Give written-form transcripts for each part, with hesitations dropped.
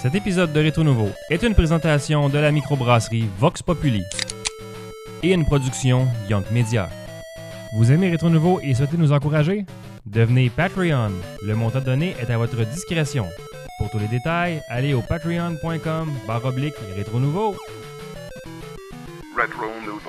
Cet épisode de Rétro Nouveau est une présentation de la microbrasserie Vox Populi et une production Young Media. Vous aimez Rétro Nouveau et souhaitez nous encourager? Devenez Patreon. Le montant donné est à votre discrétion. Pour tous les détails, allez au patreon.com/Rétro Nouveau. Retro Nouveau.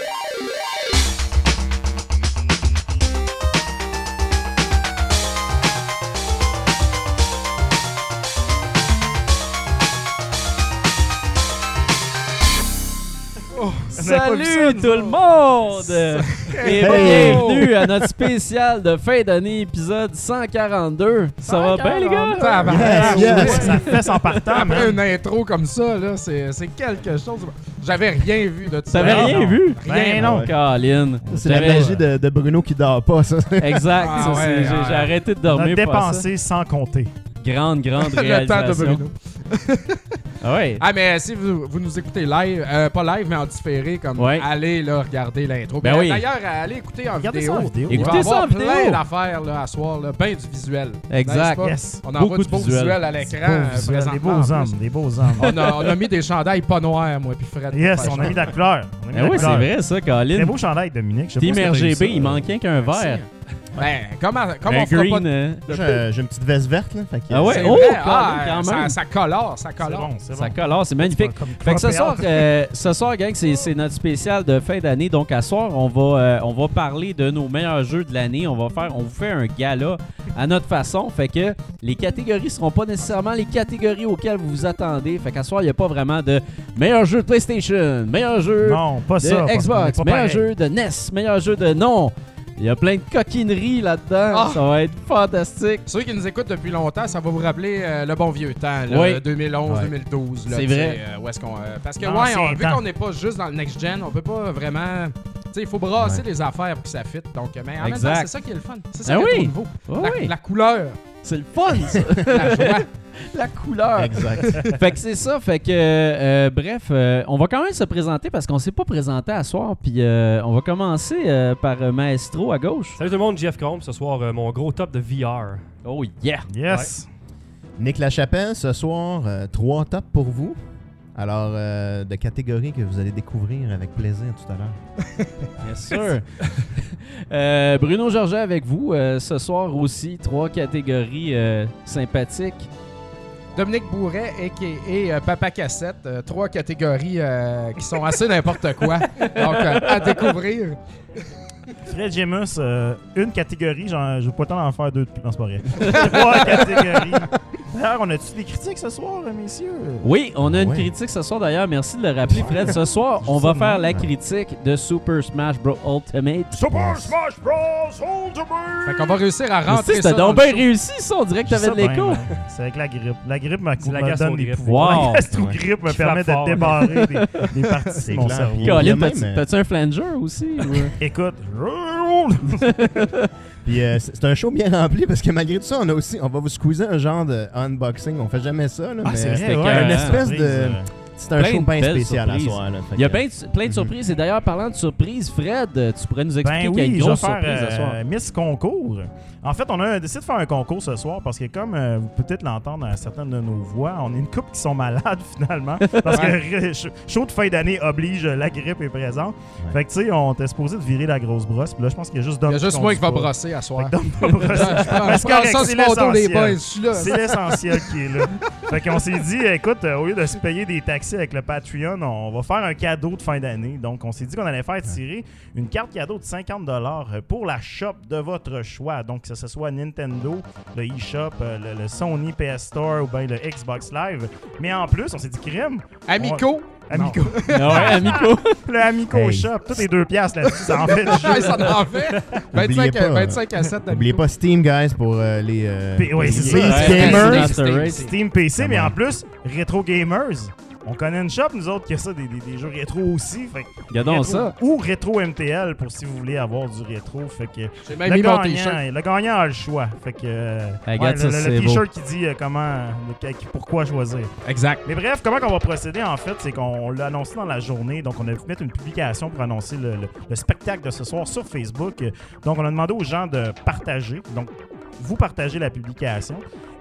Salut tout le monde! Et bienvenue à notre spécial de fin d'année, épisode 142. Ça va bien, les gars? Ça fait son partant. Après une intro comme ça, là, c'est quelque chose. J'avais rien vu de tout ça. T'avais rien vu? Ben non. Caroline. C'est la magie de Bruno qui dort pas, ça. Exact. Ah ça, ouais, j'ai arrêté de dormir. On a pour ça. dépensé sans compter. Grande Le temps de réalisation. Bruno. Ah ouais. Ah, mais si vous nous écoutez live, pas live, mais en différé, comme Ouais. allez là, regarder l'intro. Ben oui. D'ailleurs, allez écouter en Regardez vidéo. ça en vidéo. Il va y Écoutez ça en avoir plein vidéo. d'affaires là, à soir, là, ben du visuel. Exact. N'est-ce pas? Yes. On envoie Beaucoup du beau de visuel. visuel à l'écran. Des beaux hommes, des beaux hommes. On a mis des chandails pas noirs, moi, puis Fred. Yes, on a mis de la couleur. On a mis de Ah la oui, c'est couleur. vrai ça, Très Caroline. beau chandail, Dominique. Je sais Team pas si t'as eu RGB, ça. il manquait qu'un verre. Ben, comment Un on fera green. pas de... J'ai une petite veste verte, là. Fait que, Ah ouais? C'est Oh, vrai, quand même. ça colore, ça C'est colore. bon, c'est Ça bon. colore, c'est magnifique. Fait que ce soir, gang, c'est notre spécial de fin d'année. Donc, à soir, on va parler de nos meilleurs jeux de l'année. On vous fait un gala à notre façon. Fait que les catégories seront pas nécessairement les catégories auxquelles vous vous attendez. Fait qu'à soir, il n'y a pas vraiment de meilleur jeu de PlayStation, meilleur jeu Non, pas de ça. parce qu'on est Xbox, pas meilleur pareil. jeu de NES, meilleur jeu de non. Il y a plein de coquineries là-dedans. Ah. Ça va être fantastique. Ceux qui nous écoutent depuis longtemps, ça va vous rappeler le bon vieux temps, là, Oui. 2011-2012. là, C'est tu sais, vrai. Où est-ce qu'on, parce que, L'ancien vu temps. qu'on n'est pas juste dans le next-gen, on peut pas vraiment... Tu sais, il faut brasser les affaires pour que ça fitte. Donc, mais en même Exact. temps, c'est ça qui est le fun. C'est ça Ah qui est oui. nouveau. Ah oui. La couleur, C'est le fun, ça. la joie. La couleur. Exact. Fait que c'est ça, fait que bref, on va quand même se présenter parce qu'on s'est pas présenté à soir, puis on va commencer par Maestro à gauche. Salut tout le monde, Jeff Combe. Ce soir, mon gros top de VR. Oh yeah! Yes. Nick Lachapelle, ce soir, 3 tops pour vous. Alors, de catégories que vous allez découvrir avec plaisir tout à l'heure. Bien sûr! Bruno Georget avec vous, ce soir aussi, 3 catégories sympathiques. Dominique Bourret, a.k.a. Papa Cassette. 3 catégories qui sont assez n'importe quoi. Donc, à découvrir. Fred Gemus, une catégorie, je veux pas le temps d'en faire 2 depuis. Non, c'est pas vrai. 3 catégories. D'ailleurs, on a-tu des critiques ce soir, messieurs? Oui, on a une Ouais. critique ce soir d'ailleurs, merci de le rappeler Fred. Ce soir, on va faire la critique de Super Smash Bros. Ultimate. Super Smash Bros. Ultimate! Fait qu'on va réussir à Mais rentrer si, ça t'as dans donc le bien show. réussi ça, on dirait que t'avais de l'écho. C'est avec la grippe. La grippe me C'est la me donne des gastro-grippe. pouvoirs. Wow. La gastro-grippe me Qui permet frappe fort. de débarrer des parties C'est de mon clair. cerveau. Il y a Colin, même, t'as-tu un flanger aussi? ou- Écoute, Puis c'est un show bien rempli parce que malgré tout ça, on va vous squeezer un genre de unboxing. On fait jamais ça, là, mais c'est c'était vrai, carré. une espèce surprise, de... C'est un Plein show de bien belles spécial à surprises. soir. Là. Fait Il y a que- plein de surprises. Et d'ailleurs, parlant de surprises, Fred, tu pourrais nous expliquer Ben qu'il y a oui, une je vais grosse surprise ce soir. faire Miss Concours. En fait, on a décidé de faire un concours ce soir parce que comme vous pouvez peut-être l'entendre à certaines de nos voix, on est une couple qui sont malades finalement parce que show de fin d'année oblige, la grippe est présente. Ouais. Fait que tu sais, on était supposé de virer la grosse brosse. Puis là, je pense qu'il y a juste Dom Il y a juste qui moi qui va conduit pas. brosser à soir. Fait que Dom va brosser. Je c'est prends correct, ça c'est sur mon dos, les l'essentiel. boys. Je suis là. C'est l'essentiel qui est là. Fait qu'on s'est dit, écoute, au lieu de se payer des taxis avec le Patreon, on va faire un cadeau de fin d'année. Donc, on s'est dit qu'on allait faire tirer une carte cadeau de 50$ pour la shop de votre choix. Donc, que ce soit Nintendo, le eShop, le Sony PS Store ou bien le Xbox Live. Mais en plus, on s'est dit, crime, Amico. Amico. Ah ouais, Amico. Le Amico Hey. Shop, tout est 2$ là-dessus, ça en fait du jeu. Ouais, ça en fait. Oubliez pas, 25 à 7 d'Amico. Oubliez pas Steam, guys, pour les... Oui, c'est les ça. gamers. Steam. Steam PC, mais Comment? en plus, Retro Gamers. On connaît une shop, nous autres, qui a ça, des jeux rétro aussi. Fait que Il y a donc rétro- ça. Ou Rétro MTL pour si vous voulez avoir du rétro. Fait que J'ai même mis mon t-shirt. le gagnant a le choix. Fait que Regarde, ça, le c'est t-shirt qui dit pourquoi choisir. Exact. Mais bref, comment on va procéder en fait, c'est qu'on l'a annoncé dans la journée. Donc on a pu mettre une publication pour annoncer le spectacle de ce soir sur Facebook. Donc on a demandé aux gens de partager. Donc vous partagez la publication.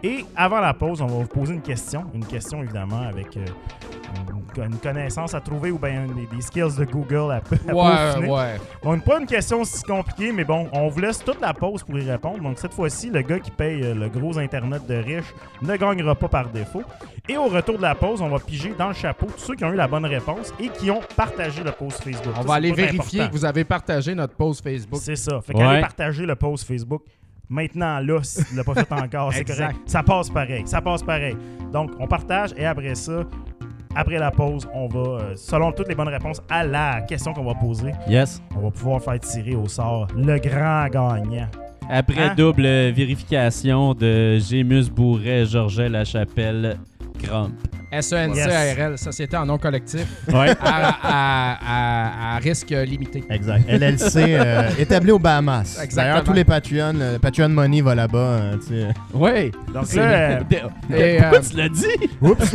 Et avant la pause, on va vous poser une question évidemment avec une connaissance à trouver ou bien des skills de Google à peaufiner. Ouais. Donc, pas une question si compliquée, mais bon, on vous laisse toute la pause pour y répondre. Donc, cette fois-ci, le gars qui paye le gros Internet de riche ne gagnera pas par défaut. Et au retour de la pause, on va piger dans le chapeau tous ceux qui ont eu la bonne réponse et qui ont partagé le post Facebook. On Ça, va c'est aller pas vérifier important. que vous avez partagé notre post Facebook. C'est ça. Fait Ouais. qu'allez partager le post Facebook. Maintenant, là, si tu l'as pas fait encore, c'est Exact. correct. Ça passe pareil. Donc, on partage et après ça, après la pause, on va, selon toutes les bonnes réponses à la question qu'on va poser, Yes. on va pouvoir faire tirer au sort le grand gagnant. Après Hein? double vérification de Gémus Bourret, Georges Lachapelle, Crump. SENCRL, Société en nom collectif, Ouais. à risque limité. Exact. LLC établi aux Bahamas. Exactement. D'ailleurs, tous les Patreon, Patreon Money va là-bas. Tu sais. Ouais. Donc là, Et, Pourquoi tu l'as dit? Oups.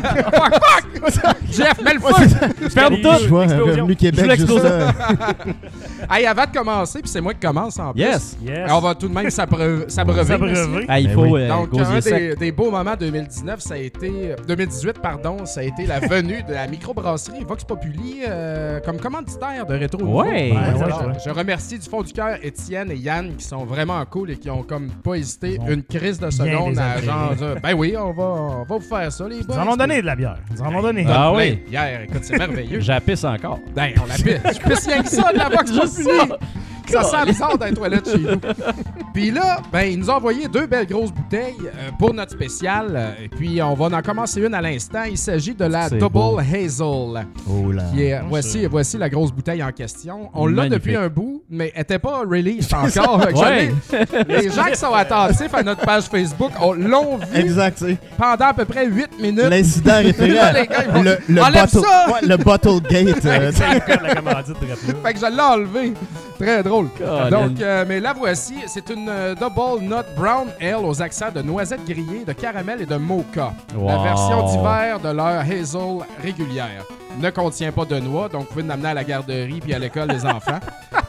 Jeff, mets le feu! Ferme des- tout! Je vois Explosion. Revenu Québec, Je juste l'explose. ça. Hey, avant de commencer, puis c'est moi qui commence en plus. Yes. Yes. On va tout de même s'abreuver. s'abreuver. Ah, il Ben faut oui. Donc, gosier un sec. des beaux moments 2019, ça a été 2018, pardon, ça a été la venue de la microbrasserie Vox Populi comme commanditaire de Rétro Nouveau. Ouais. Je remercie du fond du cœur Étienne et Yann qui sont vraiment cool et qui ont comme pas hésité Ils ont une crise de bien seconde à désagréé. genre dire, ben oui, on va vous faire ça les Ils boys. en ont donné de la bière. Ils en ont donné. Ah oui. Hier, écoute, c'est merveilleux. J'apisse encore. Ben, on la pisse. Je pisse rien que ça de la Vox Juste Populi. ça. Ça sent bizarre dans les toilettes chez nous. Puis là, ben, il nous a envoyé 2 belles grosses bouteilles pour notre spécial. Et puis, on va en commencer une à l'instant. Il s'agit de la C'est Double beau. Hazel. Oh là. Qui est, Moi, voici la grosse bouteille en question. On l'a Magnifique. depuis un bout, mais elle n'était pas release encore. Fait que Ouais. Les gens qui sont attentifs à notre page Facebook l'ont vu Exact, tu sais. pendant à peu près 8 minutes. L'incident référé Là, à les gars, ils vont- le Enlève bottle, ça! ouais, le bottle gate. C'est le cas de la commandite de Raplo. Fait que je l'ai enlevé. Très drôle. Colin. Donc, mais la voici. C'est une Double Nut Brown Ale aux accents de noisettes grillées, de caramel et de mocha. La Wow. version d'hiver de leur Hazel régulière. Ne contient pas de noix, donc vous pouvez l'amener à la garderie puis à l'école des enfants.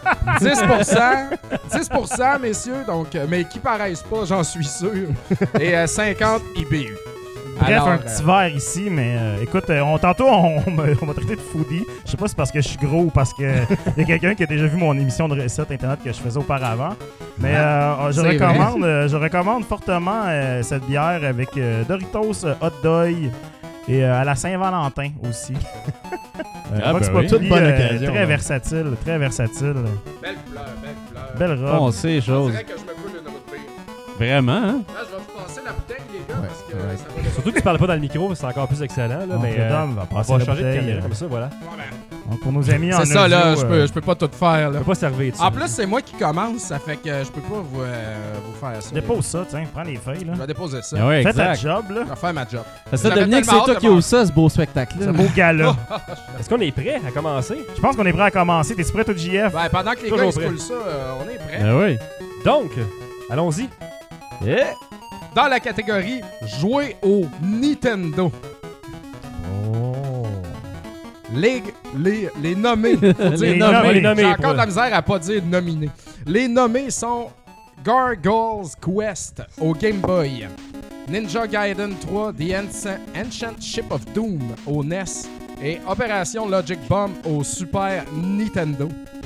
10%, messieurs, donc, mais qui paraissent pas, j'en suis sûr. Et 50 IBU. Bref, Alors, un petit verre ici, mais écoute, tantôt on m'a traité de foodie. Je sais pas si c'est parce que je suis gros ou parce que y a quelqu'un qui a déjà vu mon émission de recettes internet que je faisais auparavant. Mais je recommande fortement cette bière avec Doritos Hot Dog et à la Saint-Valentin aussi. Vox ben oui. Populi, Toute bonne occasion, très là. versatile, très versatile. belle couleur, belle couleur. Belle robe. On sait les On choses. dirait que je me coule une route pire. Vraiment, hein? Là, je vais vous passer la bouteille, les gars, parce que ouais. ça va devenir- Surtout que tu parles pas dans le micro, c'est encore plus excellent. Là, Donc, mais le Dom va on passer va la changer de bouteille, caméra comme ça, voilà. Donc, pour nos amis en C'est ça, là, audio, je peux pas tout faire, On là. peut pas servir de ça. En plus, c'est moi qui commence, ça fait que je peux pas vous faire ça. dépose ça, tiens, prends les feuilles. Là. Je vais déposer ça. Ah ouais, Fais ta exact. job, là. Je vais faire ma job. Ça serait J'avais devenu que tellement c'est toi hâte qui de ose ça, ce beau spectacle-là. Ce beau gala. Est-ce qu'on est prêt à commencer? Je pense qu'on est prêt à commencer. T'es-tu prêt, toi, JF? Ben, pendant que les Toujours gars ils se prêt. coulent ça, on est prêt. Ah oui. Donc, allons-y. Eh. Dans la catégorie jouer au Nintendo. Oh. Les nommés. Faut dire Les nommés, les nommés, J'ai encore pour- de la misère à pas dire nominés. Les nommés sont Gargoyle's Quest au Game Boy, Ninja Gaiden 3 The Ancient Ship of Doom au NES et Opération Logic Bomb au Super Nintendo.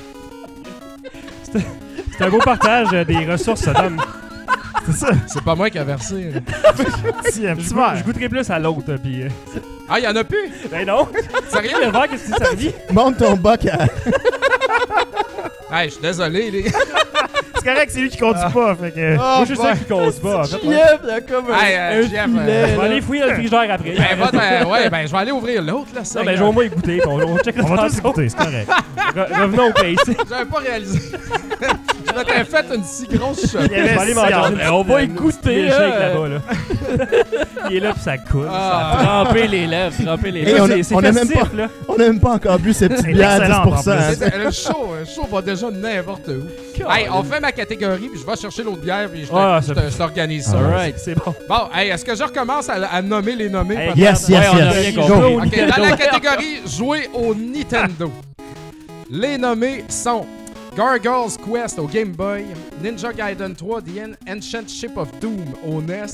C'est un beau partage des ressources, Dom. C'est ça. C'est pas moi qui a versé. là. Si, un Je petit verre. goûterai plus à l'autre. Puis, Ah, y'en a plus? ben non. Sérieux? Le verre, qu'est-ce que tu servi? Monte ton bac à... Hey, je suis désolé, les gars. C'est correct, c'est lui qui conduit pas. Fait que... Moi, je suis sûr qu'il cause pas. En fait, ouais. Jeff, il y a comme Hey, un Jeff, filet, Je vais aller là. fouiller dans le frigidaire après. Ben, ouais, ben, je vais aller ouvrir l'autre, là. Non, ben, je vais au moins y goûter. puis on check le On va tous tantôt. écouter, c'est correct. Revenons au case. J'avais pas réalisé. Je m'étais fait une si grosse shot. Il y avait Je vais aller six manger heures. une- On va une écouter, milkshake hein. là-bas, là. Il est là, puis ça coule. Ah. Tremper les lèvres, tremper les Hey, lèvres. on a- C'est on a même festif, pas- là. On n'a même pas encore bu ces petites C'est bières à excellent, 10%. en plus. hein. C'est- Le show va déjà n'importe où. Hey, on fait ma catégorie, puis je vais chercher l'autre bière, puis Ah, je t'organise ça. Alright. C'est bon. Bon, hey, est-ce que je recommence à nommer les nommés? Hey, peut-être? Yes, Ouais, yes, on a rien yes. compris. Go. Ok, dans la catégorie jouer au Nintendo. Les nommés sont Gargoyle's Quest au Game Boy, Ninja Gaiden 3 The Ancient Ship of Doom au NES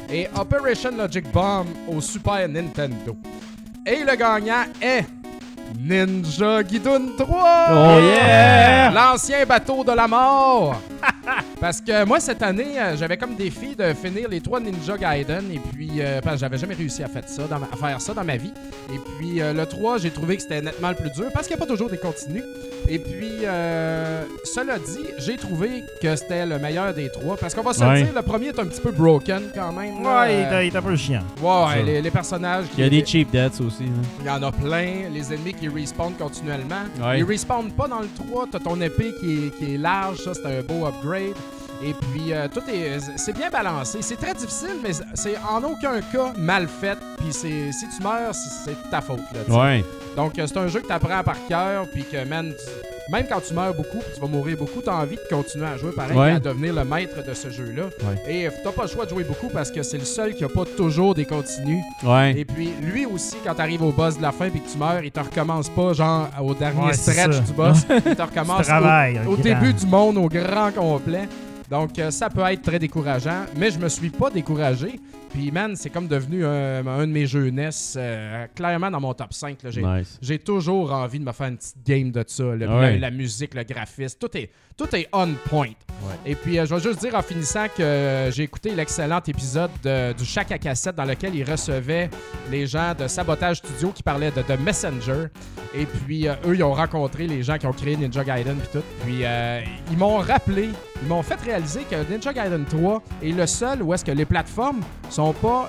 et Operation Logic Bomb au Super Nintendo. Et le gagnant est Ninja Gaiden 3! Oh yeah! L'ancien bateau de la mort! Parce que moi, cette année, j'avais comme défi de finir les 3 Ninja Gaiden. Et puis, parce que j'avais jamais réussi à faire ça dans ma vie. Et puis, le 3, j'ai trouvé que c'était nettement le plus dur parce qu'il n'y a pas toujours des continues. Et puis, cela dit, j'ai trouvé que c'était le meilleur des 3. Parce qu'on va se le dire, le premier est un petit peu broken quand même. Là. Ouais, il est un peu chiant. Ouais, les personnages. Il y a des cheap deaths aussi. Il y en a plein. Les ennemis qui respawnent continuellement. Ouais. Ils respawnent pas dans le 3. T'as ton épée qui est large. Ça, c'est un beau upgrade. Et puis, c'est bien balancé. C'est très difficile, mais c'est en aucun cas mal fait. Puis, si tu meurs, c'est de ta faute. Là, Ouais. Donc, c'est un jeu que tu apprends par cœur. Puis que, man, même quand tu meurs beaucoup, puis tu vas mourir beaucoup, tu as envie de continuer à jouer pareil, Ouais. à devenir le maître de ce jeu-là. Ouais. Et t'as pas le choix de jouer beaucoup parce que c'est le seul qui a pas toujours des continues. Ouais. Et puis, lui aussi, quand t'arrives au boss de la fin et que tu meurs, il te recommence pas, genre, au dernier Ouais, c'est stretch ça. du boss. Il te recommence au début du monde, au grand complet. Donc, ça peut être très décourageant, mais je me suis pas découragé. Puis, man, c'est comme devenu un de mes jeux NES, clairement dans mon top 5. Là, Nice. j'ai toujours envie de me faire une petite game de ça. Ouais. La musique, le graphisme, tout est on point. Ouais. Et puis, je vais juste dire en finissant que j'ai écouté l'excellent épisode du Shack à cassette dans lequel il recevait les gens de Sabotage Studio qui parlaient de The Messenger. Et puis, eux, ils ont rencontré les gens qui ont créé Ninja Gaiden puis tout. Puis, ils m'ont fait réaliser que Ninja Gaiden 3 est le seul où est-ce que les plateformes sont pas...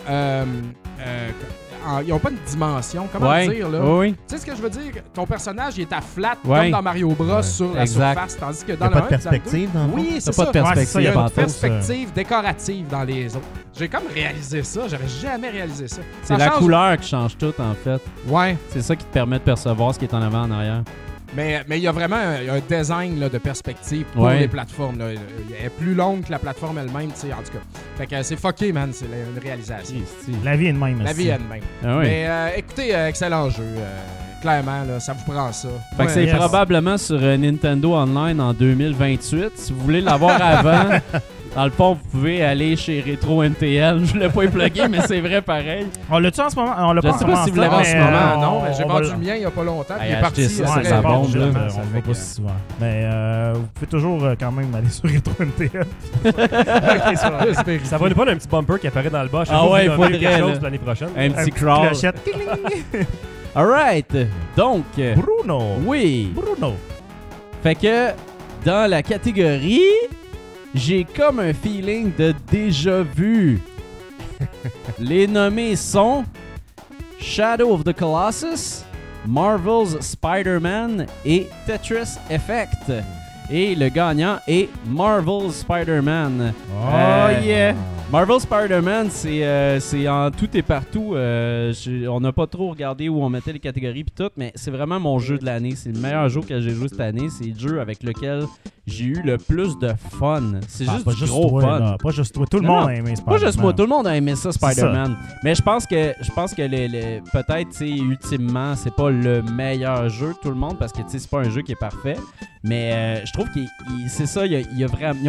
ils ont pas une dimension. Comment dire, là? Oui. Tu sais ce que je veux dire? Ton personnage, il est à flat, Ouais. comme dans Mario Bros, sur la Exact. surface. Tandis que Il dans n'y a le pas de 1 puis dans le 2, perspective dans le fond? oui, c'est T'as pas ça. de perspective. Il y a une pantoute. perspective décorative dans les autres. J'ai comme réalisé ça. J'aurais jamais réalisé ça. C'est Ça la change- couleur qui change tout, en fait. Ouais. C'est ça qui te permet de percevoir ce qui est en avant, en arrière. Mais il y a vraiment un design là, de perspective pour Ouais. les plateformes. Là. Elle est plus longue que la plateforme elle-même, tu sais, en tout cas. Fait que c'est fucké, man. C'est une réalisation. La vie est de même. La aussi. vie elle-même. Ah oui. Mais écoutez, excellent jeu. Clairement, là, ça vous prend ça. Fait que c'est yes. probablement sur Nintendo Online en 2028. Si vous voulez l'avoir avant, dans le fond, vous pouvez aller chez Retro MTL. Je voulais pas y plugger, mais c'est vrai pareil. On l'a-tu en ce moment? On l'a Je pas sais en pas ce si vous moment, l'avez en ce mais, moment, non, mais j'ai on va vendu le- le mien il y a pas longtemps. puis Hey, il est parti. achetez ça, Ouais, ça c'est bombe, bon, là. on le voit pas si souvent. Mais vous pouvez toujours quand même aller sur Retro MTL. Ça va nous prendre un petit bumper qui apparaît dans le bas. Ah ouais, il faudrait, quelque chose là. l'année prochaine. Un petit crawl. Clochette. Alright. Donc, Bruno. oui. Bruno. Fait que dans la catégorie, j'ai comme un feeling de déjà vu. Les nommés sont Shadow of the Colossus, Marvel's Spider-Man et Tetris Effect. Et le gagnant est Marvel's Spider-Man. Oh yeah. Marvel Spider-Man, c'est en tout et partout. On n'a pas trop regardé où on mettait les catégories puis tout, mais c'est vraiment mon jeu de l'année. C'est le meilleur jeu que j'ai joué cette année. C'est le jeu avec lequel j'ai eu le plus de fun. C'est juste pas du gros toi, fun. là. Pas juste toi. Tout le Non, monde non. a aimé Pas Spider-Man. juste moi, tout le monde a aimé ça, C'est Spider-Man. Mais je pense que peut-être, tu sais, ultimement, c'est pas le meilleur jeu de tout le monde parce que, tu sais, c'est pas un jeu qui est parfait. Mais je trouve que c'est ça, ils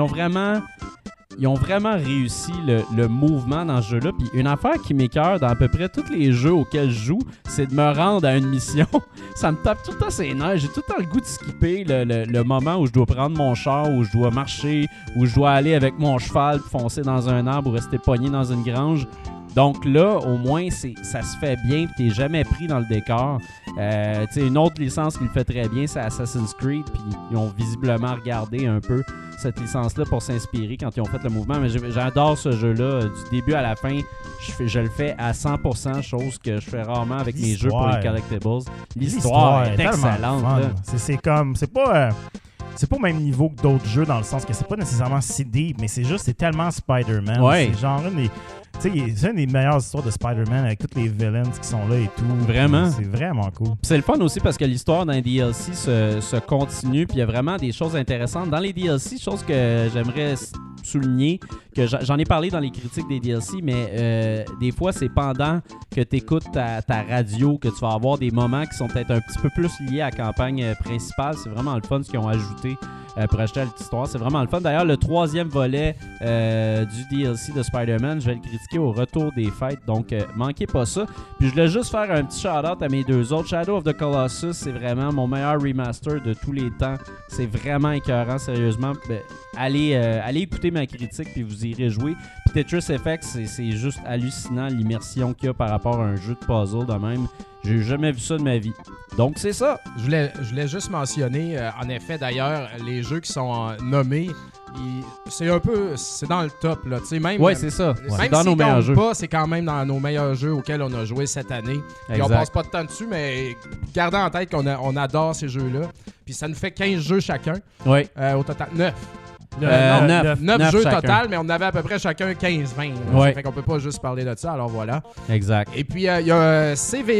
ont vraiment réussi le mouvement dans ce jeu-là. Puis une affaire qui m'écoeure dans à peu près tous les jeux auxquels je joue, c'est de me rendre à une mission. Ça me tape tout le temps ses nerfs. J'ai tout le temps le goût de skipper le moment où je dois prendre mon char, où je dois marcher, où je dois aller avec mon cheval, foncer dans un arbre ou rester pogné dans une grange. Donc là, au moins, ça se fait bien, puis t'es jamais pris dans le décor. Une autre licence qui le fait très bien, c'est Assassin's Creed, puis ils ont visiblement regardé un peu cette licence-là pour s'inspirer quand ils ont fait le mouvement. Mais j'adore ce jeu-là, du début à la fin. Je le fais à 100%, chose que je fais rarement avec mes jeux pour les collectibles. L'histoire est tellement excellente. fun. Là. C'est pas au même niveau que d'autres jeux dans le sens que c'est pas nécessairement si deep, mais c'est tellement Spider-Man. Ouais. C'est genre c'est une des meilleures histoires de Spider-Man avec tous les villains qui sont là et tout. Vraiment. C'est vraiment cool. Puis c'est le fun aussi parce que l'histoire dans les DLC se continue, puis il y a vraiment des choses intéressantes. Dans les DLC, chose que j'aimerais souligner, que j'en ai parlé dans les critiques des DLC, mais des fois, c'est pendant que tu écoutes ta radio que tu vas avoir des moments qui sont peut-être un petit peu plus liés à la campagne principale. C'est vraiment le fun ce qu'ils ont ajouté pour acheter à l'histoire. C'est vraiment le fun. D'ailleurs, le 3e volet du DLC de Spider-Man, je vais le critiquer au retour des fêtes. Donc, manquez pas ça. Puis, je voulais juste faire un petit shout-out à mes 2 autres. Shadow of the Colossus, c'est vraiment mon meilleur remaster de tous les temps. C'est vraiment écœurant, sérieusement. Allez écouter ma critique, puis vous irez jouer. Puis Tetris Effect, c'est juste hallucinant l'immersion qu'il y a par rapport à un jeu de puzzle de même. J'ai jamais vu ça de ma vie. Donc, c'est ça. Je voulais juste mentionner, en effet, d'ailleurs, les jeux qui sont nommés, c'est dans le top, là. Tu sais, même, ouais, c'est ça. Même C'est dans nos meilleurs jeux. C'est quand même dans nos meilleurs jeux auxquels on a joué cette année. Puis on Exact. passe pas de temps dessus, mais gardez en tête qu'on adore ces jeux-là. Puis ça nous fait 15 jeux chacun. Oui. Au total, 9. 9 jeux chacun. total, mais on avait à peu près chacun 15-20. Ouais. Fait qu'on peut pas juste parler de ça, alors voilà. Exact. Et puis, il y a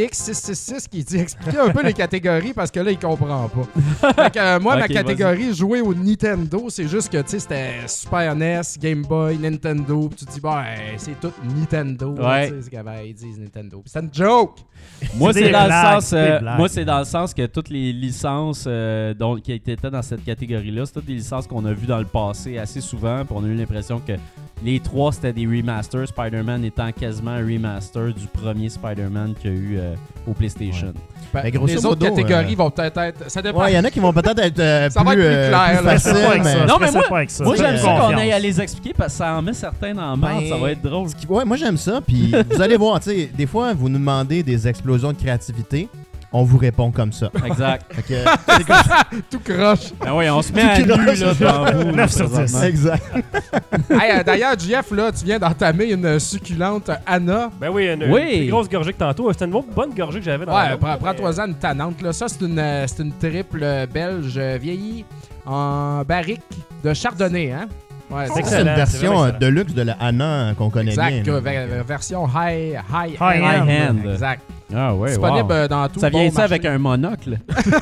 CVX666 qui dit expliquer un peu les catégories parce que là, il comprend pas. Fait que, moi, ma Ok, catégorie, jouer au Nintendo, c'est juste que, tu sais, c'était Super NES, Game Boy, Nintendo. Puis tu te dis, c'est tout Nintendo. Ouais. Tu sais, c'est qu'ils disent Nintendo. Puis c'est une joke. Moi, C'est c'est des dans blagues, le sens. c'est des blagues. Moi, c'est dans le sens que toutes les licences qui étaient dans cette catégorie-là, c'est toutes des licences qu'on a vues dans le passé assez souvent. Puis on a eu l'impression que les 3 c'était des remasters. Spider-Man étant quasiment un remaster du premier Spider-Man qu'il y a eu au PlayStation. Ben, grosso les autres modo, catégories vont peut-être être. Ça dépend. Ouais, il y en a qui vont peut-être être Ça va être plus clair, plus là. faciles, Stressez pas avec mais... ça, Non, mais stressez pas avec ça. Moi, j'aime ça qu'on Confiance. aille à les expliquer parce que ça en met certains dans la merde. Ben, Ça va être drôle. Ouais, moi j'aime ça. Puis vous allez voir, tu sais, des fois vous nous demandez des explosions de créativité, on vous répond comme ça. Exact. Fait que, Tout croche. Ben oui, on se met à nu là, devant vous. 9 sur 10. présentement. exact. Hey, d'ailleurs, Jeff, là, tu viens d'entamer une succulente Anna. Ben oui, une plus grosse gorgée que tantôt. C'était une bonne gorgée que j'avais dans Ouais, la prends-toi-en une tannante. Là. Ça, c'est une triple belge vieillie en barrique de chardonnay. Hein? Ouais, C'est excellent, une c'est version vraiment excellent. de luxe de la Anna qu'on connaît exact. bien. Version high end. Exact. Ah ouais, Disponible wow. dans tout Ça vient bon ça avec marché. un monocle?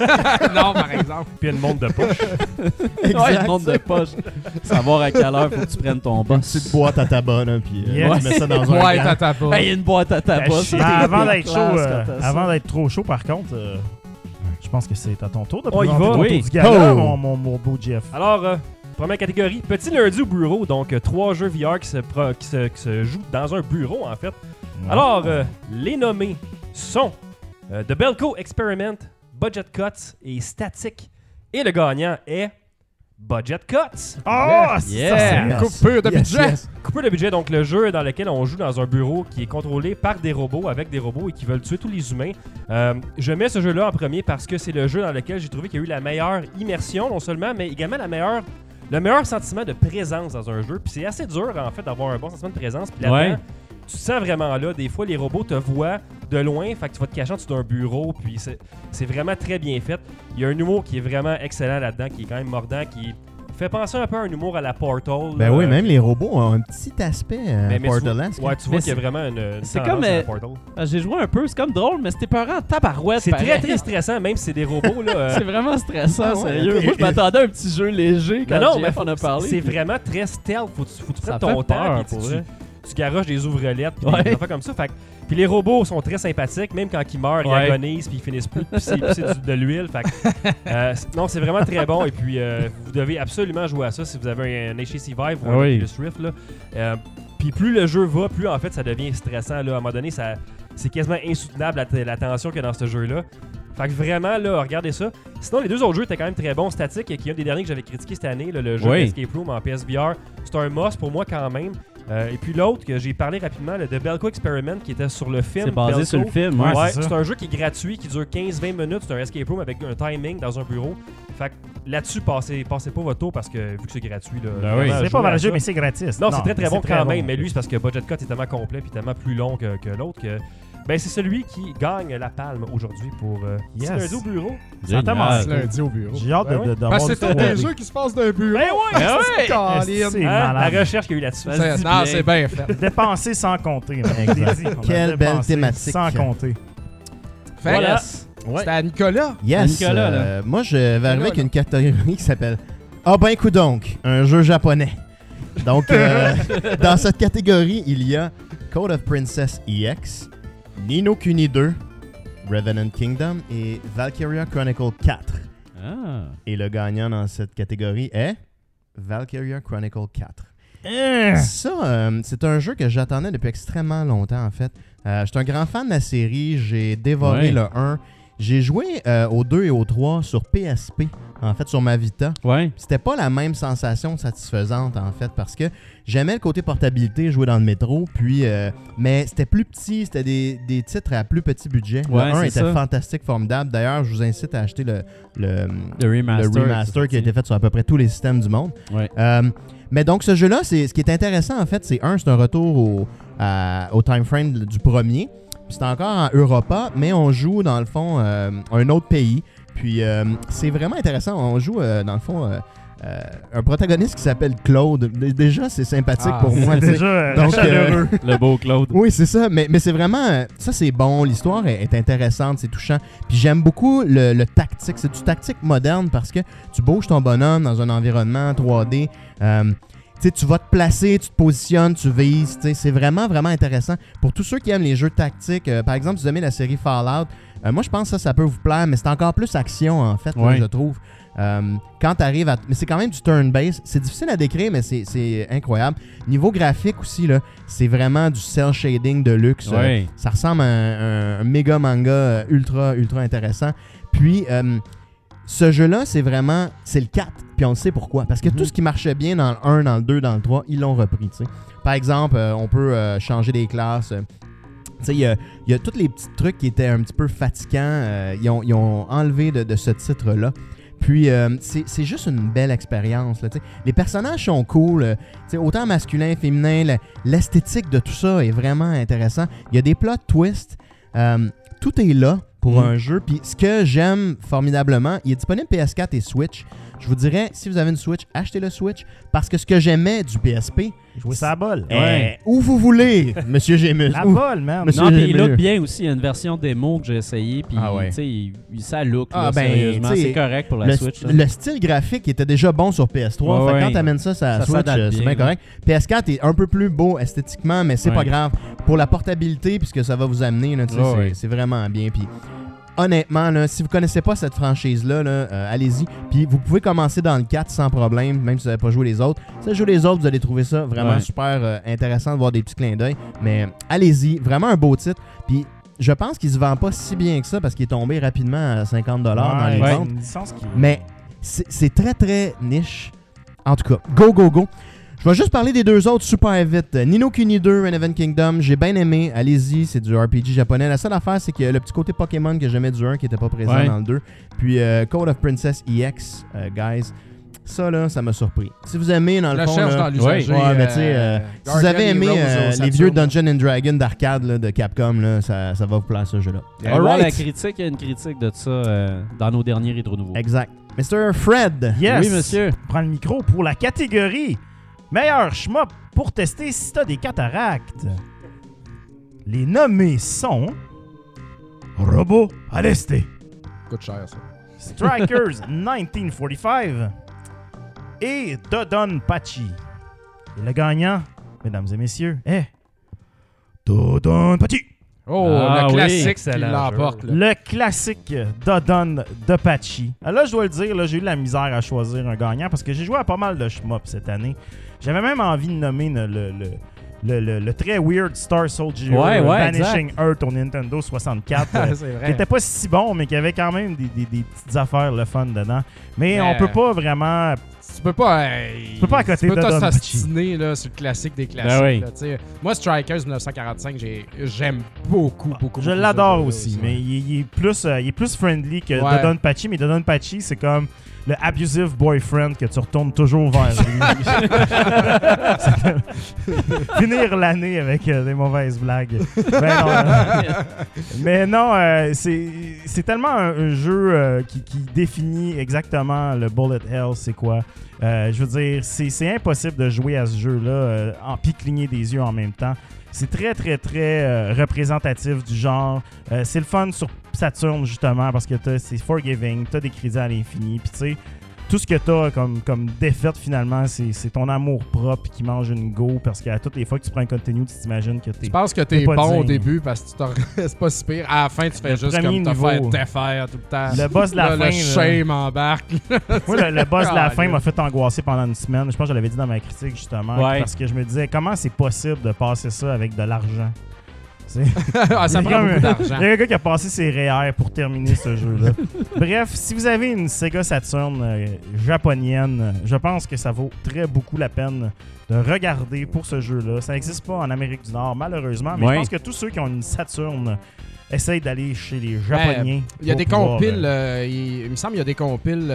Non, par exemple. Puis une montre de poche. Ouais, une montre de poche. Savoir à quelle heure faut que tu prennes ton boss. Petite boîte à tabac, là, puis Yes. tu mets ça dans un Ouais, gant. t'as pas. Hey, une boîte à tabac. Ben, c'est avant des d'être chaud, classes quand t'as ça. avant d'être trop chaud, par contre, je pense que c'est à ton tour de On y présenter va. ton Oui. tour du gala, Oh. mon beau Jeff. Alors, première catégorie, petit lundi au bureau. Donc, 3 jeux VR qui se jouent dans un bureau, en fait. Alors, les nommés sont The Belko Experiment, Budget Cuts et Static. Et le gagnant est Budget Cuts. Oh, Yeah. ça, c'est Une coupure de budget. Coupure de budget, donc le jeu dans lequel on joue dans un bureau qui est contrôlé par des robots, avec des robots et qui veulent tuer tous les humains. Je mets ce jeu-là en premier parce que c'est le jeu dans lequel j'ai trouvé qu'il y a eu la meilleure immersion, non seulement, mais également le meilleur sentiment de présence dans un jeu. Puis c'est assez dur, en fait, d'avoir un bon sentiment de présence. Puis là-dedans, Ouais. tu te sens vraiment là. Des fois, les robots te voient de loin, fait que tu vas te cacher en dessous d'un bureau, puis c'est vraiment très bien fait. Il y a un humour qui est vraiment excellent là-dedans, qui est quand même mordant, qui fait penser un peu à un humour à la Portal. Ben oui, même les robots ont un petit aspect mais tu vois- Portalesque. Ouais, tu vois Mais qu'il y a vraiment une c'est tendance comme, à la Portal. J'ai joué un peu, c'est comme drôle, mais c'était peurant en tabarouette. C'est pareil. très très stressant, même si c'est des robots. Là, C'est vraiment stressant, Ah ouais, sérieux. ok. Moi, je m'attendais à un petit jeu léger quand non, mais Jeff en a parlé. c'est vraiment très stealth. Faut que tu Ça prennes ton fait temps. peur, puis pour tu vrai. garoches des ouvre-lettres, puis Ouais. des affaires comme ça. Fait que- puis les robots sont très sympathiques, même quand ils meurent, ils Ouais. agonisent, puis ils finissent plus de pisser de l'huile. Fait que, non, c'est vraiment très bon. Et puis, vous devez absolument jouer à ça si vous avez un HTC Vive ou un Oui. Oculus Rift. Là. Puis plus le jeu va, plus en fait ça devient stressant. Là. À un moment donné, c'est quasiment insoutenable la tension qu'il y a dans ce jeu-là. Fait que vraiment, là, regardez ça. Sinon, les 2 autres jeux étaient quand même très bons. Static, qui est un des derniers que j'avais critiqué cette année, là, le jeu Oui. Escape Room en PSVR. C'est un must pour moi quand même. Et puis l'autre que j'ai parlé rapidement, le The Belko Experiment, qui était sur le film. C'est basé Belko. sur le film, Ouais, ouais. c'est ça. c'est un jeu qui est gratuit, qui dure 15-20 minutes. C'est un escape room avec un timing dans un bureau. Fait que là-dessus, passez pas votre tour parce que vu que c'est gratuit, là, Ben oui. vraiment, C'est jouez pas à mal ça. jeu, mais c'est gratis. Non, c'est très très mais bon quand même. bon. Mais lui, c'est parce que Budget Cut est tellement complet puis tellement plus long que l'autre que. Ben, c'est celui qui gagne la palme aujourd'hui pour Yes. C'est lundi au bureau. Génial. T'as Lundi au bureau. J'ai hâte Ben ouais. d'avoir Parce que le c'est tous tour. des jeux qui se passent d'un bureau. Ben ouais! Ben ouais! Caroline. C'est Hein? malade. La recherche qu'il y a eu là-dessus. Vas-y, Non, bien. c'est bien fait. Dépenser sans compter. man. Exact. Je l'ai dit, on a Quelle belle dépensé thématique. Sans compter. Fait Voilà. Ouais. c'était à Nicolas. Yes. Nicolas, là. Moi, je vais arriver avec là. une catégorie qui s'appelle Ah ben coup donc, un jeu japonais. Donc, dans cette catégorie, il y a Code of Princess EX, Ni no Kuni 2, Revenant Kingdom et Valkyria Chronicle 4. Ah. Et le gagnant dans cette catégorie est Valkyria Chronicle 4. Ça, c'est un jeu que j'attendais depuis extrêmement longtemps, en fait. Je suis un grand fan de la série. J'ai dévoré le 1. J'ai joué au 2 et au 3 sur PSP, en fait, sur ma Vita. Ouais. C'était pas la même sensation satisfaisante, en fait, parce que j'aimais le côté portabilité, jouer dans le métro, puis mais c'était plus petit, c'était des titres à plus petit budget. Ouais, le 1 c'est était ça. fantastique, formidable. D'ailleurs, je vous incite à acheter le remaster qui a été fait sur à peu près tous les systèmes du monde. Ouais. Mais donc, ce jeu-là, ce qui est intéressant, en fait, c'est un retour au time frame du premier. Puis c'est encore en Europa, mais on joue, dans le fond, un autre pays. Puis c'est vraiment intéressant. On joue, dans le fond, un protagoniste qui s'appelle Claude. Déjà, c'est sympathique pour moi. Déjà, donc, chaleureux. Le beau Claude. Oui, c'est ça. Mais c'est vraiment... ça, c'est bon. L'histoire est intéressante, c'est touchant. Puis j'aime beaucoup le tactique. C'est du tactique moderne parce que tu bouges ton bonhomme dans un environnement 3D. Tu vas te placer, tu te positionnes, tu vises. C'est vraiment, vraiment intéressant. Pour tous ceux qui aiment les jeux tactiques, par exemple, si vous aimez la série Fallout, moi, je pense que ça peut vous plaire, mais c'est encore plus action, en fait, là, je trouve. Quand tu arrives à... Mais c'est quand même du turn-based. C'est difficile à décrire, mais c'est incroyable. Niveau graphique aussi, là, c'est vraiment du cel shading de luxe. Ouais. Ça ressemble à un méga manga ultra, ultra intéressant. Puis... ce jeu-là, c'est le 4, puis on le sait pourquoi. Parce que tout ce qui marchait bien dans le 1, dans le 2, dans le 3, ils l'ont repris. T'sais. Par exemple, on peut changer des classes. Il y a tous les petits trucs qui étaient un petit peu fatigants. Ils ont enlevé de ce titre-là. Puis, c'est juste une belle expérience. Là, les personnages sont cool. Autant masculin, féminin. L'esthétique de tout ça est vraiment intéressant. Il y a des plot twists. Tout est là pour un jeu. Puis ce que j'aime formidablement, il est disponible PS4 et Switch. Je vous dirais, si vous avez une Switch, achetez le Switch. Parce que ce que j'aimais du PSP... Jouer ça à bol. Où vous voulez, Monsieur Gémus. La bol, man. Monsieur Non, puis il Gémus. look bien aussi. Il y a une version démo que j'ai essayé. Puis, tu sais, ça look. Là, sérieusement, c'est correct pour la Switch. Là. Le style graphique était déjà bon sur PS3. Fait que quand t'amènes ça sur la Switch, c'est bien correct. PS4 est un peu plus beau esthétiquement, mais c'est pas grave. Pour la portabilité, puisque ça va vous amener, là, c'est vraiment bien. Puis honnêtement, là, si vous connaissez pas cette franchise-là, allez-y. Puis vous pouvez commencer dans le 4 sans problème, même si vous n'avez pas joué les autres. Si vous jouez les autres, vous allez trouver ça vraiment super intéressant de voir des petits clins d'œil. Mais allez-y, vraiment un beau titre. Puis je pense qu'il se vend pas si bien que ça parce qu'il est tombé rapidement à $50 dans les ventes. Mais c'est très très niche. En tout cas, go! Je vais juste parler des deux autres super vite. Ni no Kuni 2, Renevan Kingdom, j'ai bien aimé. Allez-y, c'est du RPG japonais. La seule affaire, c'est que le petit côté Pokémon que j'aimais du 1 qui n'était pas présent dans le 2. Puis Code of Princess EX, guys. Ça, là, ça m'a surpris. Si vous aimez, dans le fond... Cherche là, dans l'usager, mais tu sais, si vous avez aimé les vieux Dungeon and Dragon d'arcade là, de Capcom, là, ça va vous plaire, ce jeu-là. Il y a une critique de ça dans nos derniers Rétro Nouveaux. Exact. Mr. Fred. Yes. Oui, monsieur. Prends le micro pour la catégorie meilleur shmup pour tester si t'as des cataractes. Les nommés sont Robo Aleste, Coûte cher, ça. Strikers 1945 et Dodonpachi. Et le gagnant, mesdames et messieurs, est Dodonpachi. Oh, Ah, le oui. classique qui Excellent l'emporte. là. Le classique Dodonpachi. Là, je dois le dire, là, j'ai eu de la misère à choisir un gagnant parce que j'ai joué à pas mal de shmup cette année. J'avais même envie de nommer le très weird Star Soldier Vanishing Earth au Nintendo 64. C'est vrai. Qui était pas si bon, mais qui avait quand même des petites affaires le fun dedans. Mais on peut pas vraiment... Tu peux pas à côté tu peux de Dodonpachi. t'ostiner là sur le classique des classiques. Ben oui. Là, tu sais. Moi, Strikers 1945, j'aime beaucoup. Je l'adore aussi, mais il est plus friendly que Dodonpachi. Mais Dodonpachi, c'est comme le abusive boyfriend que tu retournes toujours vers lui. Finir l'année avec des mauvaises blagues. Mais non, c'est tellement un jeu qui définit exactement le bullet hell, c'est quoi. Je veux dire, c'est impossible de jouer à ce jeu-là puis cligner des yeux en même temps. C'est très, très, très représentatif du genre. C'est le fun sur Saturn, justement, parce que c'est forgiving, t'as des crédits à l'infini. Puis tu sais, tout ce que t'as comme défaite, finalement, c'est ton amour propre qui mange une go, parce qu'à toutes les fois que tu prends un continue, tu t'imagines que Tu penses que t'es bon au début parce que c'est pas si pire. À la fin, tu fais juste comme te faire défaire tout le temps. Le boss de la fin... Le shame embarque. Moi, le boss de la fin m'a fait angoisser pendant une semaine. Je pense que je l'avais dit dans ma critique, justement, parce que je me disais, comment c'est possible de passer ça avec de l'argent? Ça prend beaucoup d'argent. Il y a un gars qui a passé ses REER pour terminer ce jeu-là. Bref, si vous avez une Sega Saturn japonienne, je pense que ça vaut très beaucoup la peine de regarder pour ce jeu-là. Ça n'existe pas en Amérique du Nord, malheureusement, mais je pense que tous ceux qui ont une Saturn essayent d'aller chez les Japoniens. Il y a des compiles, il me semble qu'il y a des compiles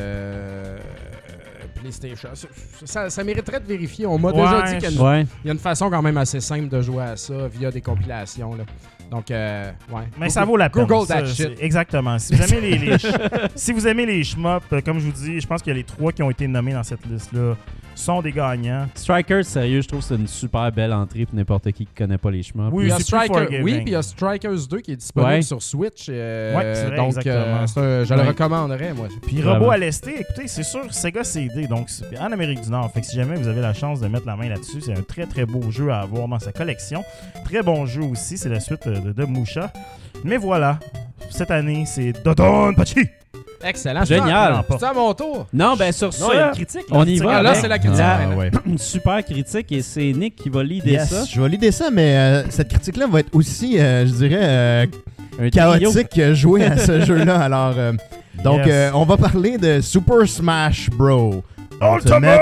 PlayStation. Ça mériterait de vérifier. On m'a déjà dit qu'il y a une façon quand même assez simple de jouer à ça via des compilations. Là. Donc, ouais. Mais ça vaut la peine. Google that shit. Exactement. Si vous aimez si vous aimez les shmups, comme je vous dis, je pense que les 3 qui ont été nommés dans cette liste-là sont des gagnants. Strikers, sérieux, je trouve que c'est une super belle entrée pour n'importe qui connaît pas les shmups. Oui, il y a puis il y a Strikers 2 qui est disponible sur Switch. C'est vrai, donc, je le recommanderais, moi. Puis Robot LST, écoutez, c'est sûr, Sega CD, donc c'est en Amérique du Nord. Fait que si jamais vous avez la chance de mettre la main là-dessus, c'est un très très beau jeu à avoir dans sa collection. Très bon jeu aussi, c'est la suite de Musha. Mais voilà, cette année, c'est Dodonpachi! Excellent. Génial. C'est à mon tour? Non, ben sur ça, il y a une critique. On y va. Là, c'est la critique. Une super critique et c'est Nick qui va leader ça. Je vais leader ça, mais cette critique-là va être aussi, je dirais, chaotique jouer à ce jeu-là. Alors, donc, on va parler de Super Smash Bros. Ultimate!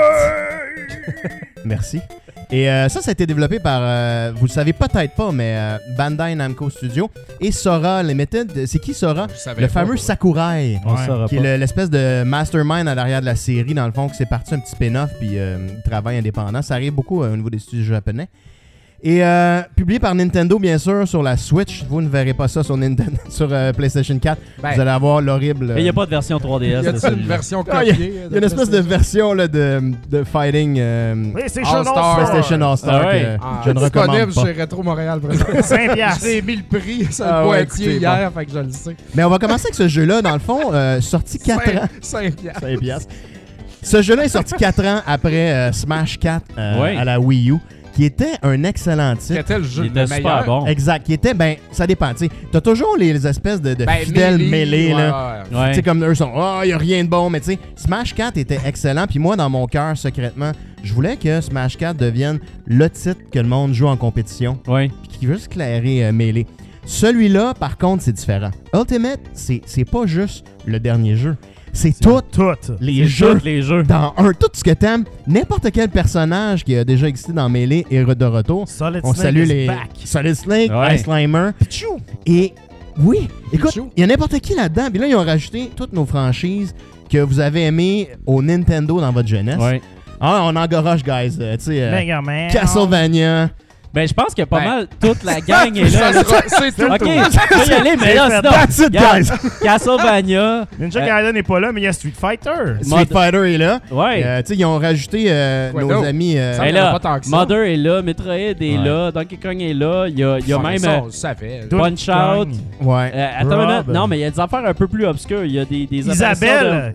Merci. Et ça a été développé par, vous le savez peut-être pas, mais Bandai Namco Studio et Sora Limited. C'est qui Sora? Le fameux Sakurai, qui est l'espèce de mastermind à l'arrière de la série, dans le fond, qui s'est parti un petit spin-off puis travail indépendant. Ça arrive beaucoup au niveau des studios japonais. Et publié par Nintendo, bien sûr, sur la Switch. Vous ne verrez pas ça sur PlayStation 4. Vous allez avoir l'horrible... Il n'y a pas de version 3DS. Y a une version copiée? Il y a une espèce de version là, de fighting PlayStation All-Star que je ne recommande pas. Disponible chez Retro Montréal. 5$. J'ai mis le prix sur le boîtier hier, fait que je le sais. Mais on va commencer avec ce jeu-là, dans le fond, sorti 4 ans. 5$. Ce jeu-là est sorti 4 ans après Smash 4 à la Wii U. Qui était un excellent titre. Qui était le jeu le meilleur. Super bon. Exact. Qui était, ça dépend. T'as toujours les espèces de fidèles mêlés. Tu sais, comme eux sont, il n'y a rien de bon. Mais tu sais, Smash 4 était excellent. Puis moi, dans mon cœur, secrètement, je voulais que Smash 4 devienne le titre que le monde joue en compétition. Oui. Puis qui veut se clairer mêlé. Celui-là, par contre, c'est différent. Ultimate, c'est pas juste le dernier jeu. C'est tous les jeux dans tout ce que t'aimes. N'importe quel personnage qui a déjà existé dans Melee est de retour. On salue les Solid Snake, Ice Slimer. Pichou. Et oui, écoute, il y a n'importe qui là-dedans. Puis là, ils ont rajouté toutes nos franchises que vous avez aimées au Nintendo dans votre jeunesse. Ouais. On engoroche, guys. Tu sais, Castlevania. Ben, je pense que pas mal toute la gang est là. C'est tout. Ok, je vais y aller, mais là, That's it, guys. Castlevania. Ninja Gaiden n'est pas là, mais il y a Street Fighter. Street Fighter est là. Ouais. Tu sais, ils ont rajouté nos amis. Mother est là, Metroid est là, Donkey Kong est là. Il y a même Punch-Out. Ouais. Attends une minute. Non, mais il y a des affaires un peu plus obscures. Il y a des Isabelle,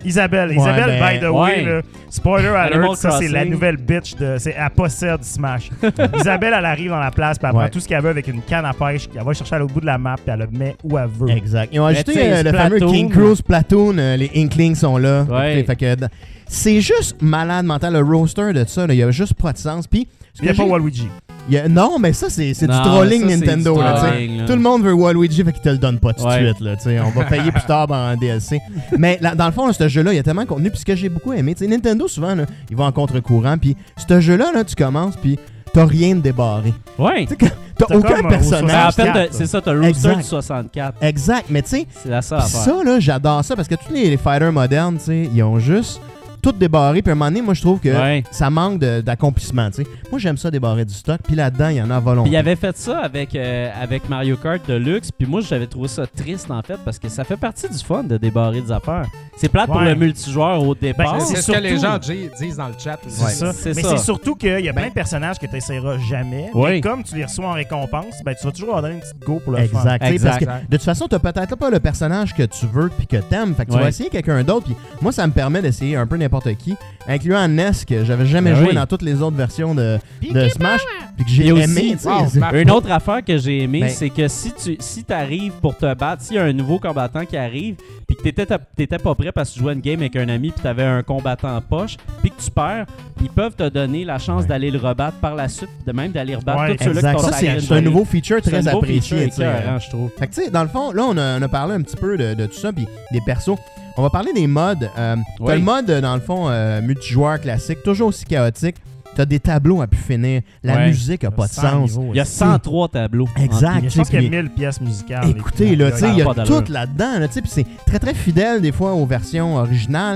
by the way, là, spoiler alert, ça c'est la nouvelle bitch elle possède Smash. Isabelle, elle arrive dans la place, puis elle prend tout ce qu'elle veut avec une canne à pêche, elle va chercher à l'autre bout de la map, puis elle le met où elle veut. Exact. Ils ont ajouté le fameux King Cruise Platoon, les Inklings sont là. Ouais. Fait que c'est juste malade mental, le roster de ça, il y a juste pas de sens. Puis il n'y a pas Waluigi. Non, mais ça, c'est du trolling Nintendo. Là. Tout le monde veut Waluigi, fait qu'il te le donne pas tout de suite. Là, on va payer plus tard en DLC. Mais dans le fond, là, ce jeu-là, il y a tellement de contenu. Puis ce que j'ai beaucoup aimé, Nintendo, souvent, là, ils vont en contre-courant. Puis ce jeu-là, là, tu commences, puis t'as rien de débarré. Ouais. T'as aucun personnage. En fait, c'est ça, t'as le roster du 64. Exact, mais tu sais, c'est ça, là, j'adore ça parce que tous les fighters modernes, ils ont juste tout débarrer. Puis à un moment donné, moi, je trouve que ça manque d'accomplissement. T'sais. Moi, j'aime ça débarrer du stock. Puis là-dedans, il y en a à volonté. Puis il avait fait ça avec Mario Kart Deluxe. Puis moi, j'avais trouvé ça triste, en fait, parce que ça fait partie du fun de débarrer des affaires. C'est plate pour le multijoueur au départ. C'est ce que les gens disent dans le chat. C'est ça. Mais c'est surtout qu'il y a plein de personnages que tu n'essaieras jamais. Mais comme tu les reçois en récompense, ben, tu vas toujours avoir donné une petite go pour le fun. Exact. Parce que de toute façon, tu n'as peut-être pas le personnage que tu veux puis que tu aimes. Fait que tu vas essayer quelqu'un d'autre. Puis moi, ça me permet d'essayer un peu n'importe qui, incluant NES, que j'avais jamais joué dans toutes les autres versions de Smash. Puis que j'ai aimé. Une autre affaire que j'ai aimé, c'est que si tu arrives pour te battre, s'il y a un nouveau combattant qui arrive, puis que t'étais pas prêt parce que tu jouais une game avec un ami, puis t'avais un combattant en poche, puis que tu perds, ils peuvent te donner la chance d'aller le rebattre par la suite, de même d'aller rebattre tous ceux-là qui t'ont c'est un nouveau feature très apprécié. Je trouve. Fait que tu sais, dans le fond, là, on a parlé un petit peu de tout ça, puis des persos. On va parler des mods. T'as le mode, dans le fond, multijoueur classique, toujours aussi chaotique. T'as des tableaux à pu finir. La musique a pas de sens. Il y a 103 tableaux. Exact. Je pense qu'il y a 1000 pièces musicales. Écoutez, là, il y a tout là-dedans. Là, puis c'est très, très fidèle des fois aux versions originales.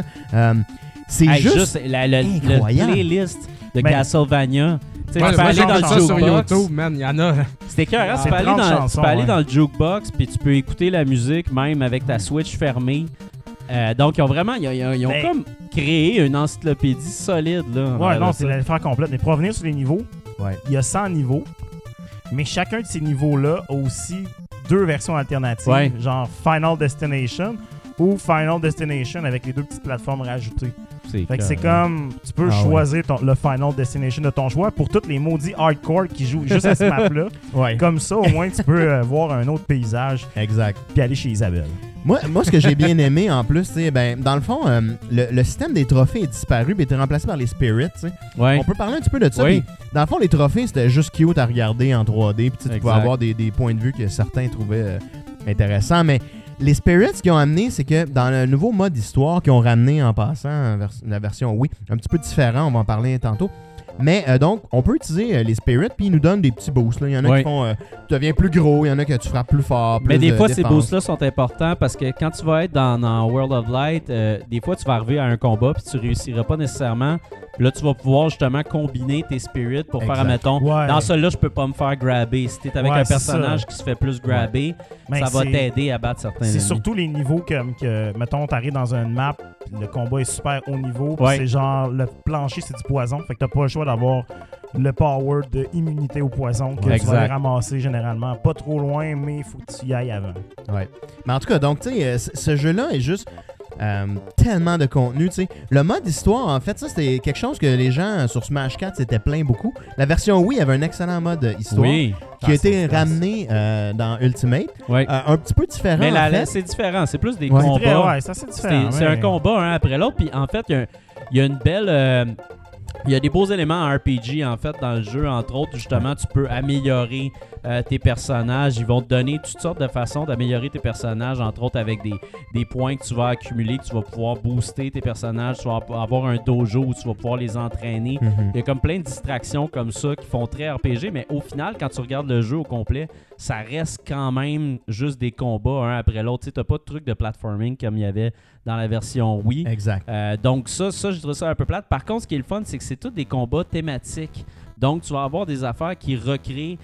C'est juste incroyable. Le playlist de Castlevania. Tu peux aller dans le jukebox. Sur YouTube, man, il y en a. C'était cœur. Tu peux aller dans le jukebox puis tu peux écouter la musique même avec ta Switch fermée. Donc, ils ont vraiment comme créé une encyclopédie solide. Là, non, c'est l'affaire complète. Mais pour revenir sur les niveaux, il y a 100 niveaux, mais chacun de ces niveaux-là a aussi 2 versions alternatives, genre Final Destination ou Final Destination avec les 2 petites plateformes rajoutées. Fait que c'est comme, tu peux choisir le Final Destination de ton choix pour tous les maudits hardcore qui jouent juste à ce map-là. Comme ça, au moins, tu peux voir un autre paysage. Exact. Puis aller chez Isabelle. Moi, ce que j'ai bien aimé en plus, dans le fond, le système des trophées est disparu et a été remplacé par les spirits. On peut parler un petit peu de ça. Pis, dans le fond, les trophées, c'était juste cute à regarder en 3D. Puis tu pouvais avoir des points de vue que certains trouvaient intéressants. Mais les spirits qu'ils ont amené, c'est que dans le nouveau mode histoire qu'ils ont ramené en passant, la version un petit peu différent, on va en parler tantôt. Mais donc, on peut utiliser les spirits, puis ils nous donnent des petits boosts. Là. Il y en a qui font tu deviens plus gros, il y en a que tu frappes plus fort. Mais des fois, ces boosts-là sont importants parce que quand tu vas être dans World of Light, des fois, tu vas arriver à un combat, puis tu réussiras pas nécessairement. Puis là, tu vas pouvoir justement combiner tes spirits pour faire, admettons, dans celui-là, je peux pas me faire grabber. Si t'es avec un personnage qui se fait plus grabber, ça va t'aider à battre certains ennemis. C'est surtout les niveaux comme que, mettons, t'arrives dans une map, le combat est super haut niveau, c'est genre, le plancher, c'est du poison, fait que t'as pas le choix d'avoir le power de immunité au poison que tu vas aller ramasser généralement. Pas trop loin, mais il faut que tu y ailles avant. Mais en tout cas, donc, tu sais, ce jeu-là est juste... tellement de contenu, tu sais. Le mode histoire, en fait, ça, c'était quelque chose que les gens sur Smash 4 s'étaient plaints beaucoup. La version Wii avait un excellent mode histoire qui a été ramené dans Ultimate. Un petit peu différent. Mais c'est différent, c'est plus des combats. C'est différent. C'est un combat un après l'autre, puis en fait, il y a une belle... Il y a des beaux éléments en RPG, en fait, dans le jeu. Entre autres, justement, tu peux améliorer tes personnages. Ils vont te donner toutes sortes de façons d'améliorer tes personnages, entre autres avec des points que tu vas accumuler, que tu vas pouvoir booster tes personnages. Tu vas avoir un dojo où tu vas pouvoir les entraîner. Il y a comme plein de distractions comme ça qui font très RPG, mais au final, quand tu regardes le jeu au complet, ça reste quand même juste des combats un après l'autre. Tu n'as pas de truc de platforming comme il y avait dans la version Wii. Exact. Donc ça, je trouve ça un peu plate. Par contre, ce qui est le fun, c'est que c'est tous des combats thématiques. Donc, tu vas avoir des affaires qui recréent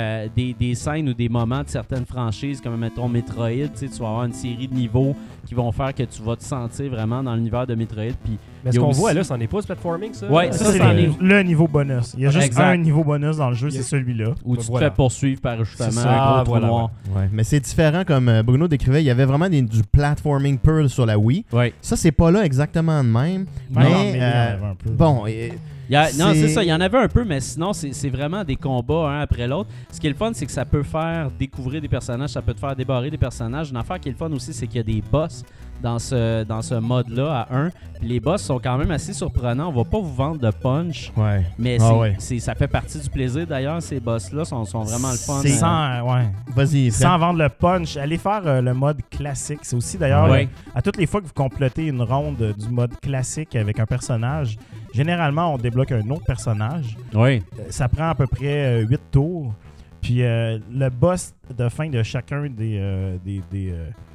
des scènes ou des moments de certaines franchises, comme mettons Metroid. Tu vas avoir une série de niveaux qui vont faire que tu vas te sentir vraiment dans l'univers de Metroid. Puis, mais ce qu'on voit là, c'en est pas ce platforming, ça? Oui, ça c'est le niveau bonus. Il y a juste un niveau bonus dans le jeu, c'est celui-là. Où tu te fais poursuivre par justement un gros trou noir. Mais c'est différent, comme Bruno décrivait. Il y avait vraiment du platforming pur sur la Wii. Ça, c'est pas là exactement de même. Mais bon... Non, c'est ça, il y en avait un peu, mais sinon, c'est vraiment des combats un après l'autre. Ce qui est le fun, c'est que ça peut faire découvrir des personnages, ça peut te faire débarrer des personnages. Une affaire qui est le fun aussi, c'est qu'il y a des boss dans ce mode-là à 1. Les boss sont quand même assez surprenants. On va pas vous vendre de punch, mais ça fait partie du plaisir d'ailleurs. Ces boss-là sont vraiment le fun. Sans vendre le punch, allez faire le mode classique. C'est aussi d'ailleurs, à toutes les fois que vous complétez une ronde du mode classique avec un personnage, généralement, on débloque un autre personnage. Ça prend à peu près 8 tours. Puis le boss de fin de chacun des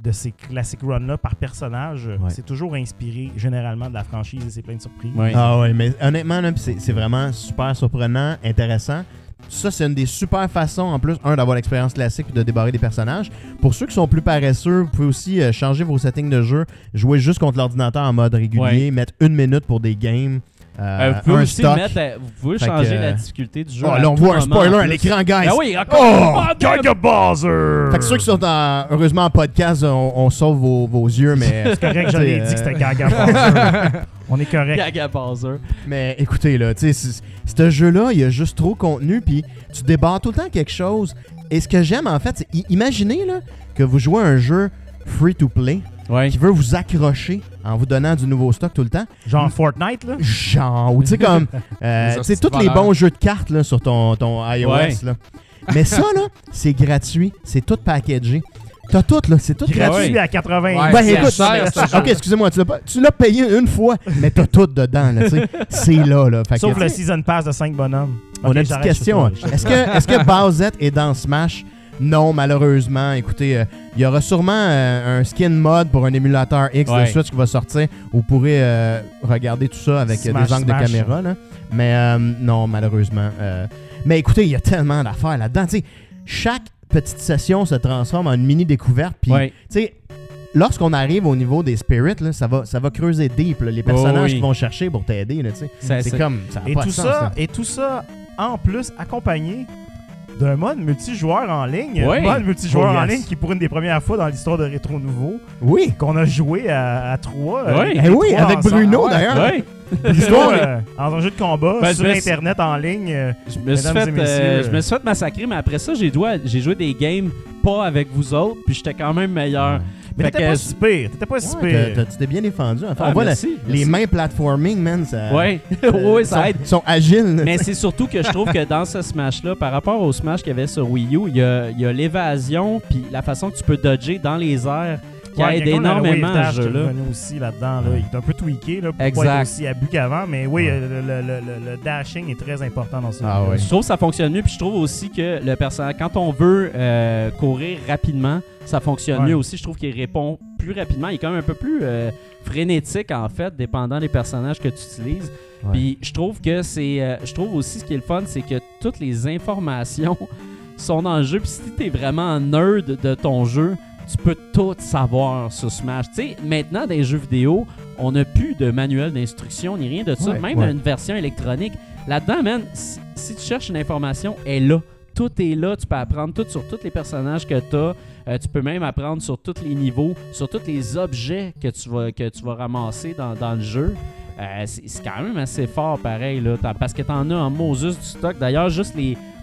de ces classic runs-là par personnage, c'est toujours inspiré généralement de la franchise et c'est plein de surprises. Ouais. Ah ouais, mais honnêtement, là, c'est vraiment super surprenant, intéressant. Ça, c'est une des super façons, en plus, d'avoir l'expérience classique et de débarrer des personnages. Pour ceux qui sont plus paresseux, vous pouvez aussi changer vos settings de jeu, jouer juste contre l'ordinateur en mode régulier, mettre 1 minute pour des games. Vous pouvez aussi vous pouvez changer la difficulté du jeu. Oh, là, on voit un spoiler à l'écran, guys. Ah oui, encore. Gaga Bowser! Fait que ceux qui sont heureusement en podcast, on sauve vos yeux, mais. C'est correct, je l'ai dit que c'était Gaga Bowser. On est correct. Gaga Bowser. Mais écoutez, là, tu sais, ce jeu-là, il y a juste trop de contenu, puis tu débarres tout le temps quelque chose. Et ce que j'aime, en fait, c'est imaginez là, que vous jouez à un jeu free-to-play. Qui veut vous accrocher en vous donnant du nouveau stock tout le temps. Genre Fortnite, là? Genre, ou tu sais comme... tu sais, tous les bons jeux de cartes là, sur ton iOS, là. Mais ça, là, c'est gratuit. C'est tout packagé. T'as tout, là. C'est tout gratuit à 80. Ben écoute, ok, excusez-moi, tu l'as payé une fois, mais t'as tout dedans, là, tu sais. C'est là. Fait sauf le Season Pass de 5 bonhommes. On a une petite question. Est-ce que Bowsette est dans Smash? Non, malheureusement. Écoutez, il y aura sûrement un skin mode pour un émulateur X de Switch qui va sortir. Vous pourrez regarder tout ça avec des angles de caméra. Là. Mais non, malheureusement. Mais écoutez, il y a tellement d'affaires là-dedans. T'sais, chaque petite session se transforme en une mini-découverte. Puis, lorsqu'on arrive au niveau des spirits, là, ça va creuser deep. Là, les personnages qui vont chercher pour t'aider. C'est comme... Ça a pas de sens, et tout ça, en plus, accompagné d'un mode multijoueur en ligne. Mode multijoueur en ligne qui, pour une des premières fois dans l'histoire de Rétro Nouveau, qu'on a joué à 3. Avec Bruno d'ailleurs. L'histoire dans un jeu de combat sur Internet en ligne. Je me suis fait massacrer, mais après ça, j'ai joué des games pas avec vous autres, puis j'étais quand même meilleur. Mais t'étais pas si pire. Tu t'es bien défendu. Enfin, on voit les mains platforming, man. Ça, ça aide. Ils sont agiles. Mais c'est surtout que je trouve que dans ce Smash-là, par rapport au Smash qu'il y avait sur Wii U, il y a l'évasion puis la façon que tu peux dodger dans les airs qui aide énormément à ce jeu-là. Aussi là-dedans, là. Il est un peu tweaké là, pour pas être aussi abus qu'avant, mais oui, le dashing est très important dans ce jeu. Je trouve que ça fonctionne mieux, puis je trouve aussi que le personnage, quand on veut courir rapidement, ça fonctionne mieux aussi. Je trouve qu'il répond plus rapidement. Il est quand même un peu plus frénétique, en fait, dépendant des personnages que tu utilises. Puis je trouve que je trouve aussi ce qui est le fun, c'est que toutes les informations sont dans le jeu. Puis si t'es vraiment nerd de ton jeu, tu peux tout savoir sur Smash. Tu sais, maintenant, dans les jeux vidéo, on n'a plus de manuel d'instruction ni rien de ça. Même une version électronique. Là-dedans, man, si tu cherches une information, elle est là. Tout est là. Tu peux apprendre tout sur tous les personnages que tu as. Tu peux même apprendre sur tous les niveaux, sur tous les objets que tu vas ramasser dans le jeu. C'est quand même assez fort, pareil, là, parce que tu en as en Moses du stock. D'ailleurs, juste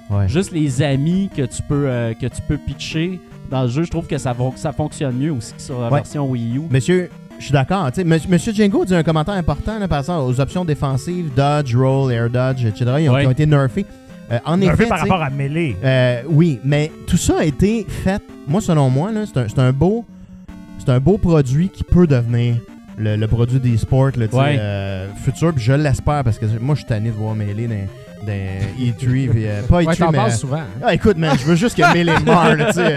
les amis que tu peux pitcher dans le jeu, je trouve que ça fonctionne mieux aussi que sur la version Wii U. Monsieur, je suis d'accord. Monsieur Django dit un commentaire important là, par rapport aux options défensives, dodge, roll, air dodge, etc. Ils ont été nerfés. En effet, par rapport à Melee. Oui, mais tout ça a été fait, moi selon moi, là, c'est un beau produit qui peut devenir le produit des sports futur. Puis je l'espère parce que moi je suis tanné de voir Melee dans E3. Puis, pas E3, t'en mais. parles souvent. Ah, écoute, man, je veux juste que Melee meure.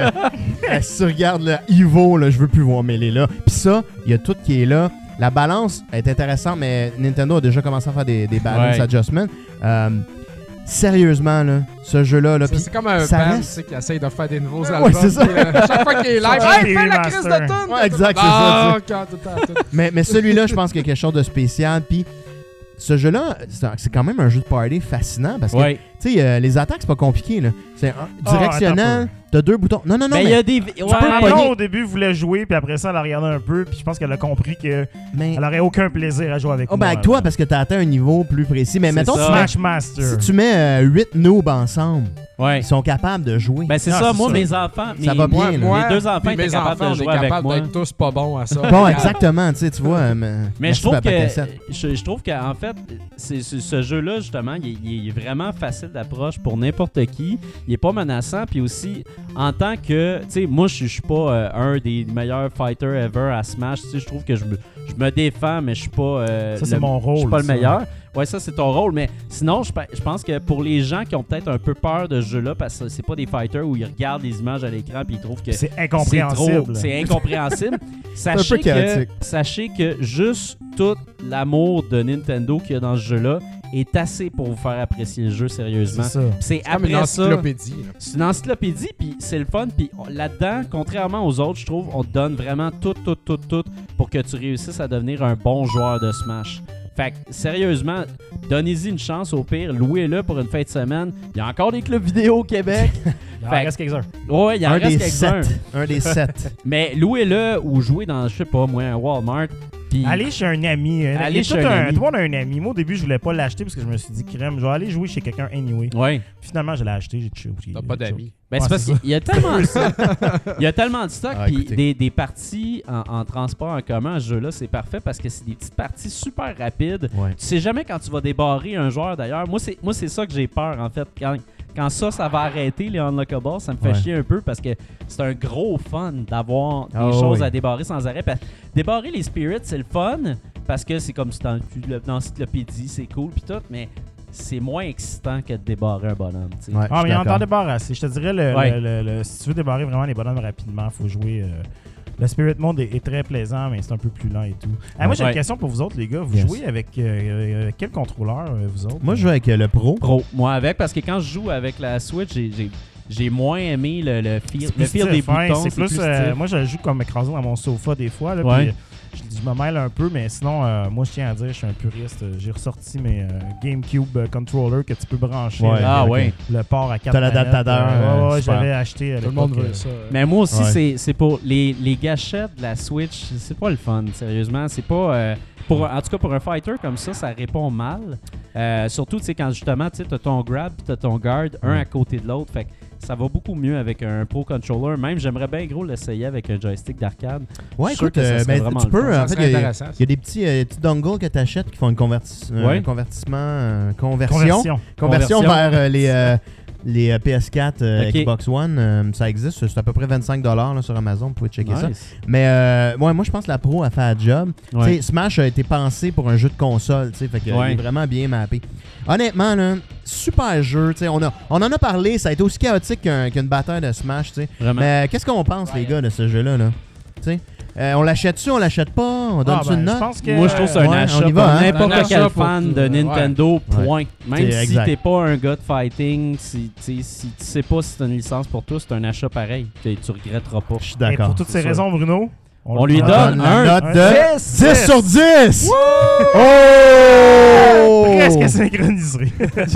Si tu regardes le Evo, là, je veux plus voir Melee là. Puis ça, il y a tout qui est là. La balance est intéressante, mais Nintendo a déjà commencé à faire des balance adjustments. Sérieusement, là, ce jeu-là... C'est comme un band qui essaye de faire des nouveaux albums. Ouais, c'est ça. Chaque fois qu'il est live, fais la crise de tune! Ouais, exact, c'est ça. Mais celui-là, je pense qu'il y a quelque chose de spécial. Puis ce jeu-là, c'est quand même un jeu de party fascinant parce que, tu sais, les attaques, c'est pas compliqué, là. C'est directionnel. T'as 2 boutons. Non. Mais il y a des. Maman, au début, voulait jouer, puis après ça, elle a regardé un peu, puis je pense qu'elle a compris qu'elle aurait aucun plaisir à jouer avec moi. Avec toi, parce que t'as atteint un niveau plus précis. Mais mettons, Smash Master. Si tu mets 8 noobs ensemble, ils sont capables de jouer. Ben c'est ça, moi, mes enfants. Ça va bien, mes 2 enfants étaient capables de jouer avec moi. On est capables d'être tous pas bons à ça. Bon, exactement, tu vois. Mais je trouve qu'en fait, ce jeu-là, justement, il est vraiment facile d'approche pour n'importe qui. Il est pas menaçant, puis aussi, en tant que, tu sais, moi je suis pas un des meilleurs fighters ever à Smash. Tu sais, je trouve que je me défends, mais je suis pas. Ça c'est mon rôle. Je suis pas le ça. meilleur. Ouais, ça c'est ton rôle, mais sinon je pense que pour les gens qui ont peut-être un peu peur de ce jeu-là, parce que c'est pas des fighters où ils regardent les images à l'écran puis ils trouvent que c'est incompréhensible. C'est incompréhensible. un peu chaotique. Sachez que juste tout l'amour de Nintendo qu'il y a dans ce jeu-là est assez pour vous faire apprécier le jeu sérieusement. C'est ça. C'est comme une après ça. encyclopédie. Là. C'est une encyclopédie, puis c'est le fun. Puis là-dedans, contrairement aux autres, je trouve, on te donne vraiment tout pour que tu réussisses à devenir un bon joueur de Smash. Fait que, sérieusement, donnez-y une chance au pire. Louez-le pour une fin de semaine. Il y a encore des clubs vidéo au Québec. Il en reste quelques-uns. Ouais, il en reste quelques-uns. Un des 7. Mais louez-le ou jouez dans, je sais pas, moi, un Walmart. Puis Allez chez un ami. Allez chez un ami. Tout le monde a un ami. Moi, au début, je voulais pas l'acheter parce que je me suis dit, crème, je vais aller jouer chez quelqu'un anyway. ouais. Finalement, je l'ai acheté, j'ai oublié. T'as pas d'amis. Ben, c'est parce qu'il y a tellement de stock. Il y a tellement de stock. Ah, Puis écoutez. des parties en transport en commun à ce jeu-là, c'est parfait parce que c'est des petites parties super rapides. Ouais. Tu sais jamais quand tu vas débarrer un joueur d'ailleurs. Moi, c'est ça que j'ai peur en fait. Quand ça va arrêter les unlockables, ça me fait chier un peu parce que c'est un gros fun d'avoir des choses à débarrer sans arrêt. Débarrer les spirits, c'est le fun parce que c'est comme si dans l'encyclopédie, c'est cool puis tout, mais c'est moins excitant que de débarrer un bonhomme. Tu sais. Ouais, Ah, je mais suis il en d'accord. débarrasser. Je te dirais, si tu veux débarrer vraiment les bonhommes rapidement, il faut jouer. Le Spirit Mode est très plaisant, mais c'est un peu plus lent et tout. Moi, j'ai une question pour vous autres, les gars. Vous jouez avec quel contrôleur, vous autres? Moi, je joue avec le Pro. Moi avec, parce que quand je joue avec la Switch, j'ai moins aimé le feel des stiff, hein, boutons. c'est plus stiff. moi, je joue comme écrasé dans mon sofa des fois. Là, Ouais. puis je me mêle un peu, mais sinon, moi, je tiens à dire, je suis un puriste. J'ai ressorti mes GameCube controllers que tu peux brancher. Ouais. Ah ok. ouais. Le port à 4 T'as l'adaptateur, ouais, super. j'avais acheté à Tout le monde l'époque, veut ça. Mais moi aussi, Ouais. c'est pour les gâchettes de la Switch, c'est pas le fun, sérieusement. C'est pas. En tout cas, pour un fighter comme ça répond mal. Surtout, tu sais, quand justement, tu as ton grab et tu as ton guard, un à côté de l'autre. Fait que ça va beaucoup mieux avec un Pro Controller. Même, j'aimerais bien gros l'essayer avec un joystick d'arcade. Ouais, Je suis sûr écoute, que ça serait vraiment tu le peux. fun. En Ça fait, serait il y a intéressant. des petits dongles que tu achètes qui font une conversion Conversion. vers les PS4, Ok. Xbox One. Ça existe, c'est à peu près 25$ là, sur Amazon, vous pouvez checker ça. Nice. Mais moi, je pense que la Pro a fait un job. Ouais. Tu sais, Smash a été pensé pour un jeu de console, tu sais, fait que il est vraiment bien mappé. Honnêtement, là, super jeu. Tu sais, on en a parlé, ça a été aussi chaotique qu'une bataille de Smash. Tu sais. Vraiment. Mais qu'est-ce qu'on pense, les gars, de ce jeu-là? Là? Tu sais, on l'achète-tu, on l'achète pas? On donne-tu une note? Je pense que, Moi, je trouve que c'est un ouais, achat on y pour va, hein? n'importe Un achat quel pour fan tout, de Nintendo, point. Même C'est si exact. t'es pas un gars de fighting, si tu sais pas si c'est une licence pour toi, c'est un achat pareil. Tu regretteras pas. Je suis Et d'accord. pour toutes ces c'est raisons, Bruno, On lui donne la un note de 10 sur 10! Oh! presque synchronisé.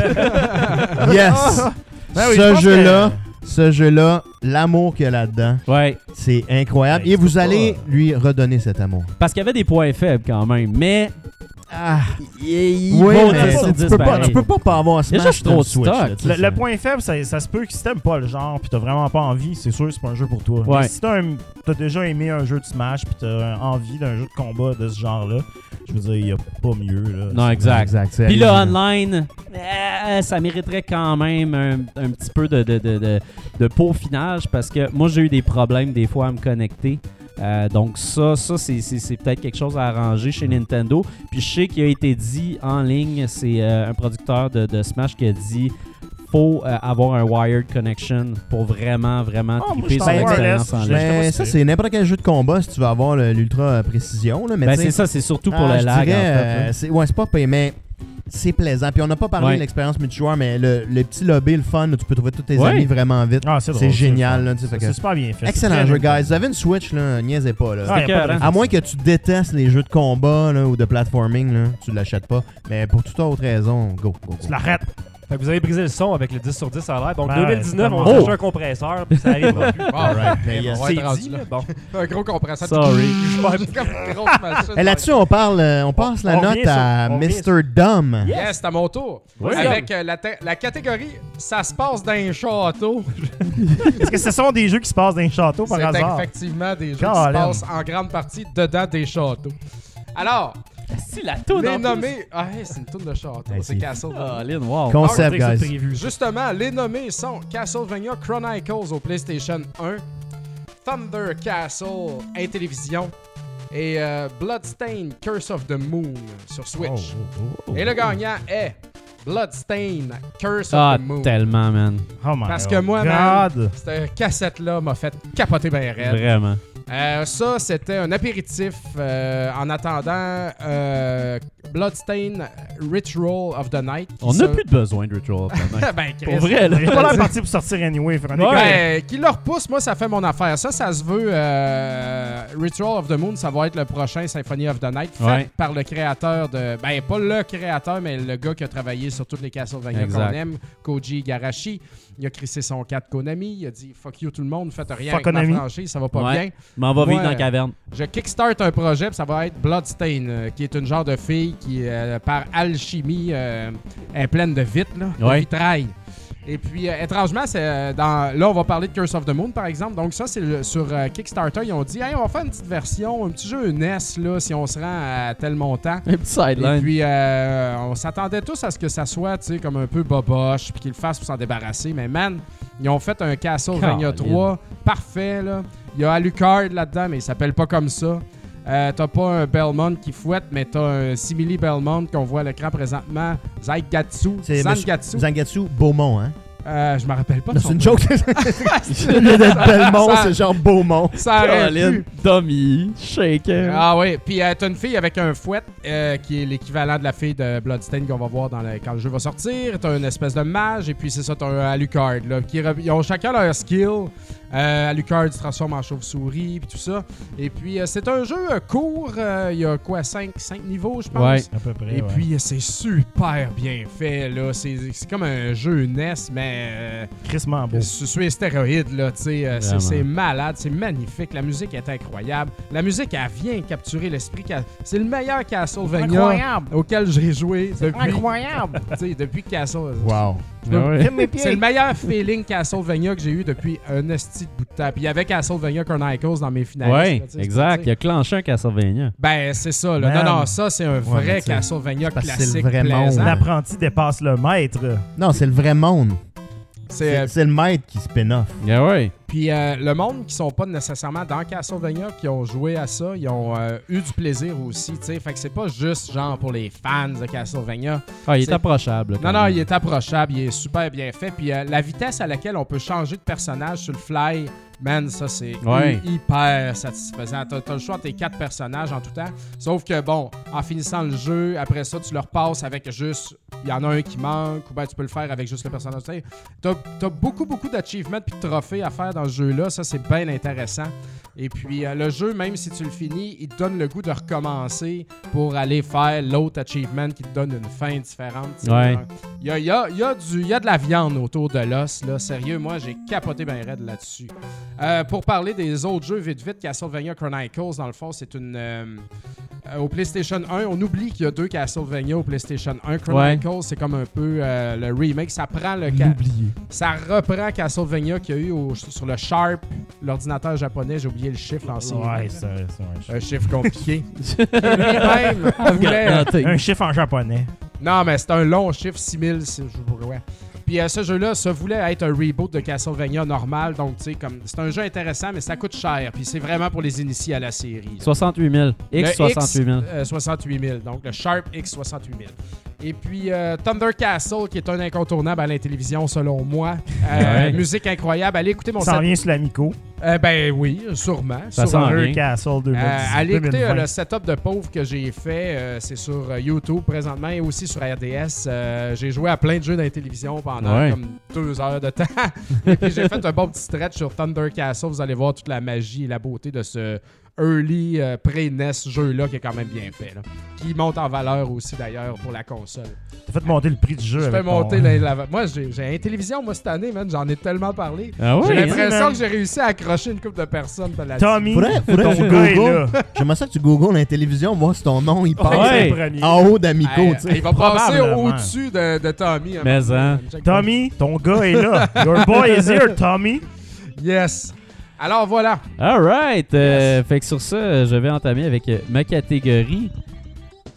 Yes! Ben oui, je pense Ce jeu-là, l'amour qu'il y a là-dedans, Ouais. c'est incroyable. Ben, Et vous faut allez pas- lui redonner cet amour. Parce qu'il y avait des points faibles quand même, mais Ah! il Oui, vaut mais 10 sur 10 tu peux pareil. pas avoir Smash Déjà, je suis sur trop le Switch. stock. là, tu sais, Le point faible, ça se peut que si t'aimes pas le genre pis t'as vraiment pas envie, c'est sûr que c'est pas un jeu pour toi. Ouais. Mais si t'as déjà aimé un jeu de Smash pis t'as envie d'un jeu de combat de ce genre-là, je veux dire, il y a pas mieux. Là. Non, exact. Exact. c'est Puis le hallucinant. online, ça mériterait quand même un petit peu de peaufinage parce que moi, j'ai eu des problèmes des fois à me connecter. Donc ça c'est peut-être quelque chose à arranger chez Nintendo. Puis je sais qu'il a été dit en ligne, c'est un producteur de Smash qui a dit faut avoir un wired connection pour vraiment moi, triper je sur suis en l'expérience wireless. en Je ligne. l'ai- Mais pas ça, sûr. c'est n'importe quel jeu de combat si tu veux avoir l'ultra précision. Là, mais Ben tu sais, c'est ça, c'est surtout pour le je lag dirais, en fait. là. c'est pas payé, mais c'est plaisant. Puis on n'a pas parlé Ouais. de l'expérience multijoueur, mais le petit lobby, le fun, où tu peux trouver tous tes Ouais. amis vraiment vite. Ah, c'est C'est drôle, génial. le là, fun. tu sais, fait C'est que- super bien fait. c'est Excellent très jeu, bien fait. guys. Vous avez une Switch, là, niaisez pas. Là. Ah, y a pas de écœurant. À moins que tu détestes les jeux de combat là, ou de platforming, là, tu l'achètes pas. Mais pour toute autre raison, go. Tu l'arrêtes. Fait que vous avez brisé le son avec le 10 sur 10 à l'air. Donc Ouais, 2019, on c'est cherche un compresseur, puis ça arrivera plus. Alright, mais yes. On va être C'est rendu dit, là. là. Bon. Un gros compresseur. Sorry. Comme une grosse machine. Et là-dessus, on passe la on note revient sur- à on revient Mr. Dumb. Yes, c'est à mon tour. Oui. Avec la catégorie ça se passe dans un château. Est-ce que ce sont des jeux qui se passent dans un château par C'est hasard? effectivement des jeux qui se Colin. passent en grande partie dedans des châteaux. Alors, Si, la toune Les nommés... Ah, c'est une toune de château. Hey, c'est Castlevania. Lynn, wow. Concept, Ah, guys. prévu. Justement, les nommés sont Castlevania Chronicles au PlayStation 1, Thunder Castle Intellivision et Bloodstained Curse of the Moon sur Switch. Et le gagnant est Bloodstained Curse of the Moon. Tellement, man. Oh my Parce que moi, man, God. cette cassette-là m'a fait capoter bien raide. Vraiment. Ça, c'était un apéritif en attendant Bloodstained Ritual of the Night. On n'a plus de besoin de Ritual of the Night. Ben, Pour vrai, là. Il a pas l'air parti pour sortir anyway. Qui le repousse, moi, ça fait mon affaire. Ça se veut. Ritual of the Moon, ça va être le prochain Symphony of the Night, fait par le créateur de. Ben, pas le créateur, mais le gars qui a travaillé sur toutes les Castlevania qu'on aime, Koji Igarashi. Il a crissé son 4 Konami. Il a dit fuck you tout le monde, faites rien avec ma franchise, ça va pas bien. Mais on va vivre dans la caverne. Je kickstart un projet, puis ça va être Bloodstain, qui est une genre de fille qui, par alchimie, est pleine de vitres, de vitrail. Et puis, étrangement, là, on va parler de Curse of the Moon, par exemple. Donc, ça, c'est sur Kickstarter. Ils ont dit, hey, on va faire une petite version, un petit jeu NES, là, si on se rend à tel montant. Un petit sideline. Et puis, on s'attendait tous à ce que ça soit, tu sais, comme un peu boboche, puis qu'ils le fassent pour s'en débarrasser. Mais, man, ils ont fait un Castlevania 3 parfait, là. Il y a Alucard là-dedans, mais il s'appelle pas comme ça. T'as pas un Belmont qui fouette, mais t'as un simili Belmont qu'on voit à l'écran présentement. Zangatsu Beaumont, hein? Je me rappelle pas. C'est une joke. Belmont, c'est genre Beaumont. Ça aurait pu. Dummy, shaker. Ah oui, puis t'as une fille avec un fouet qui est l'équivalent de la fille de Bloodstained qu'on va voir quand le jeu va sortir. T'as une espèce de mage, et puis c'est ça, t'as un Alucard. Là, ils ont chacun leur skill. Alucard se transforme en chauve-souris, puis tout ça. Et puis c'est un jeu court. Il y a quoi, 5 niveaux, je pense? Ouais, à peu près. Et puis c'est super bien fait, là. C'est comme un jeu NES, mais crissement beau. Sur les stéroïdes, là, tu sais. C'est malade, c'est magnifique. La musique est incroyable. La musique, elle vient capturer l'esprit. C'est le meilleur Castlevania auquel j'ai joué depuis... Incroyable! Depuis Castle. Wow. C'est le meilleur feeling Castlevania que j'ai eu depuis un esti de bout de temps. Puis il y avait Castlevania Chronicles dans mes finalistes. Oui, exact. Il a clenché un Castlevania. Ben, c'est ça. Là. Non, ça, c'est un vrai Castlevania classique. C'est le vrai monde. L'apprenti dépasse le maître. Non, c'est le vrai monde. C'est le maître qui spin-off. Yeah, ouais. Puis le monde qui sont pas nécessairement dans Castlevania, qui ont joué à ça, ils ont eu du plaisir aussi, tu sais. Fait que c'est pas juste genre pour les fans de Castlevania. Ah, il est approchable. Non, il est approchable, il est super bien fait. Puis la vitesse à laquelle on peut changer de personnage sur le fly, man, ça c'est hyper satisfaisant. T'as le choix entre tes 4 personnages en tout temps. Sauf que bon, en finissant le jeu, après ça, tu le repasses avec juste... Il y en a un qui manque, ou ben tu peux le faire avec juste le personnage. T'as beaucoup d'achievements puis de trophées à faire dans ce jeu-là. Ça, c'est bien intéressant. Et puis, le jeu, même si tu le finis, il te donne le goût de recommencer pour aller faire l'autre achievement qui te donne une fin différente. Il y a de la viande autour de l'os. Là. Sérieux, moi, j'ai capoté bien raide là-dessus. Pour parler des autres jeux, vite, Castlevania Chronicles, dans le fond, c'est une... au PlayStation 1, on oublie qu'il y a 2 Castlevania au PlayStation 1. Chronicles, c'est comme un peu le remake. Ça prend ça reprend Castlevania qu'il y a eu sur le Sharp, l'ordinateur japonais. J'ai oublié le chiffre en série. Ouais, c'est un chiffre compliqué. Lui-même voulait... Un chiffre en japonais. Non, mais c'est un long chiffre, 6000. Puis ce jeu-là, ça voulait être un reboot de Castlevania normal. Donc, tu sais, comme c'est un jeu intéressant, mais ça coûte cher. Puis c'est vraiment pour les initiés à la série. 68 000. X 68 000. 68 000. Donc, le Sharp X 68 000. Et puis, Thunder Castle, qui est un incontournable à la télévision, selon moi. Musique incroyable. Allez écouter mon set. Ça revient sur l'Amico. Ben oui, sûrement. Ça sur Thunder Castle 2010. Allez écouter le setup de pauvre que j'ai fait. C'est sur YouTube présentement et aussi sur RDS. J'ai joué à plein de jeux dans la télévision pendant comme 2 heures de temps. Et puis j'ai fait un bon petit stretch sur Thunder Castle. Vous allez voir toute la magie et la beauté de ce early pré-NES jeu-là qui est quand même bien fait. Là. Qui monte en valeur aussi d'ailleurs pour la console. T'as fait monter le prix du jeu. Moi, j'ai une télévision, moi, cette année, man. J'en ai tellement parlé. Ah oui, j'ai l'impression que j'ai réussi à accrocher une couple de personnes. Tommy, faudrait ton gars est là. J'aimerais ça que tu googles la télévision, voir si ton nom il passe Ouais. en haut d'Amico. Il va passer au-dessus de Tommy. Mais Tommy, ton gars est là. Your boy is here, Tommy. Yes. Alors voilà. Alright. Fait que sur ça, je vais entamer avec ma catégorie.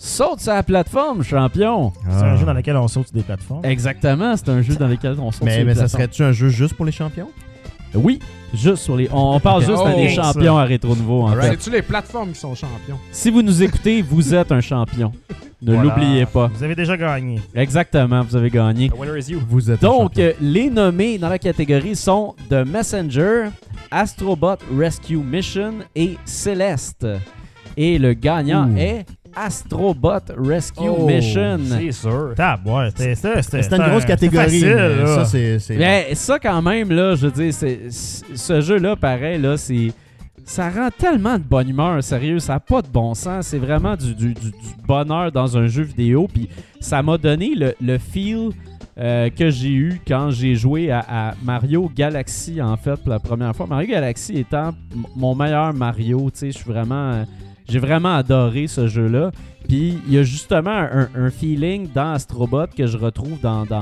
Saute sur la plateforme, champion! C'est un jeu dans lequel on saute sur des plateformes. Exactement, c'est un jeu dans lequel on saute sur les Mais ça plateformes. serait-tu un jeu juste pour les champions? Oui, juste sur les... On parle juste Oh, des champions à Rétro Nouveau, en fait. C'est-tu les plateformes qui sont champions? Si vous nous écoutez, vous êtes un champion. Ne Voilà. l'oubliez pas. Vous avez déjà gagné. Exactement, vous avez gagné. The winner is you. Vous êtes Donc, les nommés dans la catégorie sont The Messenger, Astrobot Rescue Mission et Céleste. Et le gagnant est Astrobot Rescue Mission. C'est sûr. Ouais, c'est une grosse catégorie. Facile, mais là. ça, c'est... Mais ça, quand même, là, je veux dire, ce jeu-là, pareil, là, ça rend tellement de bonne humeur, sérieux, ça n'a pas de bon sens. C'est vraiment du bonheur dans un jeu vidéo. Puis ça m'a donné le feel que j'ai eu quand j'ai joué à Mario Galaxy, en fait, pour la première fois. Mario Galaxy étant mon meilleur Mario, tu sais, j'ai vraiment adoré ce jeu-là. Puis il y a justement un feeling dans Astrobot que je retrouve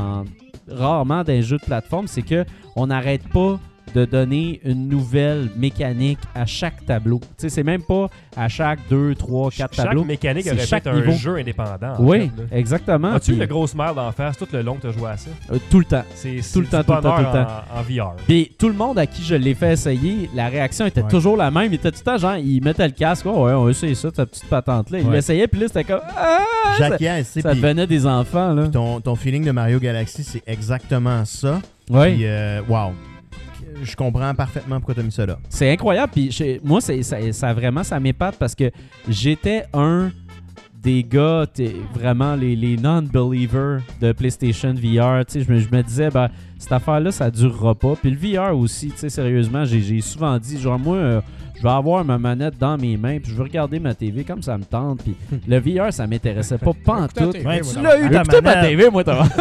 rarement dans les jeux de plateforme, c'est que on n'arrête pas de donner une nouvelle mécanique à chaque tableau. Tu sais, c'est même pas à chaque 2, 3, 4 tableaux. Chaque mécanique c'est aurait pu chaque être niveau. un jeu indépendant. en Oui, fait, là. exactement. As-tu Puis, le gros smile d'en face tout le long que tu as joué à ça? tout le temps. C'est Tout le du temps, tout le temps, bonheur tout le en VR. Puis tout le monde à qui je l'ai fait essayer, la réaction était toujours la même. Il était tout le temps genre, il mettait le casque, oh ouais, on va essayer ça, ta petite patente-là. Il Ouais. l'essayait, puis là, c'était comme, ah! Jacquier, c'est Ça devenait des enfants, là. ton feeling de Mario Galaxy, c'est exactement ça. Oui. Puis, wow. Je comprends parfaitement pourquoi tu as mis ça là. C'est incroyable. Puis moi, ça vraiment, ça m'épate parce que j'étais un des gars, vraiment les non-believers de PlayStation VR. Je me disais, ben, cette affaire-là, ça durera pas. Puis le VR aussi, sérieusement, j'ai souvent dit, genre, moi, je vais avoir ma manette dans mes mains, puis je veux regarder ma TV comme ça me tente. Puis le VR, ça m'intéressait pas pantoute. Ouais, tu tu l'as l'as eu Écoutez ma TV, moi, t'as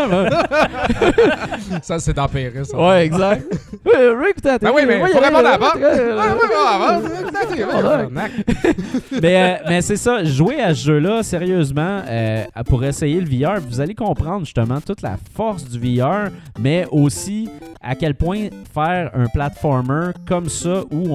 Ça, c'est tempéré, ça. Ouais, exact. Oui, écoutez la TV. Ben oui, mais Ouais, faut y a- répondre à la Ouais, mais c'est ça, jouer à ce jeu-là, sérieusement, pour essayer le VR, vous allez comprendre justement toute la force du VR, mais aussi à quel point faire un platformer comme ça où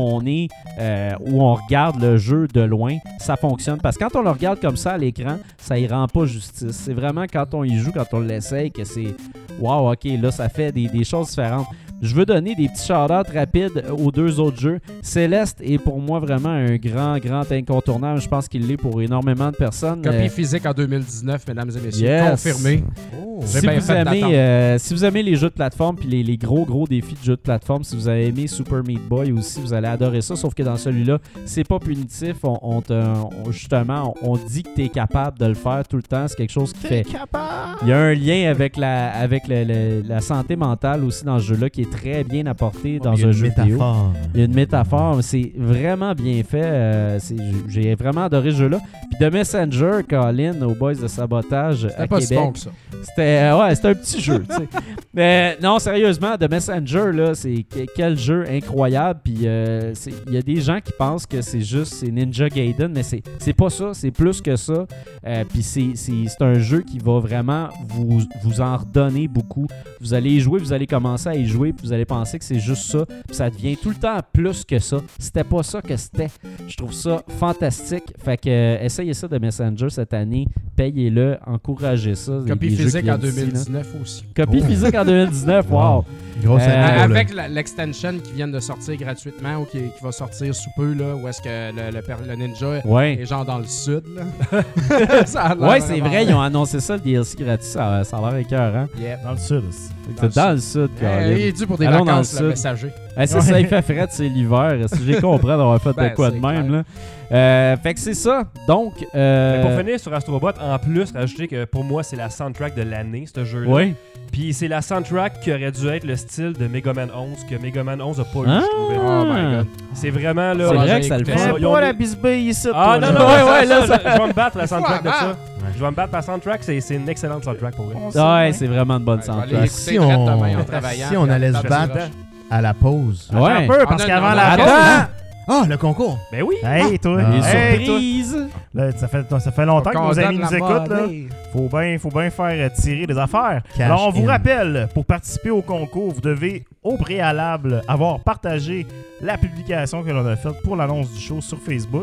on regarde le jeu de loin, ça fonctionne. Parce que quand on le regarde comme ça à l'écran, ça y rend pas justice. C'est vraiment quand on y joue, quand on l'essaye, que c'est wow, ok, là, ça fait des choses différentes. Je veux donner des petits shout-outs rapides aux deux autres jeux. Céleste est pour moi vraiment un grand incontournable. Je pense qu'il l'est pour énormément de personnes. Copie physique en 2019, mesdames et messieurs. Yes. Confirmé. J'ai Si bien vous, fait d'attendre. si vous aimez les jeux de plateforme puis les gros défis de jeux de plateforme, si vous avez aimé Super Meat Boy aussi, vous allez adorer ça. Sauf que dans celui-là, c'est pas punitif. Justement, on dit que tu es capable de le faire tout le temps. C'est quelque chose qui fait... Il y a un lien avec la santé mentale aussi dans ce jeu-là qui est très bien apporté dans un jeu vidéo. Il y a une métaphore. C'est vraiment bien fait. J'ai vraiment adoré ce jeu-là. Puis The Messenger, Colin, aux Boys de Sabotage à C'était pas Québec. si bon que ça. C'était un petit jeu, tu sais. Mais non, sérieusement, The Messenger, là, c'est quel jeu incroyable. Puis il y a des gens qui pensent que c'est Ninja Gaiden, mais c'est pas ça, c'est plus que ça. Puis c'est un jeu qui va vraiment vous en redonner beaucoup. Vous allez y jouer, vous allez commencer à y jouer, puis vous allez penser que c'est juste ça. Puis ça devient tout le temps plus que ça. C'était pas ça que c'était. Je trouve ça fantastique. Fait que essayez ça de Messenger cette année. Payez-le, encouragez ça. Copie Des jeux physique qui en viennent d'ici, là. 2019 aussi. Copie physique en 2019, wow. Grosse année, là. Avec l'extension qui vient de sortir gratuitement ou qui va sortir sous peu, là, où est-ce que le ninja Ouais. est genre dans le sud. Là. Ça a l'air Ouais, c'est vraiment vrai, ils ont annoncé ça, le DLC gratuit, ça a l'air écœurant. Yep. Dans le sud aussi. C'est dans le sud, Colin. Il est dû pour des Allons dans vacances, le le sud. messager. C'est ça, il fait frais, c'est l'hiver. Si j'ai compris d'avoir fait Ben, de quoi de c'est même, clair. là. Fait que c'est ça. Donc, Mais pour finir sur Astrobot, en plus, rajouter que pour moi, c'est la soundtrack de l'année, ce jeu-là. oui. Puis c'est la soundtrack qui aurait dû être le style de Mega Man 11, que Mega Man 11 a pas eu, Ah! je trouvais. Oh my god. C'est vraiment là. C'est Ouais, vrai j'ai que ça le écouté fait. ça. Ils ont mis- bisbille ici. Ah non, non, Ouais, là, je vais me battre pour la soundtrack de Quoi, ça. Je vais me battre pour la soundtrack, c'est une excellente soundtrack pour vrai. Ouais, c'est vraiment une bonne Ouais, je vais aller soundtrack. l'écouter direct demain en travaillant. si on allait se puis en battre faisant à la pause. Ouais. Un peu, parce Ah, qu'avant non, la non, pause... Attends! Ah, le concours! Ben oui! Hey, toi! Ah. Les Hey, toi! surprises! Là, ça fait longtemps que nos amis nous écoutent, là. Faut bien faire tirer des affaires. Cash Alors, on vous in. rappelle, pour participer au concours, vous devez, au préalable, avoir partagé la publication que l'on a faite pour l'annonce du show sur Facebook.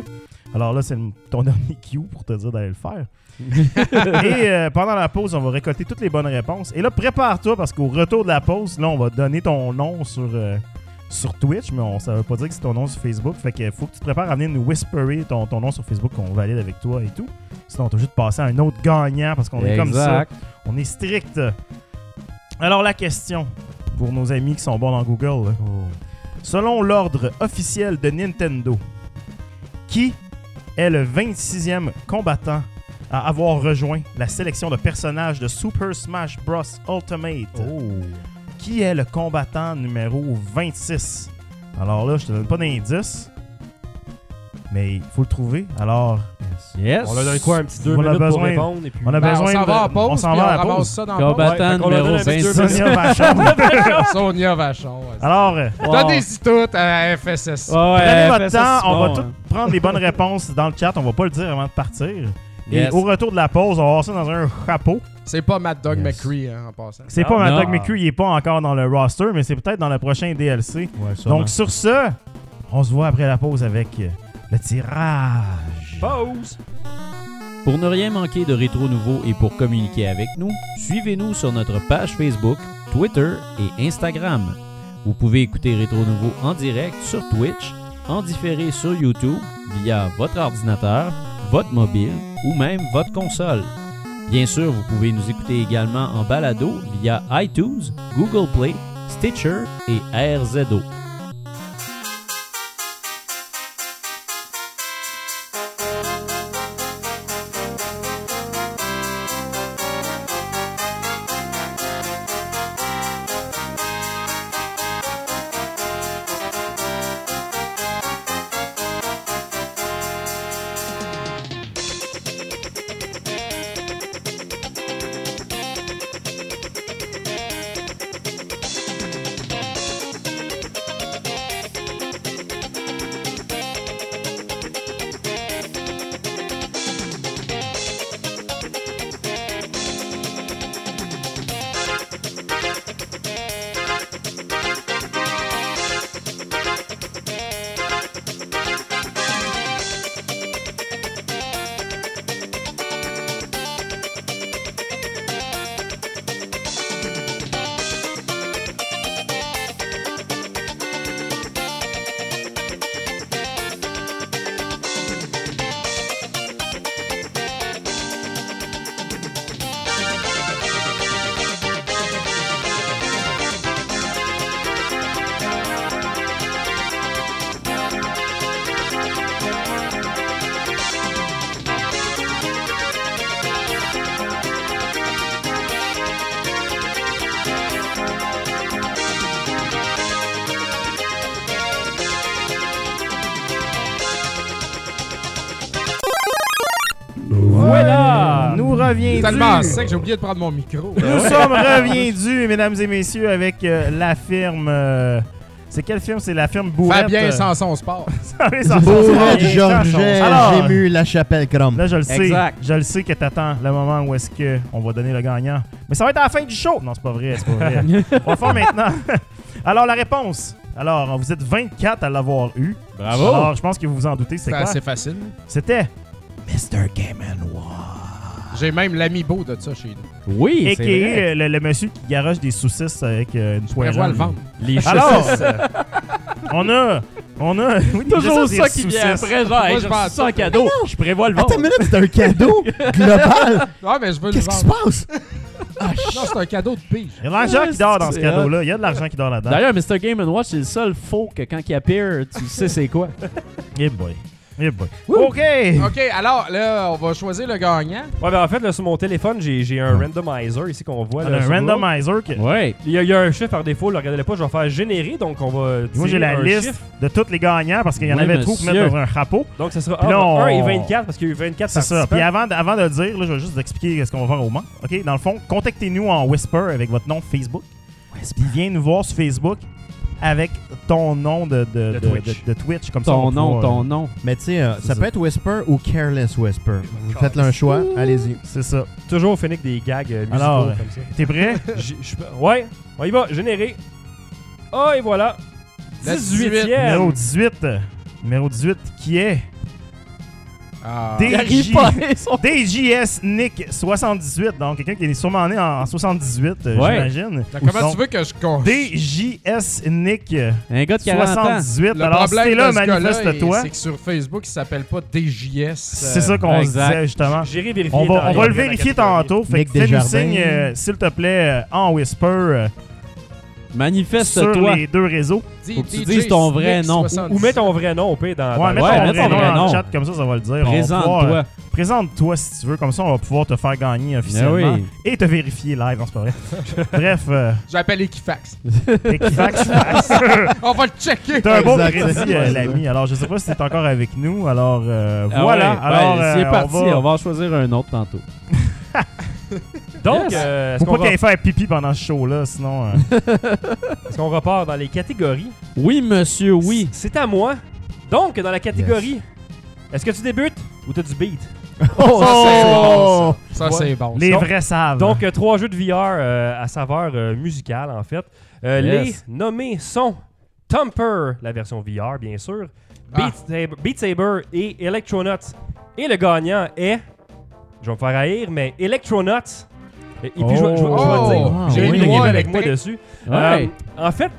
Alors là, c'est ton dernier cue pour te dire d'aller le faire. Et pendant la pause, on va récolter toutes les bonnes réponses. Et là, prépare-toi parce qu'au retour de la pause, là, on va donner ton nom sur Twitch, mais ça veut pas dire que c'est ton nom sur Facebook. Fait qu'il faut que tu te prépares à venir nous whisperer ton nom sur Facebook qu'on valide avec toi et tout. Sinon, on t'a juste passé à un autre gagnant parce qu'on est comme ça. On est strict. Alors, la question pour nos amis qui sont bons dans Google. Là. Selon l'ordre officiel de Nintendo, qui est le 26e combattant à avoir rejoint la sélection de personnages de Super Smash Bros. Ultimate? Qui est le combattant numéro 26? Alors là, je te donne pas d'indice, mais il faut le trouver. Alors, yes. On a donné quoi, un petit 2 minutes pour répondre? Et puis... On a besoin on s'en va à pause, on s'en va à la pause. Ça dans combattant numéro 26. Sonia Vachon. Sonia Vachon. Alors, donnez-y toutes à FSS. prenez votre temps. On va tous prendre les bonnes réponses dans le chat. On va pas le dire avant de partir. Et au retour de la pause, on va avoir ça dans un chapeau. C'est pas Mad Dog McCree, en passant. C'est pas Mad Dog McCree, il est pas encore dans le roster, mais c'est peut-être dans le prochain DLC. Donc sur ce, on se voit après la pause avec le tirage. Pause! Pour ne rien manquer de Rétro Nouveau et pour communiquer avec nous, suivez-nous sur notre page Facebook, Twitter et Instagram. Vous pouvez écouter Rétro Nouveau en direct sur Twitch, en différé sur YouTube, via votre ordinateur, votre mobile ou même votre console. Bien sûr, vous pouvez nous écouter également en balado via iTunes, Google Play, Stitcher et RZO. Voilà! Nous reviendrons. Tellement sec, j'ai oublié de prendre mon micro. Nous sommes reviendus, mesdames et messieurs, avec la firme. C'est quelle firme? C'est la firme Bourrette. Fabien Sanson Sport. Bourrette, Georget, Gému, La Chapelle, Chrome. Là, je le sais. Exact. Je le sais que t'attends le moment où est-ce qu'on va donner le gagnant. Mais ça va être à la fin du show. Non, c'est pas vrai, c'est pas vrai. On va le faire maintenant. Alors, la réponse. Alors, vous êtes 24 à l'avoir eu. Bravo! Alors, je pense que vous vous en doutez, c'est quoi? C'est facile. C'était Mr. Game & Watch. J'ai même l'amiibo de ça chez nous. Oui, Et c'est qui vrai. est le monsieur qui garoche des saucisses avec une Je poêle. prévois le vendre. Les Alors, saucisses. on a oui, Toujours des ça qui vient saucisses. après, genre, Moi, hey, je j'ai pense reçu ça en cadeau. Je prévois le vendre. Attends une minute, c'est un cadeau global. Ouais, mais je veux le Qu'est-ce qui se vendre. passe? Non, c'est un cadeau de pige. Il y a de l'argent qui dort dans ce C'est cadeau-là. Il y a de l'argent qui dort là-dedans. D'ailleurs, Mr. Game & Watch, c'est le seul faux que quand il appear, tu sais c'est quoi. Yeah boy. Yeah boy. OK. OK, alors là, on va choisir le gagnant. Ouais, ben en fait, là, sur mon téléphone, j'ai un randomizer ici qu'on voit. On Là, a un sur Google. randomizer. Ouais. Il y a un chiffre par défaut, là, regardez-le pas, je vais faire générer, donc on va Moi, j'ai tirer la un liste chiffre. de tous les gagnants parce qu'il y en Oui, avait trop pour monsieur. mettre dans un chapeau. Donc ça sera Puis là, 1 et on- 24 parce qu'il y a eu 24 C'est ça. participants. Puis avant de le dire, là, je vais juste vous expliquer ce qu'on va faire au Mans. OK? Dans le fond, contactez-nous en Whisper avec votre nom Facebook. Puis viens nous voir sur Facebook avec ton nom de Twitch. de Twitch. Comme ça, Ton on nom, pourra, ton nom. Mais tu sais, ça ça. peut être Whisper ou Careless Whisper. Vous faites un choix, allez-y. C'est ça. Toujours finir avec des gags musicaux Alors, comme ça. T'es prêt? Ouais, on y va, générer. Oh, et voilà. Le 18e. Numéro 18. Numéro 18 qui est Ah. Il arrive pas. DJS Nick 78, donc quelqu'un qui est sûrement né en 78, j'imagine. Comment donc, tu veux que je compte? DJS Nick Un gars de 40 ans. 78. Le Alors, problème c'était là, de ce gars-là, manifeste-toi. c'est que sur Facebook, il s'appelle pas DJS. C'est ça qu'on se disait, justement. J'irai vérifier. On va le vérifier tantôt. Fait que fais-nous signe, s'il te plaît, en whisper. Manifeste-toi. Sur les deux réseaux. Faut que tu dises ton vrai nom. Ou mets ton vrai nom au pire dans mets ton vrai nom dans le chat, comme ça va le dire. Présente-toi. Présente-toi si tu veux, comme ça on va pouvoir te faire gagner officiellement et te vérifier live, non c'est pas vrai. Bref. J'appelle Equifax. Equifax. On va le checker. T'as un beau crédit, l'ami. Alors je sais pas si t'es encore avec nous, alors voilà. Alors c'est parti, on va en choisir un autre tantôt. Donc, faut pas qu'elle fasse pipi pendant ce show-là, sinon... Est-ce qu'on repart dans les catégories? Oui, monsieur, oui. C'est à moi. Donc, dans la catégorie, est-ce que tu débutes ou t'as du beat? Ça, c'est bon. Les vrais savent. Donc, 3 jeux de VR à saveur musicale, en fait. Les nommés sont Thumper, la version VR, bien sûr, Beat Saber et Electronauts. Et le gagnant est... Je vais me faire haïr, mais Electronauts. Et puis, je vais dire, j'ai mis le game avec moi dessus. En fait,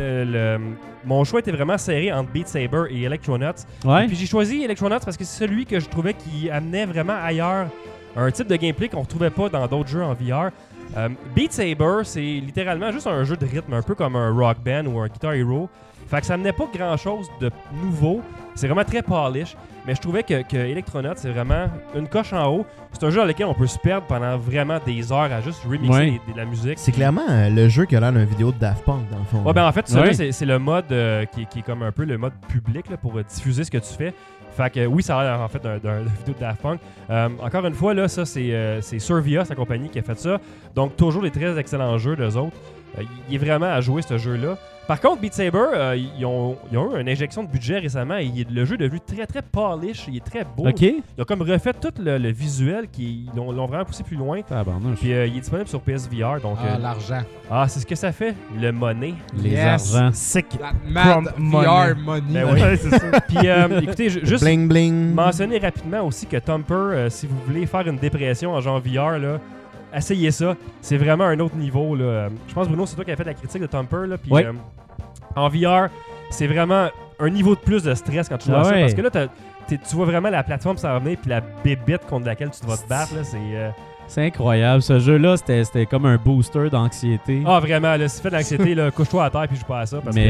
mon choix était vraiment serré entre Beat Saber et Electronauts. Et puis, j'ai choisi Electronauts parce que c'est celui que je trouvais qui amenait vraiment ailleurs un type de gameplay qu'on ne retrouvait pas dans d'autres jeux en VR. Beat Saber, c'est littéralement juste un jeu de rythme, un peu comme un Rock Band ou un Guitar Hero. Fait que ça amenait pas grand-chose de nouveau. C'est vraiment très polish. Mais je trouvais que Electronauts, c'est vraiment une coche en haut. C'est un jeu dans lequel on peut se perdre pendant vraiment des heures à juste remixer de la musique. C'est clairement le jeu qui a l'air d'une vidéo de Daft Punk, dans le fond. Ouais, ben en fait, ça, c'est le mode qui est comme un peu le mode public là, pour diffuser ce que tu fais. Fait que oui, ça a l'air en fait d'un vidéo de Daft Punk. Encore une fois, là, ça, c'est Survia, sa compagnie, qui a fait ça. Donc, toujours des très excellents jeux d'eux autres. Il est vraiment à jouer, ce jeu-là. Par contre, Beat Saber, ils ont eu une injection de budget récemment et le jeu est devenu très très polish, il est très beau. Ils ont comme refait tout le visuel, ils l'ont vraiment poussé plus loin. Puis il est disponible sur PSVR. Donc, l'argent. C'est ce que ça fait, le money. Les argents. Sick. Mad VR money. Ben oui, c'est ça. Puis écoutez, juste bling, bling. mentionner rapidement aussi que Thumper, si vous voulez faire une dépression en genre VR, là, essayez ça. C'est vraiment un autre niveau. Là. Je pense, Bruno, c'est toi qui as fait la critique de Thumper. Là, puis, en VR, c'est vraiment un niveau de plus de stress quand tu vois ça. Parce que là, tu vois vraiment la plateforme s'en venir puis la bébite contre laquelle tu vas te battre. Là, c'est incroyable. Ce jeu-là, c'était comme un booster d'anxiété. Ah, vraiment. Là, si tu fais de l'anxiété, couche-toi à terre puis joue pas à ça. Parce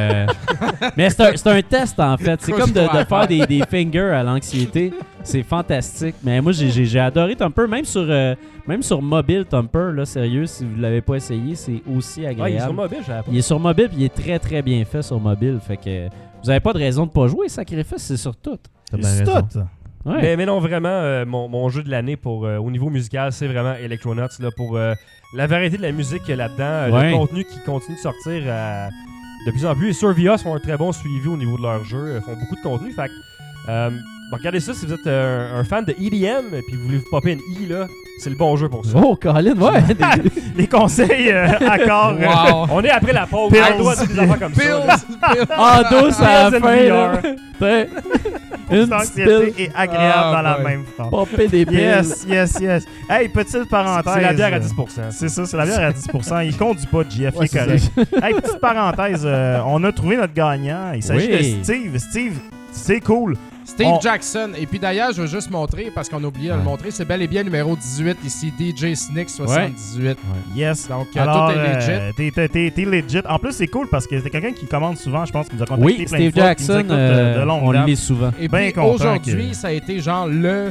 mais c'est un test, en fait. C'est comme de faire des fingers à l'anxiété. C'est fantastique. Mais moi, j'ai adoré Thumper. Même sur mobile, Thumper, là, sérieux, si vous ne l'avez pas essayé, c'est aussi agréable. Il est sur mobile, je savais pas. Il est sur mobile puis il est très, très bien fait sur mobile. Fait que vous n'avez pas de raison de pas jouer. Sacrifice, c'est sur tout. C'est tout. Ouais. Mais non, vraiment, mon jeu de l'année au niveau musical, c'est vraiment Electronauts. Là, pour la variété de la musique qu'il y a là-dedans, le contenu qui continue de sortir de plus en plus. Et Survia font un très bon suivi au niveau de leur jeu, font beaucoup de contenu. Fait que, regardez ça si vous êtes un fan de EDM et puis vous voulez vous popper une là, c'est le bon jeu pour ça. Oh, Colin, ouais! Les conseils, accords. Wow. On est après la pause. On doit dire des affaires comme ça. En douce à la fin. Une anxiété est agréable dans la même phrase. Popper des pills. Yes. Hey, petite parenthèse. C'est la bière à 10%. C'est ça, c'est la bière à 10%. Il conduit pas, JF, il est correct. Hey, petite parenthèse, on a trouvé notre gagnant. Il s'agit de Steve. Steve, c'est cool. Steve Jackson. Et puis d'ailleurs, je veux juste montrer, parce qu'on a oublié de le montrer, c'est bel et bien numéro 18 ici, DJ Snick 78. Yes. Donc, alors, tout est legit. T'es legit. En plus, c'est cool parce que c'est quelqu'un qui commande souvent, je pense, qui nous a contacté oui, plein Steve de fois. Jackson, on le lit souvent. Et puis aujourd'hui, ça a été genre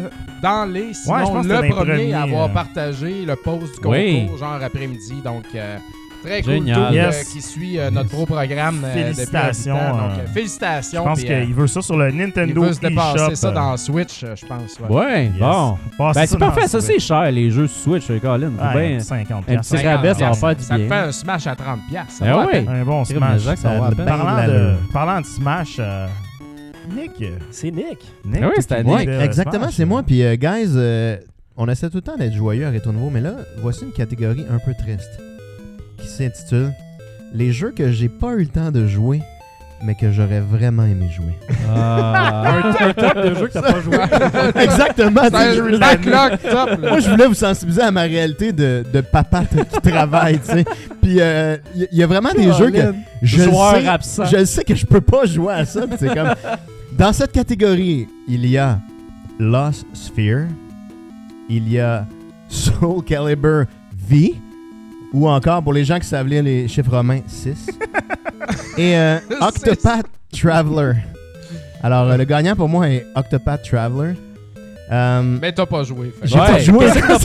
sinon le premier à avoir partagé le post du concours, genre après-midi. Donc, très cool qui suit notre gros programme. Félicitations. Donc, félicitations. Je pense qu'il veut ça sur le Nintendo eShop. Il veut se dépasser ça dans Switch, je pense. Ouais, bon. Ben, c'est parfait. Ça, c'est cher, les jeux Switch, Colin. Ouais, 50$. Un petit rabais, ça va faire du bien. Ça te fait un Smash à 30$. Un bon Smash. Parlant de Smash... Nick. C'est Nick. Oui, c'est Nick. Exactement, c'est moi. Puis, guys, on essaie tout le temps d'être joyeux à Rétro Nouveau, mais là, voici une catégorie un peu triste qui s'intitule Les jeux que j'ai pas eu le temps de jouer, mais que j'aurais vraiment aimé jouer. Un top de jeux que t'as pas joué. Exactement. C'est un backlog top. Là. Moi, je voulais vous sensibiliser à ma réalité de papa qui travaille, tu sais. Puis, il y a vraiment des jeux que je le sais que je peux pas jouer à ça. C'est comme... Dans cette catégorie, il y a Lost Sphere, il y a Soul Calibur V, ou encore, pour les gens qui savent lire les chiffres romains, 6, et Octopath Traveler. Alors, le gagnant pour moi est Octopath Traveler. Mais t'as pas joué. J'ai pas joué.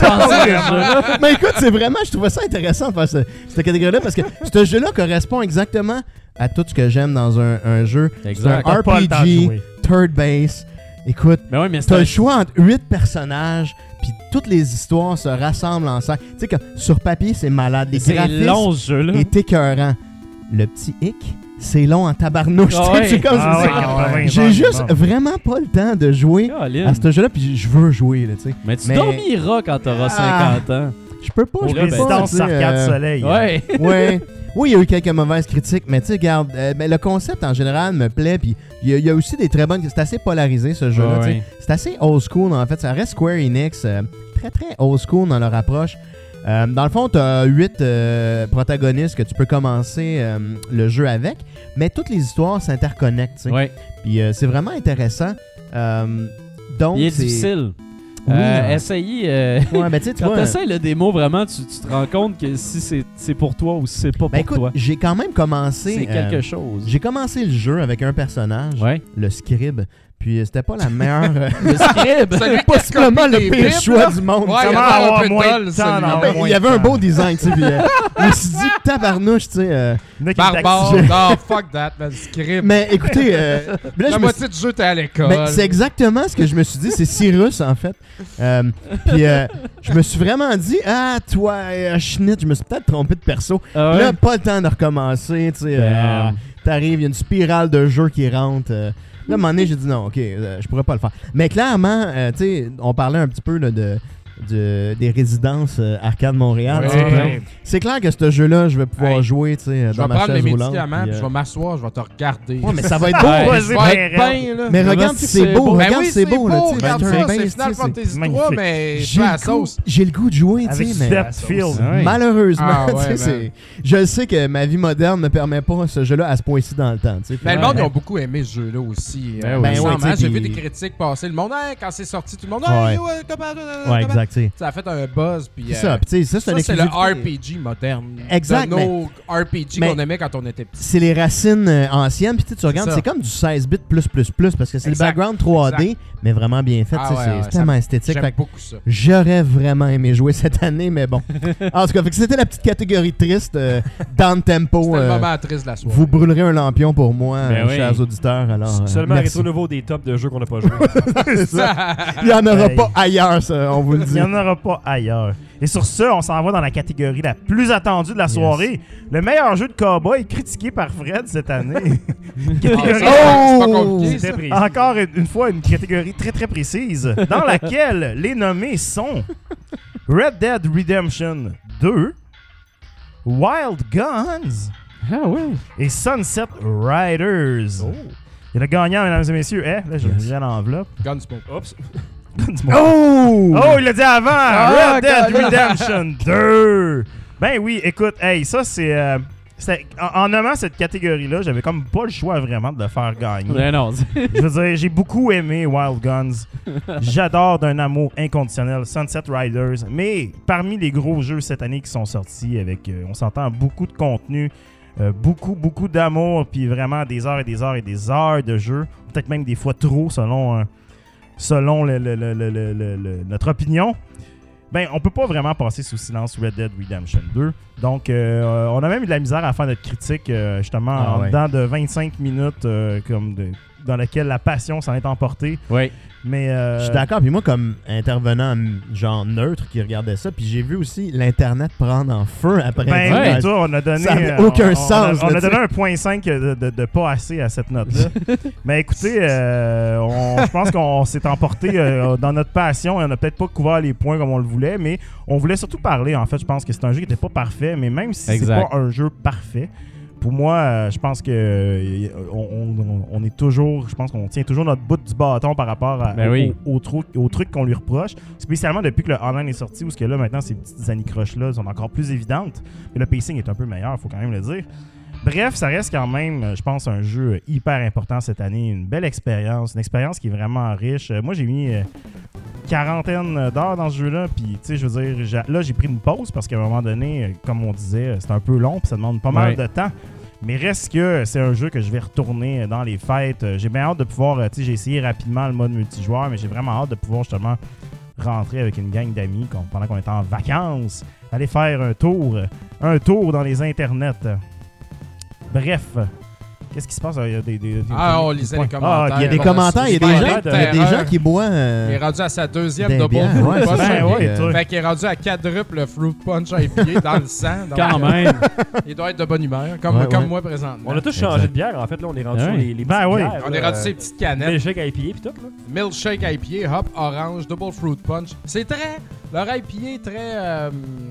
Mais écoute, c'est vraiment, je trouvais ça intéressant de faire cette catégorie-là parce que ce jeu-là correspond exactement à tout ce que j'aime dans un jeu. C'est un RPG, third base. Écoute, t'as le choix entre 8 personnages, puis toutes les histoires se rassemblent ensemble. Tu sais que sur papier, c'est malade. Les graphismes long, ce jeu-là. est écœurant. Le petit hic, c'est long en tabarnouche. J'ai juste vraiment pas le temps de jouer à ce jeu-là, puis je veux jouer. Là, mais tu dormiras quand t'auras 50 ans. Je peux pas. Résidence Arcade Soleil. Ouais. Oui, il y a eu quelques mauvaises critiques, mais tu sais, regarde, le concept en général me plaît, puis il y a aussi des très bonnes... C'est assez polarisé, ce jeu-là. C'est assez old school, en fait. Ça reste Square Enix, très, très old school dans leur approche. Dans le fond, tu as 8 protagonistes que tu peux commencer le jeu avec, mais toutes les histoires s'interconnectent. Puis c'est vraiment intéressant. Donc, il est difficile. Oui, essayer. Ben, quand tu essaies le démo, vraiment, tu te rends compte que si c'est pour toi ou si c'est pas pour toi. J'ai quand même commencé. C'est quelque chose. J'ai commencé le jeu avec un personnage, le Scribe. Puis c'était pas la meilleure. Le Scribe, c'est possiblement le pire choix du monde. Ouais, il y avait un beau design, tu sais. Je me suis dit, tabarnouche, tu sais. Barbare, non, fuck that, man. Scribe. Mais écoutez, la moitié du jeu, t'es à l'école. C'est exactement ce que je me suis dit. C'est Cyrus, en fait. Puis je me suis vraiment dit, toi, Schnitz, je me suis peut-être trompé de perso. Là, pas le temps de recommencer, tu sais. T'arrives, il y a une spirale de jeu qui rentre. Là, à un moment donné, j'ai dit non, ok, je pourrais pas le faire. Mais clairement, tu sais, on parlait un petit peu là, des résidences Arcade Montréal. C'est clair que ce jeu-là, je vais pouvoir jouer dans ma chaise roulante. Je vais prendre mes médicaments, puis je vais m'asseoir, je vais te regarder. Ouais, mais ça va être beau. Mais regarde si c'est beau. Regarde si c'est beau. Regarde ça, c'est Final Fantasy 3, mais pas la sauce. J'ai le goût de jouer, tu sais, mais malheureusement, je sais que ma vie moderne ne permet pas ce jeu-là à ce point-ci dans le temps. Mais le monde, ils ont beaucoup aimé ce jeu-là aussi. J'ai vu des critiques passer. Le monde, quand c'est sorti, tout le monde, ouais, exact. Ça a fait un buzz. Puis ça, c'est le RPG moderne. Exact. De nos RPG qu'on aimait quand on était petit. C'est les racines anciennes. Puis tu regardes, c'est comme du 16 bits plus parce que c'est le background 3D, mais vraiment bien fait. C'est tellement esthétique. J'aime beaucoup ça. J'aurais vraiment aimé jouer cette année, mais bon. En tout cas, c'était la petite catégorie triste down tempo. C'était le moment triste de la soirée. Vous brûlerez un lampion pour moi, chers auditeurs. Alors, seulement rétro nouveau des tops de jeux qu'on n'a pas joué. Il n'y en aura pas ailleurs, ça, on vous le dit. Il n'y en aura pas ailleurs. Et sur ce, on s'en va dans la catégorie la plus attendue de la soirée. Le meilleur jeu de cowboy critiqué par Fred cette année. Encore une fois, une catégorie très très précise dans laquelle les nommés sont Red Dead Redemption 2, Wild Guns et Sunset Riders. Et le gagnant, mesdames et messieurs, là j'ai l'enveloppe. Gunsmoke. Oups. Oh, il l'a dit avant! Red Dead Redemption 2! Ben oui, écoute, ça c'est... en nommant cette catégorie-là, j'avais comme pas le choix vraiment de le faire gagner. Ouais, non. Je veux dire, j'ai beaucoup aimé Wild Guns. J'adore d'un amour inconditionnel Sunset Riders. Mais parmi les gros jeux cette année qui sont sortis avec, on s'entend, beaucoup de contenu, beaucoup d'amour, puis vraiment des heures et des heures et des heures de jeu. Peut-être même des fois trop selon notre opinion, ben on peut pas vraiment passer sous silence Red Dead Redemption 2. Donc, on a même eu de la misère à faire notre critique, justement, dedans de 25 minutes, dans laquelle la passion s'en est emportée. Oui. Mais je suis d'accord. Puis moi, comme intervenant genre neutre qui regardait ça, puis j'ai vu aussi l'Internet prendre en feu après. Ben, toi, on a donné... Ça n'a aucun sens. On a donné un 0.5 de pas assez à cette note-là. Mais écoutez, je pense qu'on s'est emporté dans notre passion et on n'a peut-être pas couvert les points comme on le voulait, mais on voulait surtout parler. En fait, je pense que c'est un jeu qui n'était pas parfait, mais même si c'est pas un jeu parfait, pour moi, je pense que on est toujours, je pense qu'on tient toujours notre bout du bâton par rapport aux trucs qu'on lui reproche, spécialement depuis que le online est sorti, où ce que là maintenant ces petites anicroches-là sont encore plus évidentes, mais le pacing est un peu meilleur, il faut quand même le dire. Bref, ça reste quand même, je pense, un jeu hyper important cette année, une belle expérience, une expérience qui est vraiment riche. Moi, j'ai mis quarantaine d'heures dans ce jeu-là, puis tu sais, je veux dire, là, j'ai pris une pause parce qu'à un moment donné, comme on disait, c'est un peu long, puis ça demande pas mal de temps. Mais reste que c'est un jeu que je vais retourner dans les fêtes. J'ai bien hâte de pouvoir, tu sais, j'ai essayé rapidement le mode multijoueur, mais j'ai vraiment hâte de pouvoir justement rentrer avec une gang d'amis pendant qu'on est en vacances, aller faire un tour dans les internets. Bref, qu'est-ce qui se passe? Il y a on lisait les commentaires. Il y a des commentaires, il y a des gens qui boivent. Il est rendu à sa deuxième double fruit punch. Fait qu'il est rendu à quadruple fruit punch IPA dans le sang. Quand même. Il doit être de bonne humeur, comme moi présentement. On a tous changé de bière, en fait. Là, on est rendu sur les petites bières. On est rendu sur les petites canettes. Milkshake IPA puis tout. Là. Milkshake IPA, hop, orange, double fruit punch. C'est très... Leur IPA est très...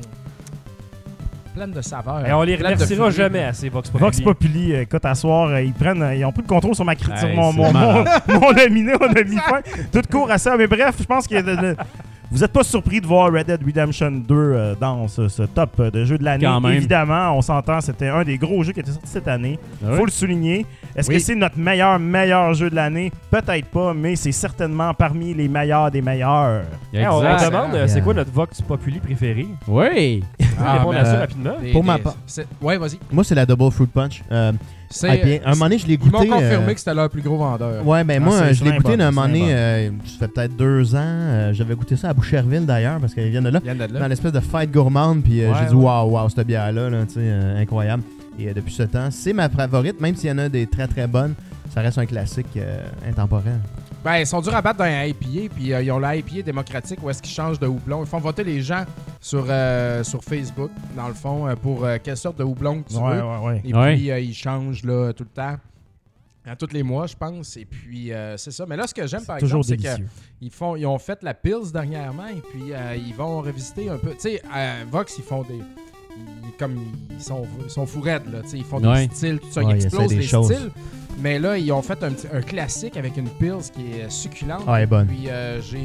pleine de saveurs. Et on les remerciera jamais assez, Vox Populi. Vox Populi, écoute, à soir, ils ont pris le contrôle sur ma critique, sur mon aminé, on a mis fin. Tout court à ça. Mais bref, je pense que vous n'êtes pas surpris de voir Red Dead Redemption 2 dans ce top de jeux de l'année. Évidemment, on s'entend, c'était un des gros jeux qui était sorti cette année. Faut le souligner. Est-ce que c'est notre meilleur jeu de l'année? Peut-être pas, mais c'est certainement parmi les meilleurs des meilleurs. On demande, c'est quoi notre Vox Populi préféré? Oui! Répondre à ça rapidement. Pour ma part. Ouais, vas-y. Moi, c'est la Double Fruit Punch. À un moment donné, je l'ai goûté. Ils m'ont confirmé que c'était leur plus gros vendeur. Ouais, ben moi, je l'ai goûté à un moment donné, ça fait peut-être 2 ans. J'avais goûté ça à Boucherville d'ailleurs, parce qu'elle vient de là. Dans l'espèce de fête gourmande, puis j'ai dit waouh, cette bière-là, tu sais, incroyable. Et depuis ce temps, c'est ma favorite, même s'il y en a des très très bonnes, ça reste un classique intemporel. Ben, ils sont durs à battre dans un IPA, puis ils ont l'IPA démocratique où est-ce qu'ils changent de houblon. Ils font voter les gens sur Facebook, dans le fond, pour quelle sorte de houblon que tu veux. Et puis, ils changent là, tout le temps. À tous les mois, je pense. Et puis, c'est ça. Mais là, ce que j'aime, par exemple, c'est qu'ils ont fait la Pils dernièrement, et puis ils vont revisiter un peu. Tu sais, Vox, ils font des... Ils sont fourrettes, là. Ils font des styles, tout ça. Ils explosent les styles. Mais là, ils ont fait un classique avec une Pils qui est succulente. Ah, elle est bonne. Puis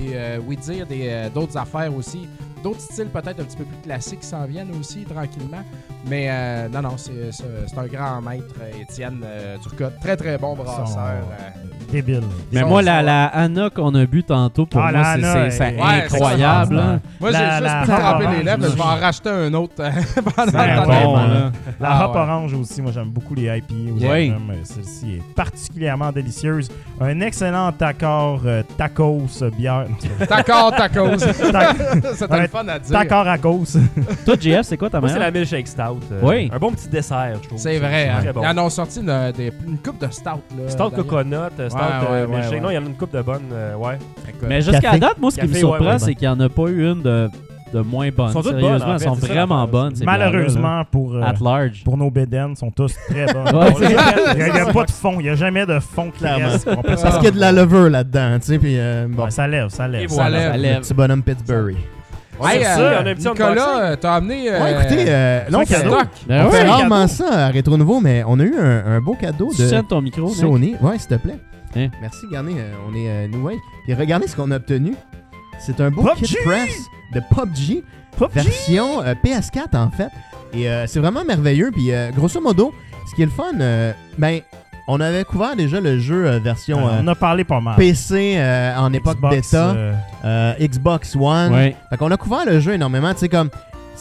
j'ai, d'autres affaires aussi. D'autres styles peut-être un petit peu plus classiques qui s'en viennent aussi tranquillement. Mais non, c'est un grand maître, Étienne Turcotte. Très, très bon brasseur. Débile. Mais moi, la Anna qu'on a bu tantôt, pour moi, c'est incroyable. Moi, j'ai juste pu tremper les lèvres, mais je vais en racheter un autre pendant le temps. La Hop Orange aussi, moi, j'aime beaucoup les IPA. Oui. Celle-ci est particulièrement délicieuse. Un excellent tacos bière. Tacos. C'était le fun à dire. Tacos à cause. Toi, JF, c'est quoi ta meilleure? Moi, c'est la Milkshake Stout. Oui. Un bon petit dessert, je trouve. C'est vrai. Ils en ont sorti une coupe de stout. Stout coconut, stout milkshake. Non, il y en a une coupe de bonnes. Mais jusqu'à date, moi, ce qui me surprend, c'est qu'il n'y en a pas eu une de moins bonnes. Elles sont toutes bonnes. Sérieusement, elles sont vraiment bonnes. Malheureusement, pour nos bédaines, sont tous très bonnes. Il n'y a pas de fond. Il n'y a jamais de fond clairement. Parce qu'il y a de la levure là-dedans. Tu sais, puis bon. Ça lève. Le petit bonhomme Pittsburgh. Hey, Nicolas, t'as amené écoutez, non, cadeau. C'est rarement ça à Rétro Nouveau, mais on a eu un beau cadeau de ton micro, Sony. Ouais, s'il te plaît. Merci, regardez, on est nouveau. Puis regardez ce qu'on a obtenu. C'est un beau kit press de PUBG. Version PS4 en fait. Et c'est vraiment merveilleux. Puis grosso modo, ce qui est le fun, on avait couvert déjà le jeu version on a parlé pas mal. PC en époque Xbox, bêta, Xbox One. Ouais. Fait qu'on a couvert le jeu énormément. Tu sais, comme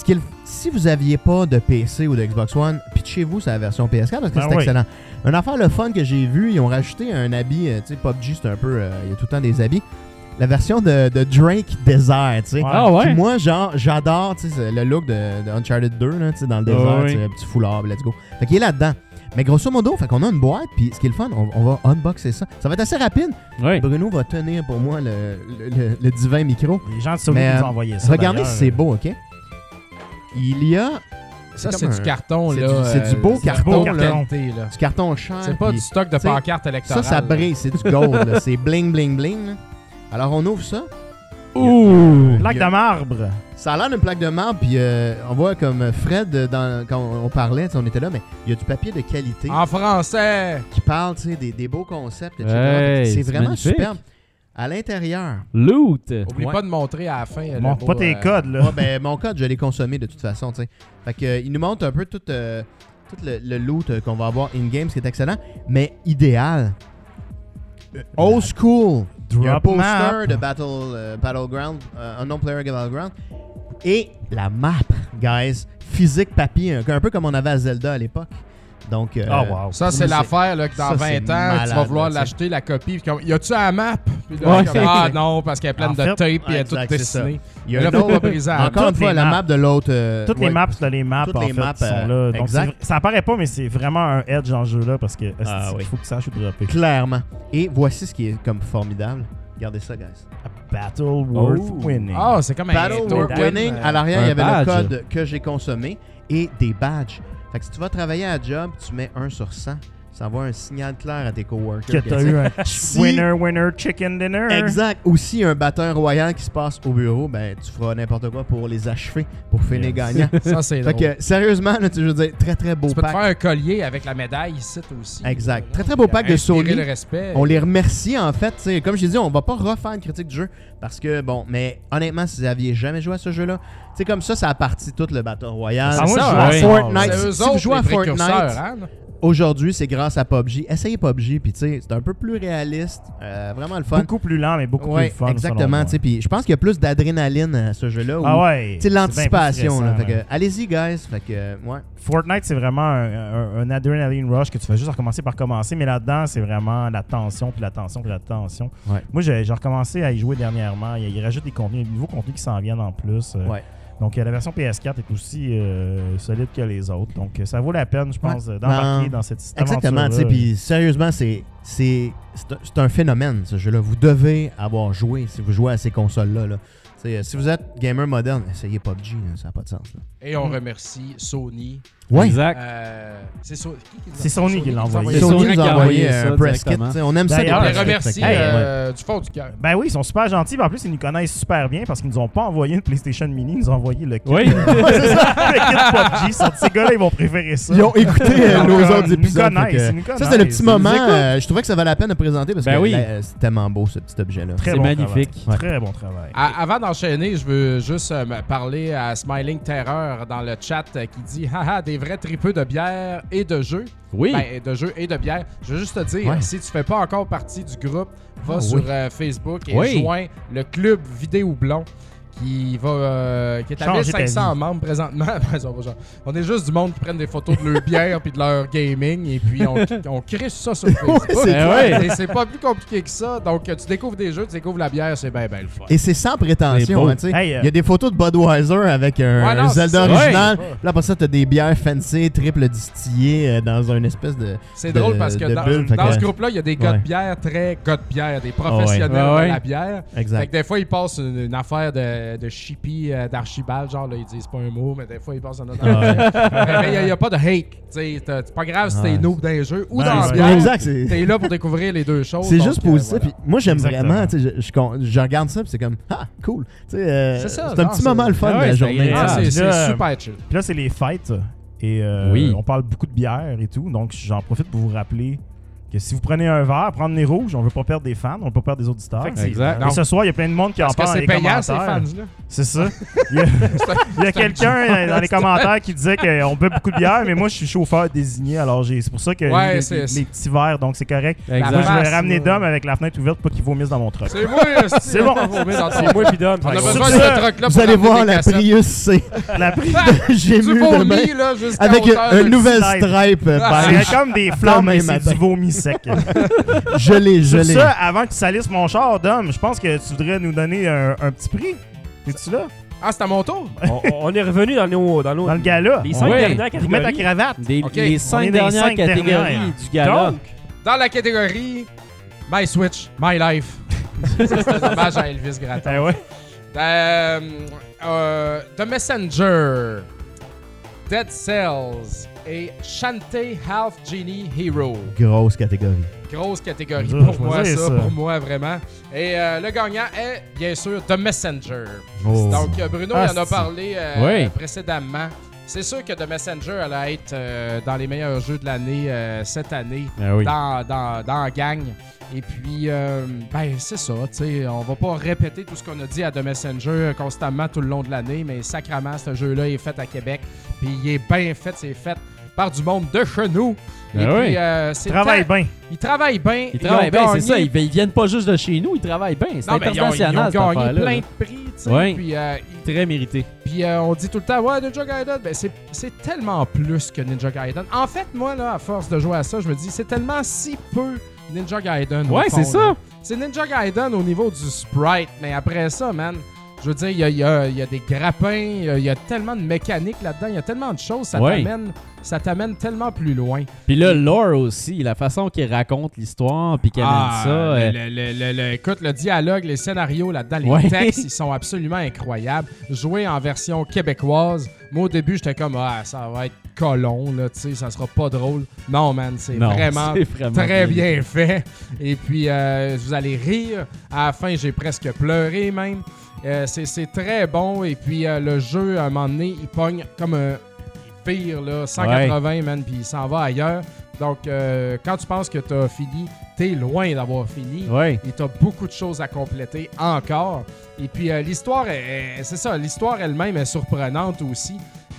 si vous aviez pas de PC ou de Xbox One, pitchez-vous sur la version PS4 parce que c'est excellent. Une affaire le fun que j'ai vu, ils ont rajouté un habit. Tu sais, PUBG, c'est un peu. Il y a tout le temps des habits. La version de Drake Desert, tu sais. Puis moi, genre, j'adore, tu sais, le look de Uncharted 2, là, tu sais, dans le désert, un petit foulard, let's go. Fait qu'il est là-dedans. Mais grosso modo, fait qu'on a une boîte, puis ce qui est le fun, on va unboxer ça. Ça va être assez rapide. Oui. Bruno va tenir pour moi le divin micro. Les gens de Sony nous ont envoyé ça. Regardez si c'est beau, OK? Il y a... Ça, c'est du carton, là. C'est du beau carton, là. Du carton cher. C'est pas du stock de pancarte électorale. Ça brille, c'est du gold, là. C'est bling, bling, bling, là. Alors, on ouvre ça. Ouh! Lac de marbre. Ça a l'air d'une plaque de marbre, puis on voit comme Fred, quand on parlait, on était là, mais il y a du papier de qualité En français! qui parle des beaux concepts, etc. Hey, c'est c'est vraiment magnifique. superbe. À l'intérieur, Loot! Oublie Ouais. pas de montrer à la fin. Bon, pas tes codes, là. ouais, ben, mon code, je l'ai consommé de toute façon. T'sais. Fait que, il nous montre un peu tout le loot qu'on va avoir in-game, ce qui est excellent, mais idéal. Old school. Il y a un Drop poster map. de Battleground, Unknown Player Battleground. Et la map, guys. Physique papier, un peu comme on avait à Zelda à l'époque. Donc, Oh, wow. Ça, c'est l'affaire là, que dans ça, 20 c'est ans, tu vas malade, vouloir là, l'acheter, la copie. Puis comme, y a-tu la map? Puis là, Ouais. comme, ah non, parce qu'elle est pleine En de fait, tape et elle est toute exact, c'est ça. dessinée. Il y a Là, un faut autre- pas briser la Encore une Toutes fois, les la maps. map de l'autre. Toutes les maps, là, les maps, Toutes en les fait, maps, sont là. Donc, exact. ça apparaît pas, mais c'est vraiment un edge en jeu, là, parce que Ah, oui. il faut que ça sache où dropper. Clairement. Et voici ce qui est comme formidable. Regardez ça, guys. Battle worth winning. Ah, c'est comme un Battle World token, Winning, à l'arrière, il y un avait badge. le code que j'ai consommé et des badges. Fait que si tu vas travailler à la job, tu mets 1 sur 100. Ça envoie un signal clair à tes coworkers. Que t'as eu un winner chicken dinner. Exact. Aussi, un batteur royal qui se passe au bureau, ben tu feras n'importe quoi pour les achever, pour finir gagnant. Ça, c'est Fait drôle. que, sérieusement, là, je veux dire, très très beau Tu peux te pack. faire un collier avec la médaille ici aussi. Exact. Très très beau pack de Inspirer Sony. le respect. On les remercie en fait. T'sais, comme je l'ai dit, on va pas refaire une critique du jeu parce que bon, mais honnêtement, si vous aviez jamais joué à ce jeu-là, c'est comme ça a parti tout le Battle Royale. Ah, moi, ça, je joue à ouais. Fortnite. C'est eux Si vous autres, jouez à les précurseurs, Fortnite, hein? aujourd'hui, c'est grâce à PUBG. Essayez PUBG, puis tu sais, c'est un peu plus réaliste, vraiment le fun. Beaucoup plus lent, mais beaucoup Ouais, plus fun. exactement. selon tu sais, puis je pense qu'il y a plus d'adrénaline à ce jeu-là. moi. où, Ah ouais. tu sais, l'anticipation. c'est bien là. plus Fait que, stressant, allez-y, guys. Fait que, ouais. Fortnite, c'est vraiment un adrenaline rush que tu fais juste recommencer par commencer, mais là-dedans, c'est vraiment la tension, puis la tension, puis la tension. Ouais. Moi, j'ai recommencé à y jouer dernièrement. Il rajoute des contenus, des nouveaux contenus qui s'en viennent en plus. Ouais. Donc, la version PS4 est aussi solide que les autres. Donc, ça vaut la peine, je pense, d'embarquer dans cette Exactement, tu sais, aventure-là. puis sérieusement, c'est un phénomène, ce jeu-là. Vous devez avoir joué si vous jouez à ces consoles-là. Là. Si vous êtes gamer moderne, essayez PUBG, là, ça n'a pas de sens. Là. Et on remercie Sony. Ouais. Exact. C'est C'est Sony qui l'a envoyé. Sony Sony nous qui a a envoyé envoyé ça un press kit. directement. t'sais, On aime ça, les D'ailleurs, On les press kits, remercie fait que, du fond du cœur. Ben oui, ils sont super gentils. Puis en plus, ils nous connaissent super bien parce qu'ils nous ont pas envoyé une PlayStation Mini, ils nous ont envoyé le kit. Oui. C'est ça, le kit PUBG. Ces gars-là, ils vont préférer ça. Ils ont écouté nos Comme, autres ils nous épisodes. connaissent, fait que- ils nous ça, c'était le petit connaissent. moment. Ils nous écoutent. Je trouvais que ça valait la peine de présenter parce Ben que oui. c'est tellement beau, ce petit objet-là. Très C'est bon magnifique. travail. Très bon travail. Avant d'enchaîner, je veux juste me parler à Smiling Terror dans le chat qui dit haha, des vrais tripeux de bière et de jeux. Oui. Ben, de jeux et de bière. Je veux juste te dire, Ouais. si tu fais pas encore partie du groupe, va Ah, sur oui. Facebook et Oui. joins le club Vidéo Blond qui est à Changer ta 1500 vie. membres présentement. On est juste du monde qui prennent des photos de leur bière puis de leur gaming et puis on crée ça sur Facebook. c'est clair. Et c'est pas plus compliqué que ça. Donc tu découvres des jeux, tu découvres la bière, c'est bien le fun. Et c'est sans C'est prétention. beau. Hein, tu sais. Hey, Il y a des photos de Budweiser avec un Ouais, non, Zelda c'est ça. original. Ouais. Puis là, après ça, t'as des bières fancy, triple distillées dans une espèce de. C'est de- drôle parce que de dans, bulle, fait dans que- ce groupe-là, il y a des gars Ouais. de bière très gars de bière, des professionnels Ah ouais. de la bière. Fait Exact. que des fois, ils passent une affaire de chippie, d'Archibald, genre là, ils disent pas un mot, mais des fois, ils passent un autre affaire. Mais il n'y a pas de hate. C'est pas grave si t'es Ouais. noob dans les jeux ou Ouais, dans la ouais. bière. Exact. c'est- T'es là pour découvrir les deux choses. C'est donc, juste positif. voilà. Puis moi, j'aime Exactement. vraiment. Tu sais, je regarde ça, puis c'est comme, ah, cool. Tu sais, C'est ça, c'est un non, petit c'est- moment le fun Ah de ouais, la c'est journée. agréable. Ah, c'est Là, super chill. Puis là, c'est les fêtes. Et Oui. on parle beaucoup de bière et tout. Donc, j'en profite pour vous rappeler que si vous prenez un verre, prendre les rouges, on veut pas perdre des fans, on veut pas perdre des auditeurs. Exact. Et ce soir, il y a plein de monde qui en Parce que parle dans c'est les payant, ces commentaires. fans-là. C'est ça. Il y a quelqu'un dans les commentaires qui disait qu'on peut beaucoup de bière, mais moi, je suis chauffeur désigné. Alors, c'est pour ça que Ouais, les c'est- petits verres, donc c'est correct. Exact. Moi, je vais masse, ramener là. Dom avec la fenêtre ouverte pour qu'il vomisse dans mon truck. C'est moi, C'est bon. C'est moi, puis Dom. On a Fait que- besoin Sur de ce, ce truc-là Vous pour allez ramener voir des la cassettes. Prius C. La prise J'ai Tu mu demain. vomis, là, jusqu'à Avec hauteur de une nouvelle stripe. stripe Ah, beige. c'est comme des flammes, mais Demain c'est matin. du vomi sec. Je l'ai. Sur ça, avant que tu salisses mon char, Dom, je pense que tu voudrais nous donner un petit prix. Es-tu là? Ah, c'est à mon tour? on est revenu dans Dans le gala. les 5 Ouais. dernières Pour mettre ta catégories. cravate. Ok, Les on est 5 dans les dernières 5 catégories dernières. du gala. Donc, Dans la catégorie My Switch, My Life. C'est un hommage à Elvis Gratton. ben ouais. The Messenger, Dead Cells et Shantae Half Genie Hero. Grosse catégorie. Grosse catégorie pour moi, ça, pour moi, vraiment. Et le gagnant est, bien sûr, The Messenger. Oh. Donc, Bruno il en a parlé précédemment. C'est sûr que The Messenger allait être dans les meilleurs jeux de l'année cette année, dans la gang. Et puis, c'est ça, tu sais, on va pas répéter tout ce qu'on a dit à The Messenger constamment tout le long de l'année, mais sacrément, ce jeu-là est fait à Québec, puis il est bien fait, c'est fait par du monde de chez nous. Et puis, Ils travaillent bien. Ils travaillent bien. Ils travaillent bien, c'est ça. Ils viennent pas juste de chez nous, ils travaillent bien. C'est international, ils ont gagné plein de prix, tu sais. Puis, très mérité. Puis on dit tout le temps, ouais, Ninja Gaiden, ben c'est tellement plus que Ninja Gaiden. En fait, moi, là, à force de jouer à ça, je me dis, c'est tellement si peu Ninja Gaiden. Ouais, c'est ça. C'est Ninja Gaiden au niveau du sprite, mais après ça, man, je veux dire, il y a des grappins, il y a tellement de mécanique là-dedans, il y a tellement de choses, ça t'amène tellement plus loin. Puis le lore aussi, la façon qu'il raconte l'histoire, puis qu'il amène ça. Écoute, le dialogue, les scénarios là-dedans, les textes, ils sont absolument incroyables. Jouer en version québécoise, moi au début, j'étais comme, ça va être colon, là, tu sais, ça sera pas drôle. Non, man, c'est vraiment très bien fait. Et puis, vous allez rire. À la fin, j'ai presque pleuré même. C'est très bon. Et puis, le jeu, à un moment donné, il pogne comme un pire, là, 180, man, puis il s'en va ailleurs. Donc, quand tu penses que t'as fini, t'es loin d'avoir fini. Et t'as beaucoup de choses à compléter encore. Et puis, l'histoire, c'est ça, l'histoire elle-même est surprenante aussi.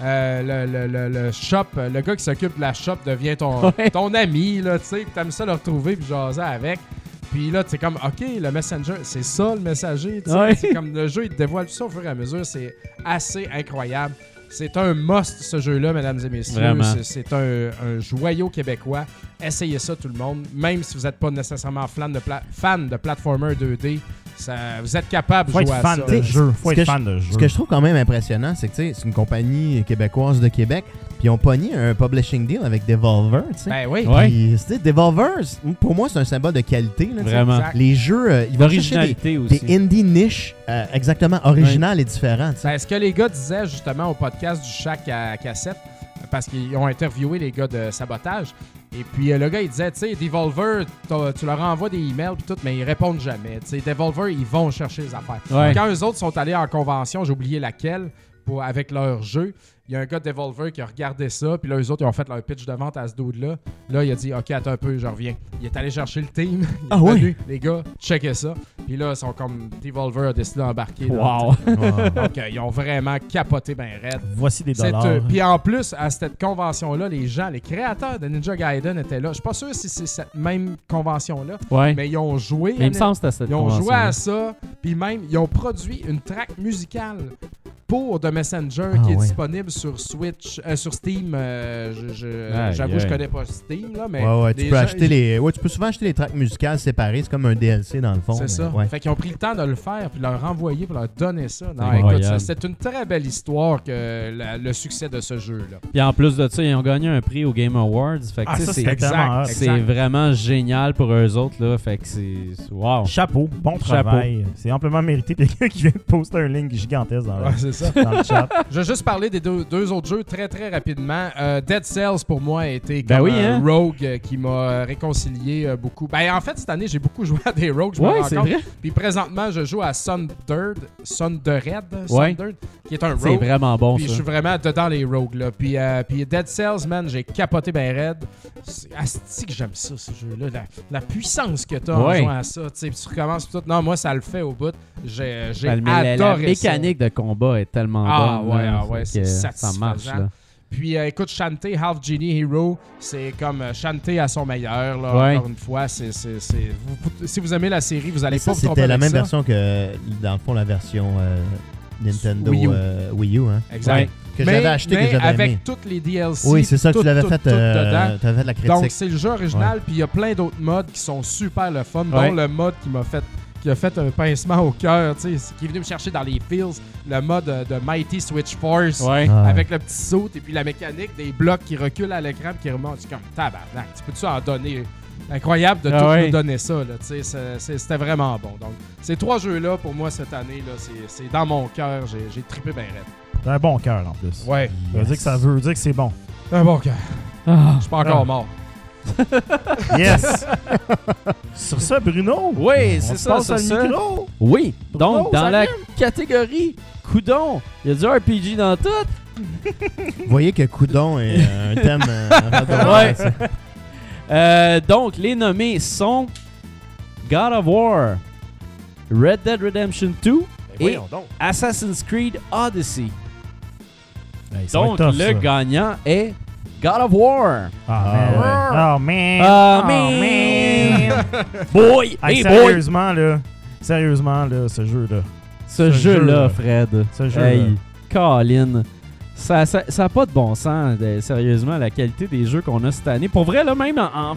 Le shop, le gars qui s'occupe de la shop devient ton ami, là, tu sais, t'aimes ça le retrouver puis jaser avec. Puis là, tu sais, comme, OK, le Messenger, c'est ça le messager, tu sais. C'est comme le jeu, il te dévoile tout ça au fur et à mesure. C'est assez incroyable. C'est un must, ce jeu-là, mesdames et messieurs. C'est un joyau québécois. Essayez ça, tout le monde. Même si vous n'êtes pas nécessairement fan de platformer 2D, vous êtes capable de jouer à ça. Faut être fan de jeu. Ce que je trouve quand même impressionnant, c'est que c'est une compagnie québécoise de Québec, puis ils ont pogné un publishing deal avec Devolver, tu sais. Ben oui. Puis, Devolver, pour moi, c'est un symbole de qualité. Là, vraiment. Les jeux, ils vont chercher des indie niches exactement originales et différentes. Ben, ce que les gars disaient justement au podcast du Shack à cassette, parce qu'ils ont interviewé les gars de Sabotage. Et puis le gars, il disait, tu sais, Devolver, tu leur envoies des emails puis tout, mais ils répondent jamais. Tu sais, Devolver, ils vont chercher les affaires. Quand eux autres sont allés en convention, j'ai oublié laquelle, avec leur jeu, il y a un gars de Devolver qui a regardé ça, puis là, eux autres, ils ont fait leur pitch de vente à ce dude-là. Là, il a dit, OK, attends un peu, je reviens. Il est allé chercher le team. Il est venu, les gars, checker ça. Puis là, ils sont comme, Devolver a décidé d'embarquer. Wow! Donc, ils ont vraiment capoté ben raide. Voici des dollars. Puis en plus, à cette convention-là, les gens, les créateurs de Ninja Gaiden étaient là. Je suis pas sûr si c'est cette même convention-là, mais ils ont joué. Mais il me semble que c'était cette convention. Ils ont joué à ça, puis même, ils ont produit une track musicale pour The Messenger qui est disponible sur Switch, sur Steam. J'avoue, je connais pas Steam, là, mais tu peux souvent acheter les tracks musicales séparées, c'est comme un DLC dans le fond. C'est ça. Fait qu'ils ont pris le temps de le faire, puis leur envoyer, puis leur donner ça. Non, écoute, c'est une très belle histoire que le succès de ce jeu-là. Puis en plus de ça, ils ont gagné un prix au Game Awards. Fait que c'est vraiment génial pour eux autres, là. Fait que c'est wow. Chapeau, bon travail. C'est amplement mérité. Quelqu'un qui vient de poster un link gigantesque dans le chat. Je vais juste parler des deux autres jeux très très rapidement. Dead Cells pour moi a été comme un Rogue qui m'a réconcilié beaucoup. Ben en fait cette année j'ai beaucoup joué à des Rogues, je me rends compte. Puis présentement je joue à Sundered, qui est un Rogue. C'est vraiment bon. Puis je suis vraiment dedans les Rogues là. Puis Dead Cells, man, j'ai capoté ben raide. Asti que j'aime ça ce jeu-là, la puissance que t'as en jouant à ça. Tu recommences tout. Non, moi ça le fait au bout. J'ai adoré la mécanique de combat est tellement bonne. C'est ça marche là. Puis écoute, Shantae Half Genie Hero, c'est comme Shantae à son meilleur là, encore une fois, si vous aimez la série, vous allez pas vous tromper. C'était la même version que dans le fond la version Nintendo Wii U hein. Exact. Que j'avais acheté, que j'avais avec aimé. toutes les DLC. Oui, c'est ça que tu l'avais fait dedans. Tu avais fait la critique. Donc c'est le jeu original, puis il y a plein d'autres modes qui sont super le fun, dont le mode qui a fait un pincement au cœur, tu sais, qui est venu me chercher dans les feels, le mode de Mighty Switch Force, avec le petit saut et puis la mécanique des blocs qui reculent à l'écran et qui remontent. C'est comme tabarnak, tu peux-tu en donner? Incroyable de tout nous donner ça, là, tu sais, c'était vraiment bon. Donc, ces trois jeux-là, pour moi, cette année, là, c'est dans mon cœur, j'ai trippé bien raide. T'as un bon cœur en plus. Ouais. Ça veut dire que c'est bon. Un bon cœur. Je suis pas encore mort. Yes! Sur ça, Bruno? Oui, c'est ça, sur ça. le micro. Oui, Bruno, donc dans ça la vient? catégorie Coudon, il y a du RPG dans tout. Vous voyez que Coudon est un thème. Ouais. Donc, les nommés sont God of War, Red Dead Redemption 2 et Voyons donc. Assassin's Creed Odyssey. Hey, ça va Donc, être tough, le ça. gagnant est God of War. Oh, man. Oh, man. Boy! Hey, Hey, boy! Sérieusement, là, ce jeu-là. Ce ce jeu-là, jeu-là. Fred. Ce jeu-là. Hey, Colin. Ça a pas de bon sens, sérieusement, la qualité des jeux qu'on a cette année. Pour vrai, là, même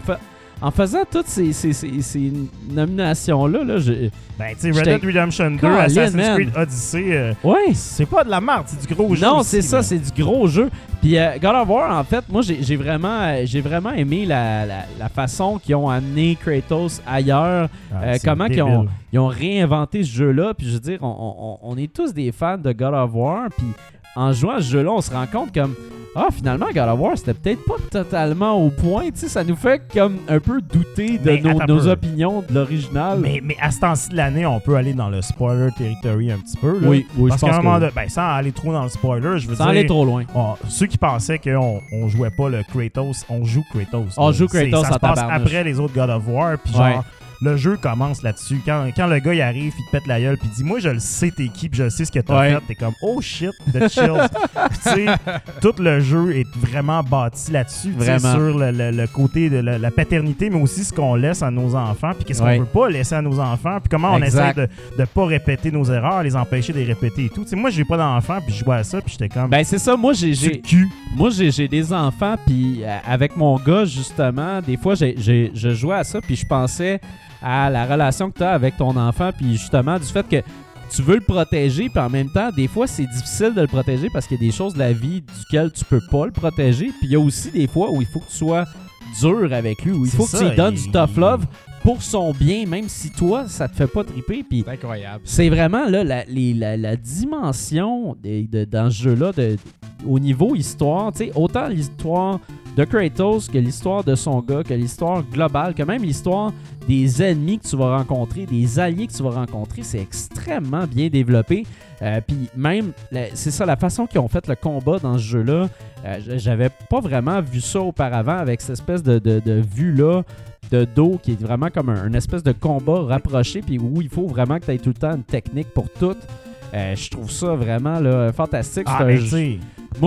en faisant toutes ces nominations-là, là, Ben, tu sais, Red Dead Redemption 2, Colin, Assassin's man. Creed Odyssey, ouais. c'est pas de la merde, c'est du gros jeu. Non, aussi, c'est ça, là. c'est du gros jeu. Puis God of War, en fait, moi, j'ai vraiment aimé la façon qu'ils ont amené Kratos ailleurs. Ah, c'est Comment débile. ils ont réinventé ce jeu-là. Puis je veux dire, on est tous des fans de God of War. Puis en jouant à ce jeu-là, on se rend compte comme... Ah, finalement, God of War, c'était peut-être pas totalement au point. Tu sais, ça nous fait comme un peu douter de Mais attends nos un peu. opinions de l'original. Mais à ce temps-ci de l'année, on peut aller dans le spoiler territory un petit peu. Là. Oui, Parce je qu'à pense un moment que donné, ben, sans aller trop dans le spoiler, je veux sans dire... aller trop loin. Ceux qui pensaient qu'on jouait pas le Kratos, on joue Kratos. On là. joue Kratos Ça en se passe tabarnouche. après les autres God of War, puis Ouais. genre... Le jeu commence là-dessus. Quand le gars il arrive, il te pète la gueule, puis il dit moi je le sais t'es qui, puis je sais ce que t'as Ouais. fait. T'es comme oh shit, the chills. Puis tu sais, tout le jeu est vraiment bâti là-dessus, tu sais, Vraiment. sur le côté de la paternité, mais aussi ce qu'on laisse à nos enfants, puis qu'est-ce Ouais. qu'on veut pas laisser à nos enfants, puis comment on Exact. essaie de pas répéter nos erreurs, les empêcher de les répéter et tout. Tu sais, moi j'ai pas d'enfants, puis je jouais à ça, puis j'étais comme Ben c'est ça, moi sur le j'ai cul. des enfants, puis avec mon gars, justement, des fois, je jouais à ça, puis je pensais à la relation que tu as avec ton enfant, puis justement, du fait que tu veux le protéger, puis en même temps, des fois, c'est difficile de le protéger parce qu'il y a des choses de la vie duquel tu peux pas le protéger, puis il y a aussi des fois où il faut que tu sois dur avec lui, où il C'est faut que ça, tu lui donnes il- du tough love pour son bien, même si toi, ça te fait pas triper, puis C'est incroyable. c'est vraiment là, la dimension dans ce jeu-là au niveau histoire, tu sais, autant l'histoire de Kratos que l'histoire de son gars, que l'histoire globale, que même l'histoire des ennemis que tu vas rencontrer, des alliés que tu vas rencontrer, c'est extrêmement bien développé. Puis même, c'est ça, la façon qu'ils ont fait le combat dans ce jeu-là, j'avais pas vraiment vu ça auparavant avec cette espèce de vue-là de dos qui est vraiment comme un espèce de combat rapproché, puis où il faut vraiment que tu aies tout le temps une technique pour tout. Je trouve ça vraiment là, fantastique. Ah, C'est un mais jeu- tu sais, Moi,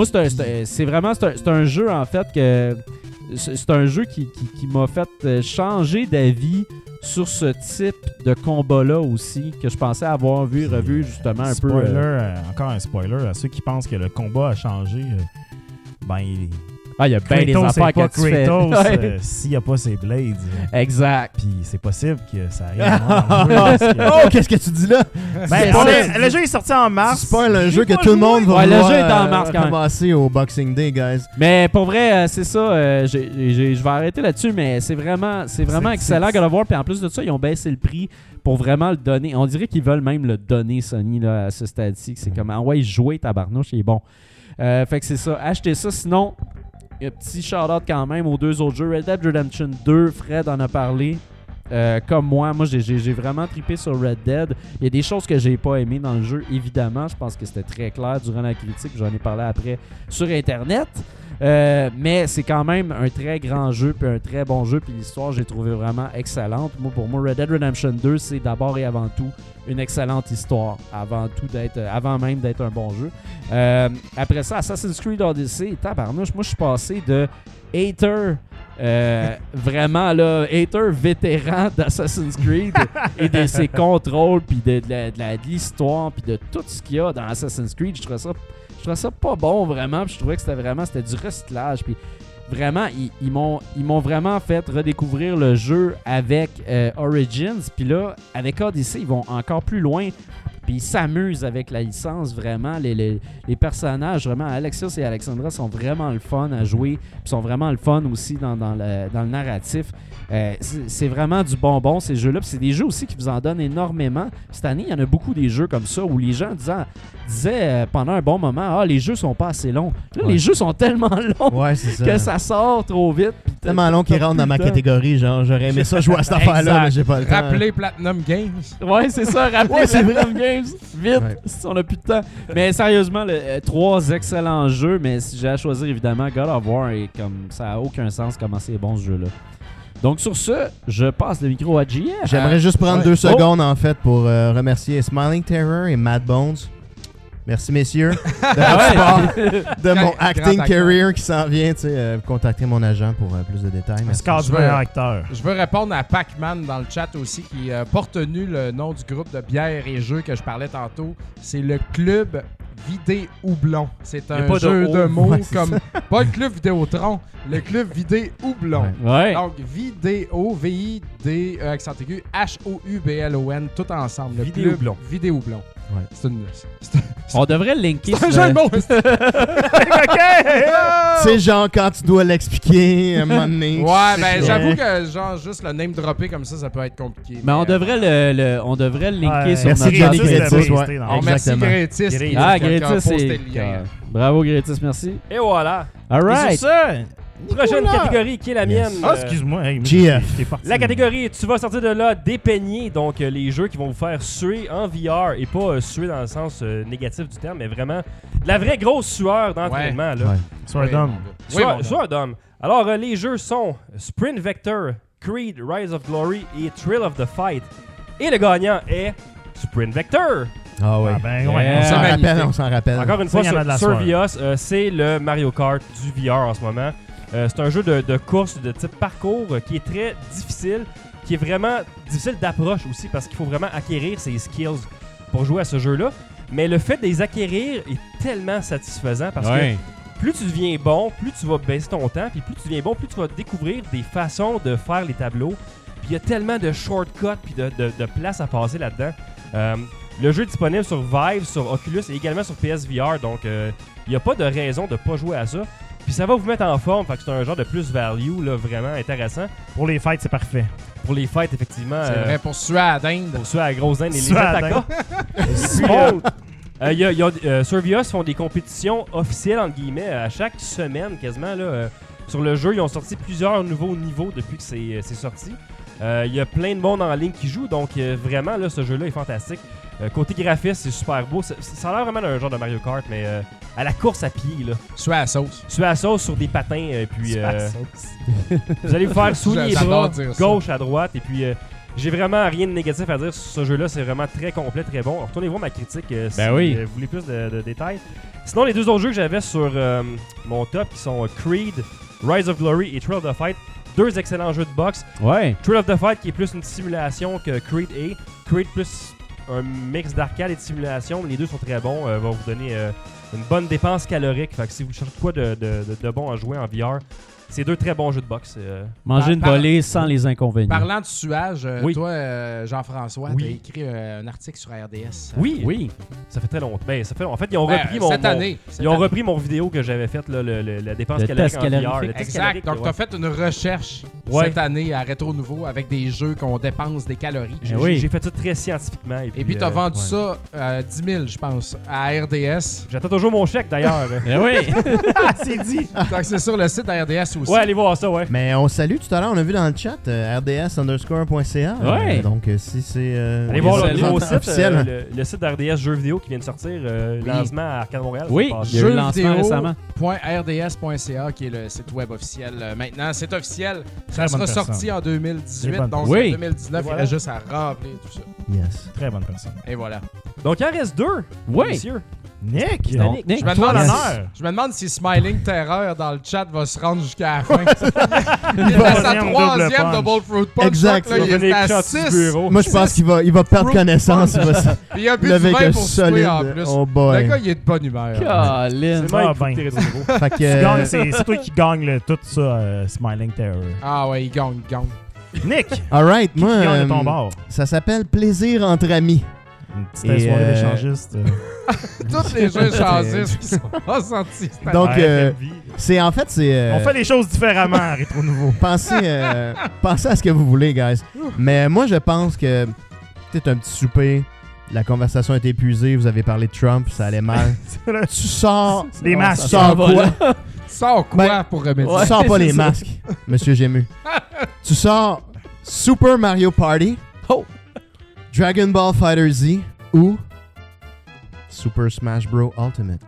c'est un jeu en fait que c'est un jeu qui m'a fait changer d'avis sur ce type de combat-là aussi, que je pensais avoir revu justement un peu. spoiler, encore un spoiler à ceux qui pensent que le combat a changé. Ben, Ah, il y a bien des Kratos, affaires c'est pas que tu fais. Kratos Ouais. s'il n'y a pas ses blades. Exact. Puis c'est possible que ça arrive. Dans le jeu, parce que- Oh, qu'est-ce que tu dis là? Ben, le jeu est sorti en mars. Tu spoil un J'ai jeu que pas tout le joué. monde va Ouais, le vouloir, jeu est en mars quand même. ramasser au Boxing Day, guys. Mais pour vrai, c'est ça. Je vais arrêter là-dessus, mais c'est vraiment excellent God of War. Puis en plus de ça, ils ont baissé le prix pour vraiment le donner. On dirait qu'ils veulent même le donner, Sony, là, à ce stade-ci. C'est comme, ah ouais, jouer tabarnouche, il est bon. Fait que c'est ça. Achetez ça. Sinon, un petit shout-out quand même aux deux autres jeux. Red Dead Redemption 2, Fred en a parlé. Comme moi, j'ai vraiment trippé sur Red Dead. Il y a des choses que j'ai pas aimées dans le jeu, évidemment. Je pense que c'était très clair durant la critique. J'en ai parlé après sur Internet. Mais c'est quand même un très grand jeu, puis un très bon jeu, puis l'histoire, j'ai trouvé vraiment excellente. Pour moi, Red Dead Redemption 2, c'est d'abord et avant tout une excellente histoire, avant même d'être un bon jeu. Après ça, Assassin's Creed Odyssey, tabarnouche, moi je suis passé de hater, vraiment hater vétéran d'Assassin's Creed et de ses contrôles, puis de l'histoire, puis de tout ce qu'il y a dans Assassin's Creed. Je trouvais ça pas bon vraiment, puis je trouvais que c'était du recyclage, puis vraiment ils m'ont vraiment fait redécouvrir le jeu avec Origins, puis là avec Odyssey ils vont encore plus loin Puis ils s'amusent avec la licence, vraiment. Les personnages, vraiment, Alexios et Alexandra sont vraiment le fun à jouer. Puis sont vraiment le fun aussi dans le narratif. C'est vraiment du bonbon, ces jeux-là. Puis c'est des jeux aussi qui vous en donnent énormément. Cette année, il y en a beaucoup des jeux comme ça où les gens disaient pendant un bon moment, les jeux sont pas assez longs. Là, les jeux sont tellement longs que ça sort trop vite. Tellement long qu'ils rentrent dans ma catégorie. Genre, j'aurais aimé ça jouer à cette affaire-là, mais j'ai pas le temps. Rappelez Platinum Games. Ouais, c'est ça, rappelez Platinum Games. Vite, si on a plus de temps. Mais sérieusement, 3 excellents jeux, mais si j'ai à choisir, évidemment, God of War, et comme ça n'a aucun sens comment c'est bon ce jeu-là. Donc sur ce, je passe le micro à JF. J'aimerais juste prendre 2 secondes en fait pour remercier Smiling Terror et Mad Bones. Merci messieurs de mon acting career qui s'en vient. Contactez mon agent pour plus de détails. Je veux répondre à Pac-Man dans le chat aussi qui porte nu le nom du groupe de bière et jeux que je parlais tantôt. C'est le Club Vidé Houblon. C'est un jeu de mots comme pas le Club Vidéotron, le Club Vidé Houblon. Ouais. Donc Vidéo, V-I-D accent aigu, H-O-U-B-L-O-N, tout ensemble. Le Vidé Club Houblon. Vidé Houblon. Ouais. On devrait le linker. C'est un jeu de mots. C'est genre quand tu dois l'expliquer à un moment donné. Ouais, ben j'avoue que genre juste le name dropper comme ça peut être compliqué. Mais on devrait le linker sur merci notre Johnny Grétis. Merci Grétis. Grétis, c'est... Bravo Grétis, merci. Et voilà. All right. Et sur ça, prochaine catégorie qui est la mienne. Excuse-moi. GF. La catégorie, tu vas sortir de là dépeigné, donc les jeux qui vont vous faire suer en VR, et pas suer dans le sens négatif du terme, mais vraiment de la vraie grosse sueur d'entraînement. Sueur d'homme. Alors, les jeux sont Sprint Vector, Creed, Rise of Glory et Thrill of the Fight. Et le gagnant est Sprint Vector. Ah oui. On s'en rappelle. Encore une fois, Survios, c'est le Mario Kart du VR en ce moment. C'est un jeu de course de type parcours qui est très difficile, qui est vraiment difficile d'approche aussi parce qu'il faut vraiment acquérir ses skills pour jouer à ce jeu-là. Mais le fait de les acquérir est tellement satisfaisant parce que plus tu deviens bon, plus tu vas baisser ton temps, puis plus tu deviens bon, plus tu vas découvrir des façons de faire les tableaux. Puis il y a tellement de shortcuts puis de place à passer là-dedans. Le jeu est disponible sur Vive, sur Oculus et également sur PSVR, donc il n'y a pas de raison de ne pas jouer à ça. Puis ça va vous mettre en forme, fait que c'est un genre de plus-value là, vraiment intéressant. Pour les fêtes, c'est parfait. Pour les fêtes, effectivement. C'est vrai, pour suer à la dinde. Pour suer à la grosse dinde et les attaquants. Survios font des compétitions officielles, entre guillemets, à chaque semaine quasiment. Là, sur le jeu, ils ont sorti plusieurs nouveaux niveaux depuis que c'est sorti. Il y a plein de monde en ligne qui joue, donc vraiment, là, ce jeu-là est fantastique. Côté graphiste, c'est super beau. Ça a l'air vraiment d'un genre de Mario Kart, mais à la course à pied, là. Suer à la sauce. Suer à la sauce sur des patins, puis vous allez vous faire souiller les bras gauche à droite, et puis j'ai vraiment rien de négatif à dire sur ce jeu-là. C'est vraiment très complet, très bon. Retournez voir ma critique si vous voulez plus de détails. Sinon, les 2 autres jeux que j'avais sur mon top, qui sont Creed, Rise of Glory et Thrill of the Fight. 2 excellents jeux de boxe. Ouais. Thrill of the Fight qui est plus une simulation que Creed est. Creed plus un mix d'arcade et de simulation. Les 2 sont très bons. Va vous donner une bonne dépense calorique. Fait que si vous cherchez quoi de bon à jouer en VR, c'est 2 très bons jeux de boxe. Manger une volée sans les inconvénients. Parlant de suage, toi, Jean-François, tu as écrit un article sur RDS. Oui. Ça fait très longtemps. En fait, ils ont repris mon vidéo que j'avais faite, la dépense calorique en VR. Exact. Donc, tu as fait une recherche cette année à Rétro Nouveau avec des jeux qu'on dépense des calories. J'ai fait ça très scientifiquement. Et puis tu as vendu ça 10 000, je pense, à RDS. J'attends toujours mon chèque, d'ailleurs. C'est dit. Donc, c'est sur le site de RDS aussi. Ouais, allez voir ça, Mais on salue tout à l'heure, on a vu dans le chat rds_.ca. Donc si c'est allez voir le nouveau site officiel. Le site d'RDS Jeux vidéo qui vient de sortir, lancement à Arcade Montréal. Oui, il y a eu le lancement récemment. .rds.ca qui est le site web officiel. Maintenant, c'est officiel. Ça sera sorti en 2018. Donc en 2019, il reste juste à remplir tout ça. Yes. Très bonne personne. Et voilà. Donc il en reste 2, messieurs. Nick! Je me demande si Smiling Terror dans le chat va se rendre jusqu'à la fin. Il est à sa 3e Double Fruit Punch. Exact. Là, il est à 6. Moi, je pense qu'il va perdre connaissance. Il y a un but de vin pour souper en plus. Oh boy. Le gars, il est de bonne humeur. C'est toi qui gagne tout ça, Smiling Terror. Ah ouais, il gagne. Nick! Alright, moi, ton bord? ça s'appelle Plaisir entre amis. Une petite soirée d'échangistes. Tous les jeux échangistes qui sont ressentis. Donc, c'est en fait, c'est... on fait les choses différemment à Rétro Nouveau. Pensez à ce que vous voulez, guys. Mais moi, je pense que peut-être un petit souper, la conversation est épuisée, vous avez parlé de Trump, ça allait mal. Tu sors... Des masques. Tu sors quoi? Sors quoi pour remédier? Tu sors pas les masques, Monsieur Gému. Tu sors Super Mario Party, Dragon Ball Fighter Z ou Super Smash Bros. Ultimate.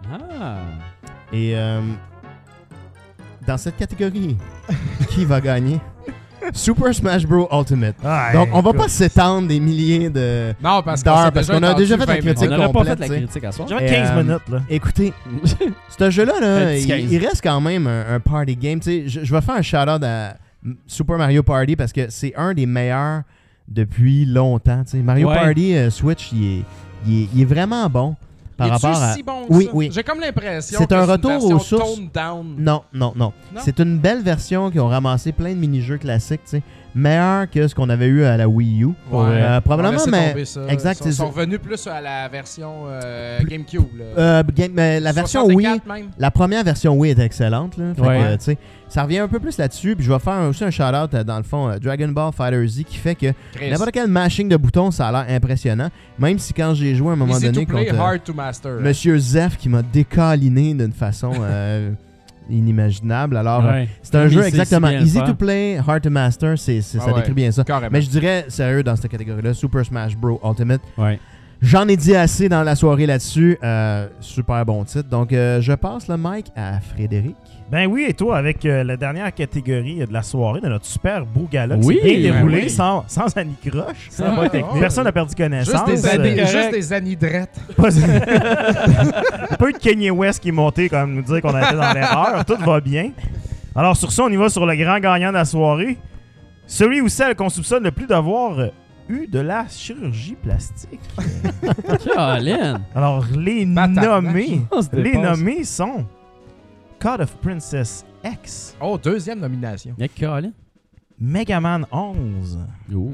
Et dans cette catégorie, qui va gagner? Super Smash Bros. Ultimate. Donc, on va pas s'étendre des milliers de non, parce qu'on a déjà fait la critique complète. On n'aurait pas fait la t'sais. critique à soir. Genre 15 minutes, là. Écoutez, ce jeu-là, là, petit 15. il reste quand même un party game. Je vais faire un shout-out à Super Mario Party parce que c'est un des meilleurs depuis longtemps. T'sais. Mario Party Switch, il est vraiment bon. Par rapport à... si bon oui, ça? oui. J'ai comme l'impression c'est que un c'est retour une version aux sources. toned down. Non. C'est une belle version qui ont ramassé plein de mini-jeux classiques, tu sais, meilleur que ce qu'on avait eu à la Wii U. Probablement, mais exact. Ils sont revenus plus à la version GameCube. La version Wii, même. la première version Wii est excellente. Là. Fait Ouais. que, tu sais, ça revient un peu plus là-dessus. Puis je vais faire aussi un shout-out dans le fond Dragon Ball Fighter Z qui fait que n'importe quel mashing de boutons, ça a l'air impressionnant. Même si quand j'ai joué à un moment donné contre hard to master, Monsieur Zef qui m'a décaliné d'une façon inimaginable. Alors, c'est un jeu exactement easy to play, hard to master. Ça décrit bien ça. Carrément. Mais je dirais, sérieux, dans cette catégorie-là, Super Smash Bros. Ultimate. Ouais. J'en ai dit assez dans la soirée là-dessus. Super bon titre. Donc, je passe le mic à Frédéric. Ben oui, et toi, avec la dernière catégorie de la soirée de notre super beau gala qui Oui, s'est bien déroulé oui. sans anicroche. Ça va technique. Personne n'a perdu connaissance. Juste des anidrettes. Il n'y a pas eu de Kanye West qui est monté comme nous dire qu'on a été dans l'erreur. Tout va bien. Alors sur ça, on y va sur le grand gagnant de la soirée. Celui ou celle qu'on soupçonne le plus d'avoir eu de la chirurgie plastique. Colin. Alors les nommés sont Code of Princess X, Oh, deuxième nomination. Colin. Mega Man 11 Ouh.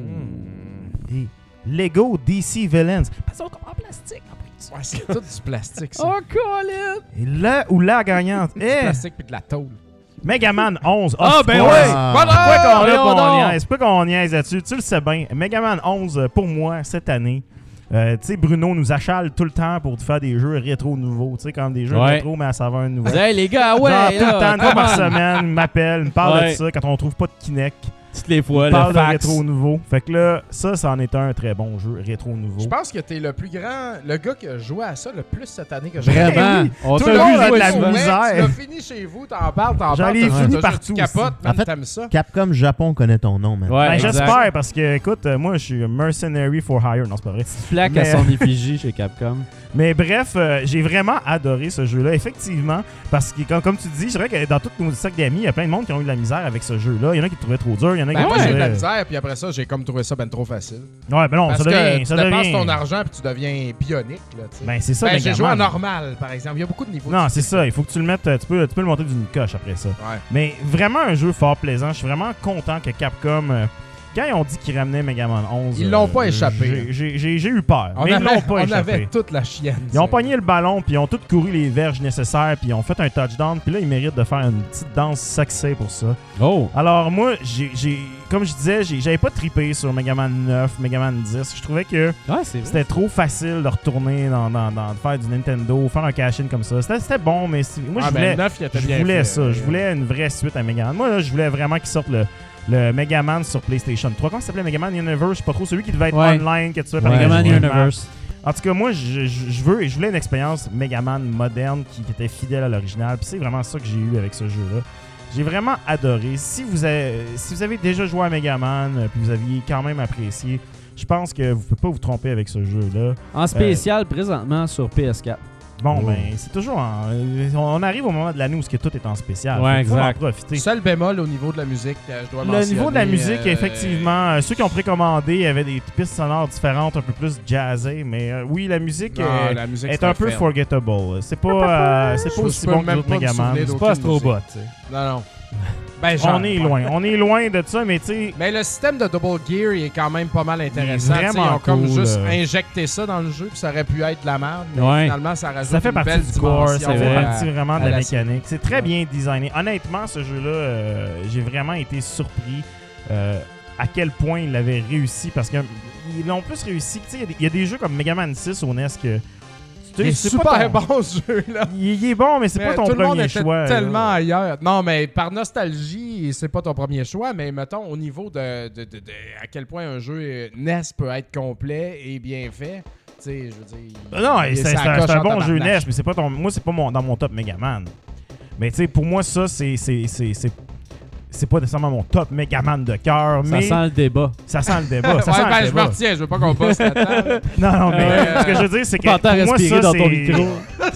et Lego DC Villains. Parce qu'on comprend plastique en plus. Ouais, c'est tout du plastique, ça. Oh, Colin. Et le ou la gagnante Du est plastique puis de la tôle. Mega Man 11. Ah, ben ouais! oui! Pourquoi qu'on niaise là-dessus? Tu le sais bien. Mega Man 11, pour moi, cette année, tu sais, Bruno nous achale tout le temps pour faire des jeux rétro nouveaux. Tu sais, comme des jeux rétro, mais à saveur nouvelle. Hey, les gars, Genre, ouais. tout le temps, une fois par come on. semaine, il m'appelle, il me parle de Ouais. ça quand on trouve pas de Kinect. Toutes les fois, Il le parle de fax. rétro nouveau. Fait que là, ça en est un très bon jeu rétro nouveau. Je pense que t'es le plus grand, le gars qui a joué à ça le plus cette année que j'ai. Vraiment. oui. On Tout t'a le vu monde a jouer de la souvent. misère. Tu l'as fini chez vous, t'en parles. J'en ai t'as fini juste partout du capote, aussi. man, En fait, t'aimes ça. Capcom Japon connaît ton nom, man. Ouais, Ben, exact. j'espère parce que, écoute, moi, je suis mercenary for hire. Non, c'est pas vrai. Plaque à son effigie chez Capcom. Mais bref, j'ai vraiment adoré ce jeu-là, effectivement, parce que comme tu dis, c'est vrai que dans tous nos sacs d'amis, il y a plein de monde qui ont eu de la misère avec ce jeu-là. Il y en a qui le trouvaient trop dur, il y en a qui Ben, moi, j'ai eu de la trouvaient... misère, puis après ça, j'ai comme trouvé ça ben trop facile. Ouais, ben non, Parce ça que devient... tu Ça dépenses devient... ton argent, puis tu deviens bionique, là, tu sais. Ben c'est ça, Ben, Mega j'ai joué en Man. normal, par exemple. Il y a beaucoup de niveaux. Non, c'est ça, il faut que tu le mettes, tu peux le monter d'une coche après ça. Ouais. Mais vraiment un jeu fort plaisant, je suis vraiment content que Capcom... quand ils ont dit qu'ils ramenaient Mega Man 11... Ils l'ont pas échappé. J'ai eu peur, mais ils l'ont pas on échappé. avait toute la chienne. Ils ont pogné le ballon, puis ils ont tous couru les verges nécessaires, puis ils ont fait un touchdown, puis là, ils méritent de faire une petite danse sexy pour ça. Oh. Alors, moi, comme je disais, j'avais pas trippé sur Mega Man 9, Mega Man 10. Je trouvais que Ouais, c'est vrai. c'était trop facile de retourner de faire du Nintendo, faire un cash-in comme ça. C'était bon, mais moi, je voulais, je voulais ça. Je voulais une vraie suite à Mega Man. Moi, là, je voulais vraiment qu'ils sortent le Mega Man sur PlayStation 3. Comment ça s'appelait Mega Man Universe? Je sais pas trop. Celui qui devait être online, que tu fais par Mega Man exemple. Universe. En tout cas, moi, je voulais une expérience Mega Man moderne qui était fidèle à l'original. Puis c'est vraiment ça que j'ai eu avec ce jeu-là. J'ai vraiment adoré. Si vous avez déjà joué à Mega Man, puis vous aviez quand même apprécié, je pense que vous ne pouvez pas vous tromper avec ce jeu-là. En spécial, présentement, sur PS4. Bon, ben, c'est toujours on arrive au moment de l'année où tout est en spécial. Ouais, faut en exact. profiter. Seul bémol au niveau de la musique, je dois Le mentionner. niveau de la musique, effectivement, ceux qui ont précommandé, il y avait des pistes sonores différentes, un peu plus jazzées, mais oui, la musique, la musique est un peu forgettable. C'est pas aussi bon que les autres Mega Man. C'est pas Astrobot. Non, non. Ben, genre, On est loin de ça, mais tu sais... Mais le système de double gear, il est quand même pas mal intéressant. Il est vraiment ils ont comme cool, juste injecté ça dans le jeu, puis ça aurait pu être de la merde, mais Ouais. finalement, ça rajoute Ça fait une partie belle du core, dimension. ça fait partie vraiment de à la la mécanique. C'est très bien designé. Honnêtement, ce jeu-là, j'ai vraiment été surpris à quel point ils l'avaient réussi, parce qu'ils l'ont plus réussi. Tu sais, il y a des jeux comme Mega Man 6 au NES que... Il est super bon, ce jeu-là. Il est bon, mais c'est pas ton tout le monde premier était choix. tellement là. ailleurs. Non, mais par nostalgie, c'est pas ton premier choix, mais mettons, au niveau de à quel point un jeu NES peut être complet et bien fait, tu sais, je veux dire... Non, c'est un bon jeu NES, tabarnak. mais c'est pas ton... Moi, c'est pas dans mon top Megaman. Mais tu sais, pour moi, ça, c'est pas nécessairement mon top Megaman de cœur, mais... Ça sent le débat. Ça sent le débat. Ça Ouais, sent ben, le je me débat. retiens, je veux pas qu'on passe la table. Non, mais ce que je veux dire, c'est que T'entends pour moi, respirer ça, dans ton micro.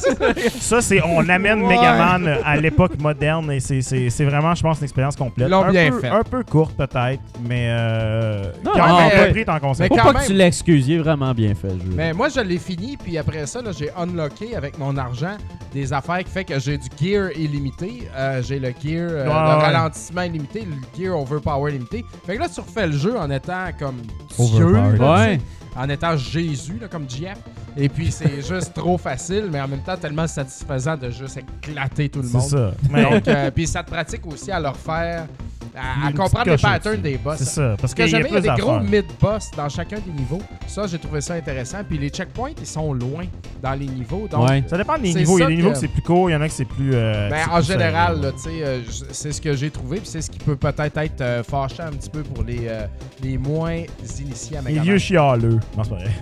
ça, c'est... On amène Ouais. Megaman à l'époque moderne et c'est vraiment, je pense, une expérience complète. Ils l'ont bien fait. Un peu courte, peut-être, mais... Non, quand non, même mais- compris en concept. mais Faut quand pas même- que tu l'excuses, il est vraiment bien fait, le jeu. Mais moi, je l'ai fini, puis après ça, là, j'ai unlocké avec mon argent des affaires qui fait que j'ai du gear illimité. J'ai le gear de ralentissement illimité, le gear overpower limité. Fait que là, tu refais le jeu en étant comme Dieu, Overpowered. là, Ouais. tu sais, en étant Jésus, là, comme GF. Et puis, c'est juste trop facile, mais en même temps, tellement satisfaisant de juste éclater tout le C'est monde. ça. Mais Donc, puis ça te pratique aussi à le refaire, à Une comprendre petite les coche patterns au-dessus. des boss. c'est ça. Parce Ce que qu'il y a j'aimais, il y plus a des gros d'affaires. mid-boss dans chacun des niveaux. Ça, j'ai trouvé ça intéressant. Puis les checkpoints, ils sont loin dans les niveaux. Donc, Ouais. Ça dépend des C'est niveaux. Il y a ça des niveaux que- que c'est plus court, il y en a que c'est plus... ben, c'est en plus général, serré. là, tu sais, c'est ce que j'ai trouvé. Puis c'est ce qui peut peut-être être fâchant un petit peu pour les moins initiés à Les Mega vieux Man. chialeux. Non, c'est pas vrai.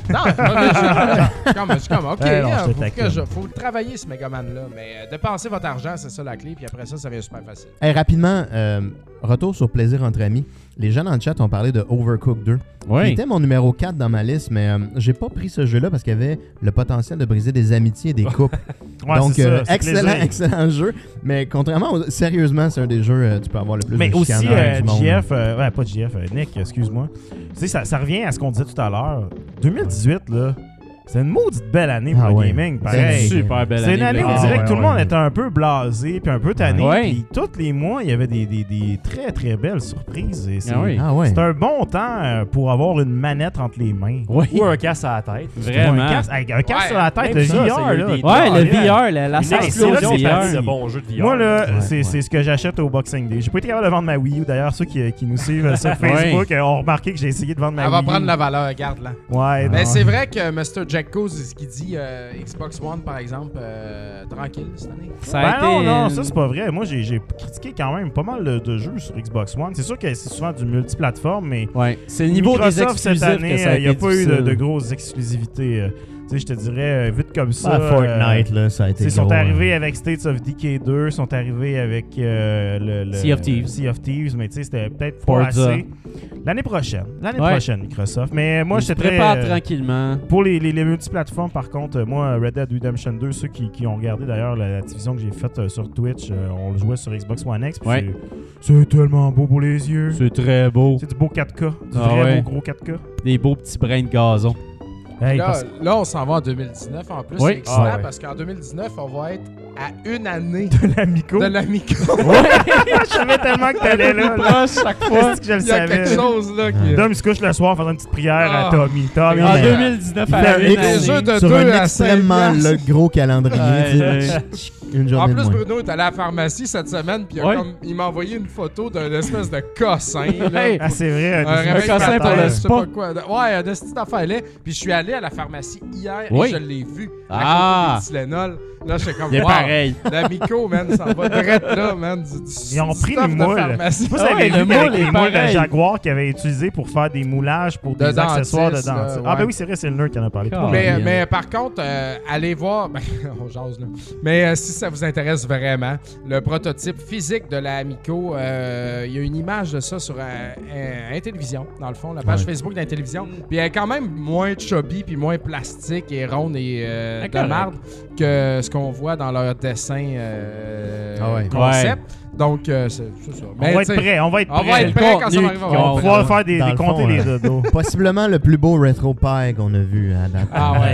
Non, je suis comme, OK, non, hein, je te taquine. faut le travailler, ce Mega Man-là. Mais dépensez votre argent, c'est ça la clé. Puis après ça vient super facile. Hey, rapidement, retour sur Plaisir entre amis. Les gens dans le chat ont parlé de Overcooked 2. Qui Oui. était mon numéro 4 dans ma liste, mais j'ai pas pris ce jeu-là parce qu'il avait le potentiel de briser des amitiés et des couples. Ouais, Donc, c'est ça, c'est plaisir. excellent jeu. Mais contrairement, sérieusement, c'est un des jeux tu peux avoir le plus Mais de aussi, chicaneurs du monde. JF, ouais, pas JF, Nick, excuse-moi. Tu sais, ça revient à ce qu'on disait tout à l'heure. 2018, là, c'est une maudite belle année pour Ah le ouais. gaming. C'est Pareil. Super belle C'est une année où on Black. dirait Ah, que tout le ouais, monde ouais. était un peu blasé puis un peu tanné. Ouais. Puis tous les mois, il y avait des très très belles surprises. Et c'est Ah oui. Ah ouais. c'est un bon temps pour avoir une manette entre les mains. Oui. Ou un casse à la tête. Vraiment. Un casque Ouais, sur la tête, même le ça, VR. c'est là. des- Ouais, le VR, la Une explosion explosion c'est de VR. bons jeux de VR. Moi, là, Ouais, c'est ouais. ce que j'achète au Boxing Day. J'ai pas été capable de vendre ma Wii U. D'ailleurs, ceux qui nous suivent sur Facebook ont remarqué que j'ai essayé de vendre ma Elle Wii va U. prendre la valeur, garde-la. Ouais, Mais non. c'est vrai que Mr. Jacko, c'est ce qu'il dit, Xbox One, par exemple, tranquille cette année. Ça a Ben été non, non, une- ça c'est pas vrai. Moi, j'ai critiqué quand même pas mal de jeux sur Xbox One. C'est sûr que c'est souvent du multiplateforme, mais Ouais, c'est le niveau des Microsoft, cette exclusifs année, que ça a il n'y a été pas eu de difficile. grosses exclusivités. Tu sais, je te dirais, vite comme ça. Ah, Fortnite, là, ça a été Ils sont gros, arrivés avec States of Decay 2, sont arrivés avec le Sea of Thieves. Sea of Thieves, mais tu sais, c'était peut-être pas Forza. assez. L'année prochaine, Ouais. Microsoft. Mais moi, Ils se j'étais très... préparent tranquillement. Pour les multiplateformes, par contre, moi, Red Dead Redemption 2, ceux qui ont regardé d'ailleurs la division que j'ai faite sur Twitch, on le jouait sur Xbox One X. puis Ouais. c'est tellement beau pour les yeux. C'est très beau. C'est du beau 4K, du Ah vrai ouais. beau gros 4K. Des beaux petits brins de gazon. Hey, Là, parce- là, on s'en va en 2019 en plus. Oui. C'est excitant Ah ouais. parce qu'en 2019, on va être à une année l'amico. de l'Amico. Je savais tellement que t'allais là. là. chaque Est-ce que je le Il y a quelque savais? chose là qui Dom, il se couche le soir en faisant une petite prière à Ah. Tommy. Tommy, En mais- 2019, à Il la fait une des année. jeux de sur 2 un à 5 extrêmement piastres. gros calendrier. Ouais, tu sais. ouais. Une En journée de plus, moins. Bruno est allé à la pharmacie cette semaine, puis Ouais. il m'a envoyé une photo d'un espèce de cossin. Là. Hey. Ah, c'est vrai. Un réveil cossin matin, pour le je sais spa. pas quoi. Ouais, un petite affaire là. Puis je suis allé à la pharmacie hier Oui. et je l'ai vu. Ah. À côté des Tylenol. Là, j'étais comme, Il est wow, pareil. l'Amico, man, ça va direct là, man. Ils ont pris stuff les de moules. pharmacie. Vous Ah avez ouais, vu le avec moule les est moules de pareil. Jaguar qu'ils avaient utilisés pour faire des moulages pour des dentiste, accessoires de là, dentiste. Ah ouais. ben oui, c'est vrai, c'est le nerd qui en a parlé. Ah, Mais, bien. mais par contre, allez voir, ben, on jase là. Mais si ça vous intéresse vraiment, le prototype physique de la Amico, il y a une image de ça sur Intellivision, dans le fond, la page Ouais. Facebook d'Intellivision. Puis elle est quand même moins chubby puis moins plastique et ronde et de correct. marde que ce qu'on voit dans leur dessin Ah ouais. concept. Donc, c'est ça. On va être prêt. On va être prêt quand ça va arriver. On va pouvoir faire des compter les dodos. Possiblement le plus beau retro pie qu'on a vu à date.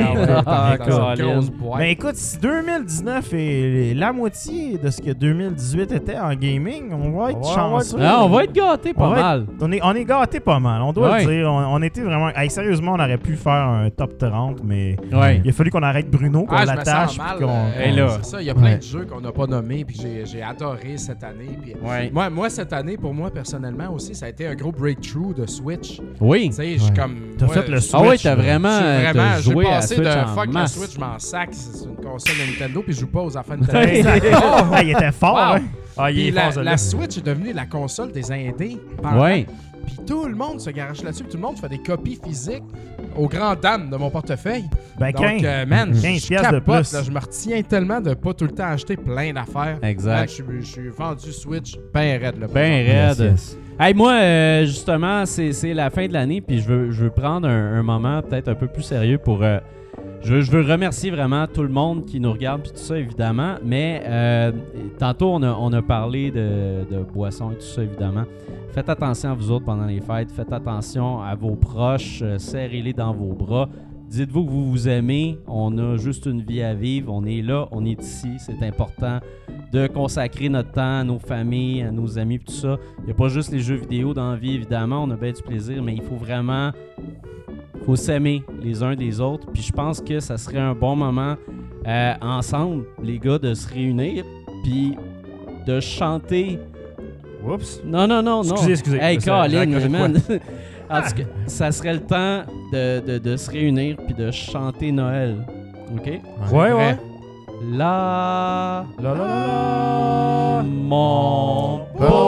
Mais écoute, si 2019 est la moitié de ce que 2018 était en gaming, on va être chanceux. On va être gâtés pas mal. On est gâtés pas mal, on doit le dire. On était vraiment... Hey, sérieusement, on aurait pu faire un top 30, mais il a fallu qu'on arrête Bruno, qu'on l'attache. C'est ça, il y a plein de jeux qu'on n'a pas nommés puis j'ai adoré cette année. Puis moi, cette année, pour moi, personnellement aussi, ça a été un gros breakthrough de Switch. Oui. Tu sais, je suis comme... T'as fait le Switch. Ah oui, t'as vraiment joué à Switch. J'ai passé de fuck la Switch, je m'en sac, c'est une console de Nintendo, puis je joue pas aux affaires de Nintendo. Il était fort, la Switch est devenue la console des indés. Oui. Puis tout le monde se garoche là-dessus, tout le monde fait des copies physiques aux grandes dames de mon portefeuille. Ben, donc, 15 capote, de plus. Là, je me retiens tellement de pas tout le temps acheter plein d'affaires. Exact. Man, je suis vendu Switch ben raide. Ben raide. Hey, moi, justement, c'est la fin de l'année, puis je veux prendre un moment peut-être un peu plus sérieux pour... Je veux remercier vraiment tout le monde qui nous regarde puis tout ça, évidemment. Mais tantôt, on a parlé de boissons et tout ça, évidemment. Faites attention à vous autres pendant les fêtes. Faites attention à vos proches. Serrez-les dans vos bras. Dites-vous que vous vous aimez. On a juste une vie à vivre. On est là, on est ici. C'est important de consacrer notre temps à nos familles, à nos amis et tout ça. Il n'y a pas juste les jeux vidéo dans la vie, évidemment. On a bien du plaisir, mais il faut vraiment... faut s'aimer les uns des autres. Puis je pense que ça serait un bon moment ensemble, les gars, de se réunir puis de chanter. Oups. Non. Excusez. Hey, Colin, man. En tout cas, ça serait le temps de se réunir puis de chanter Noël. OK? Ouais. La La. mon beau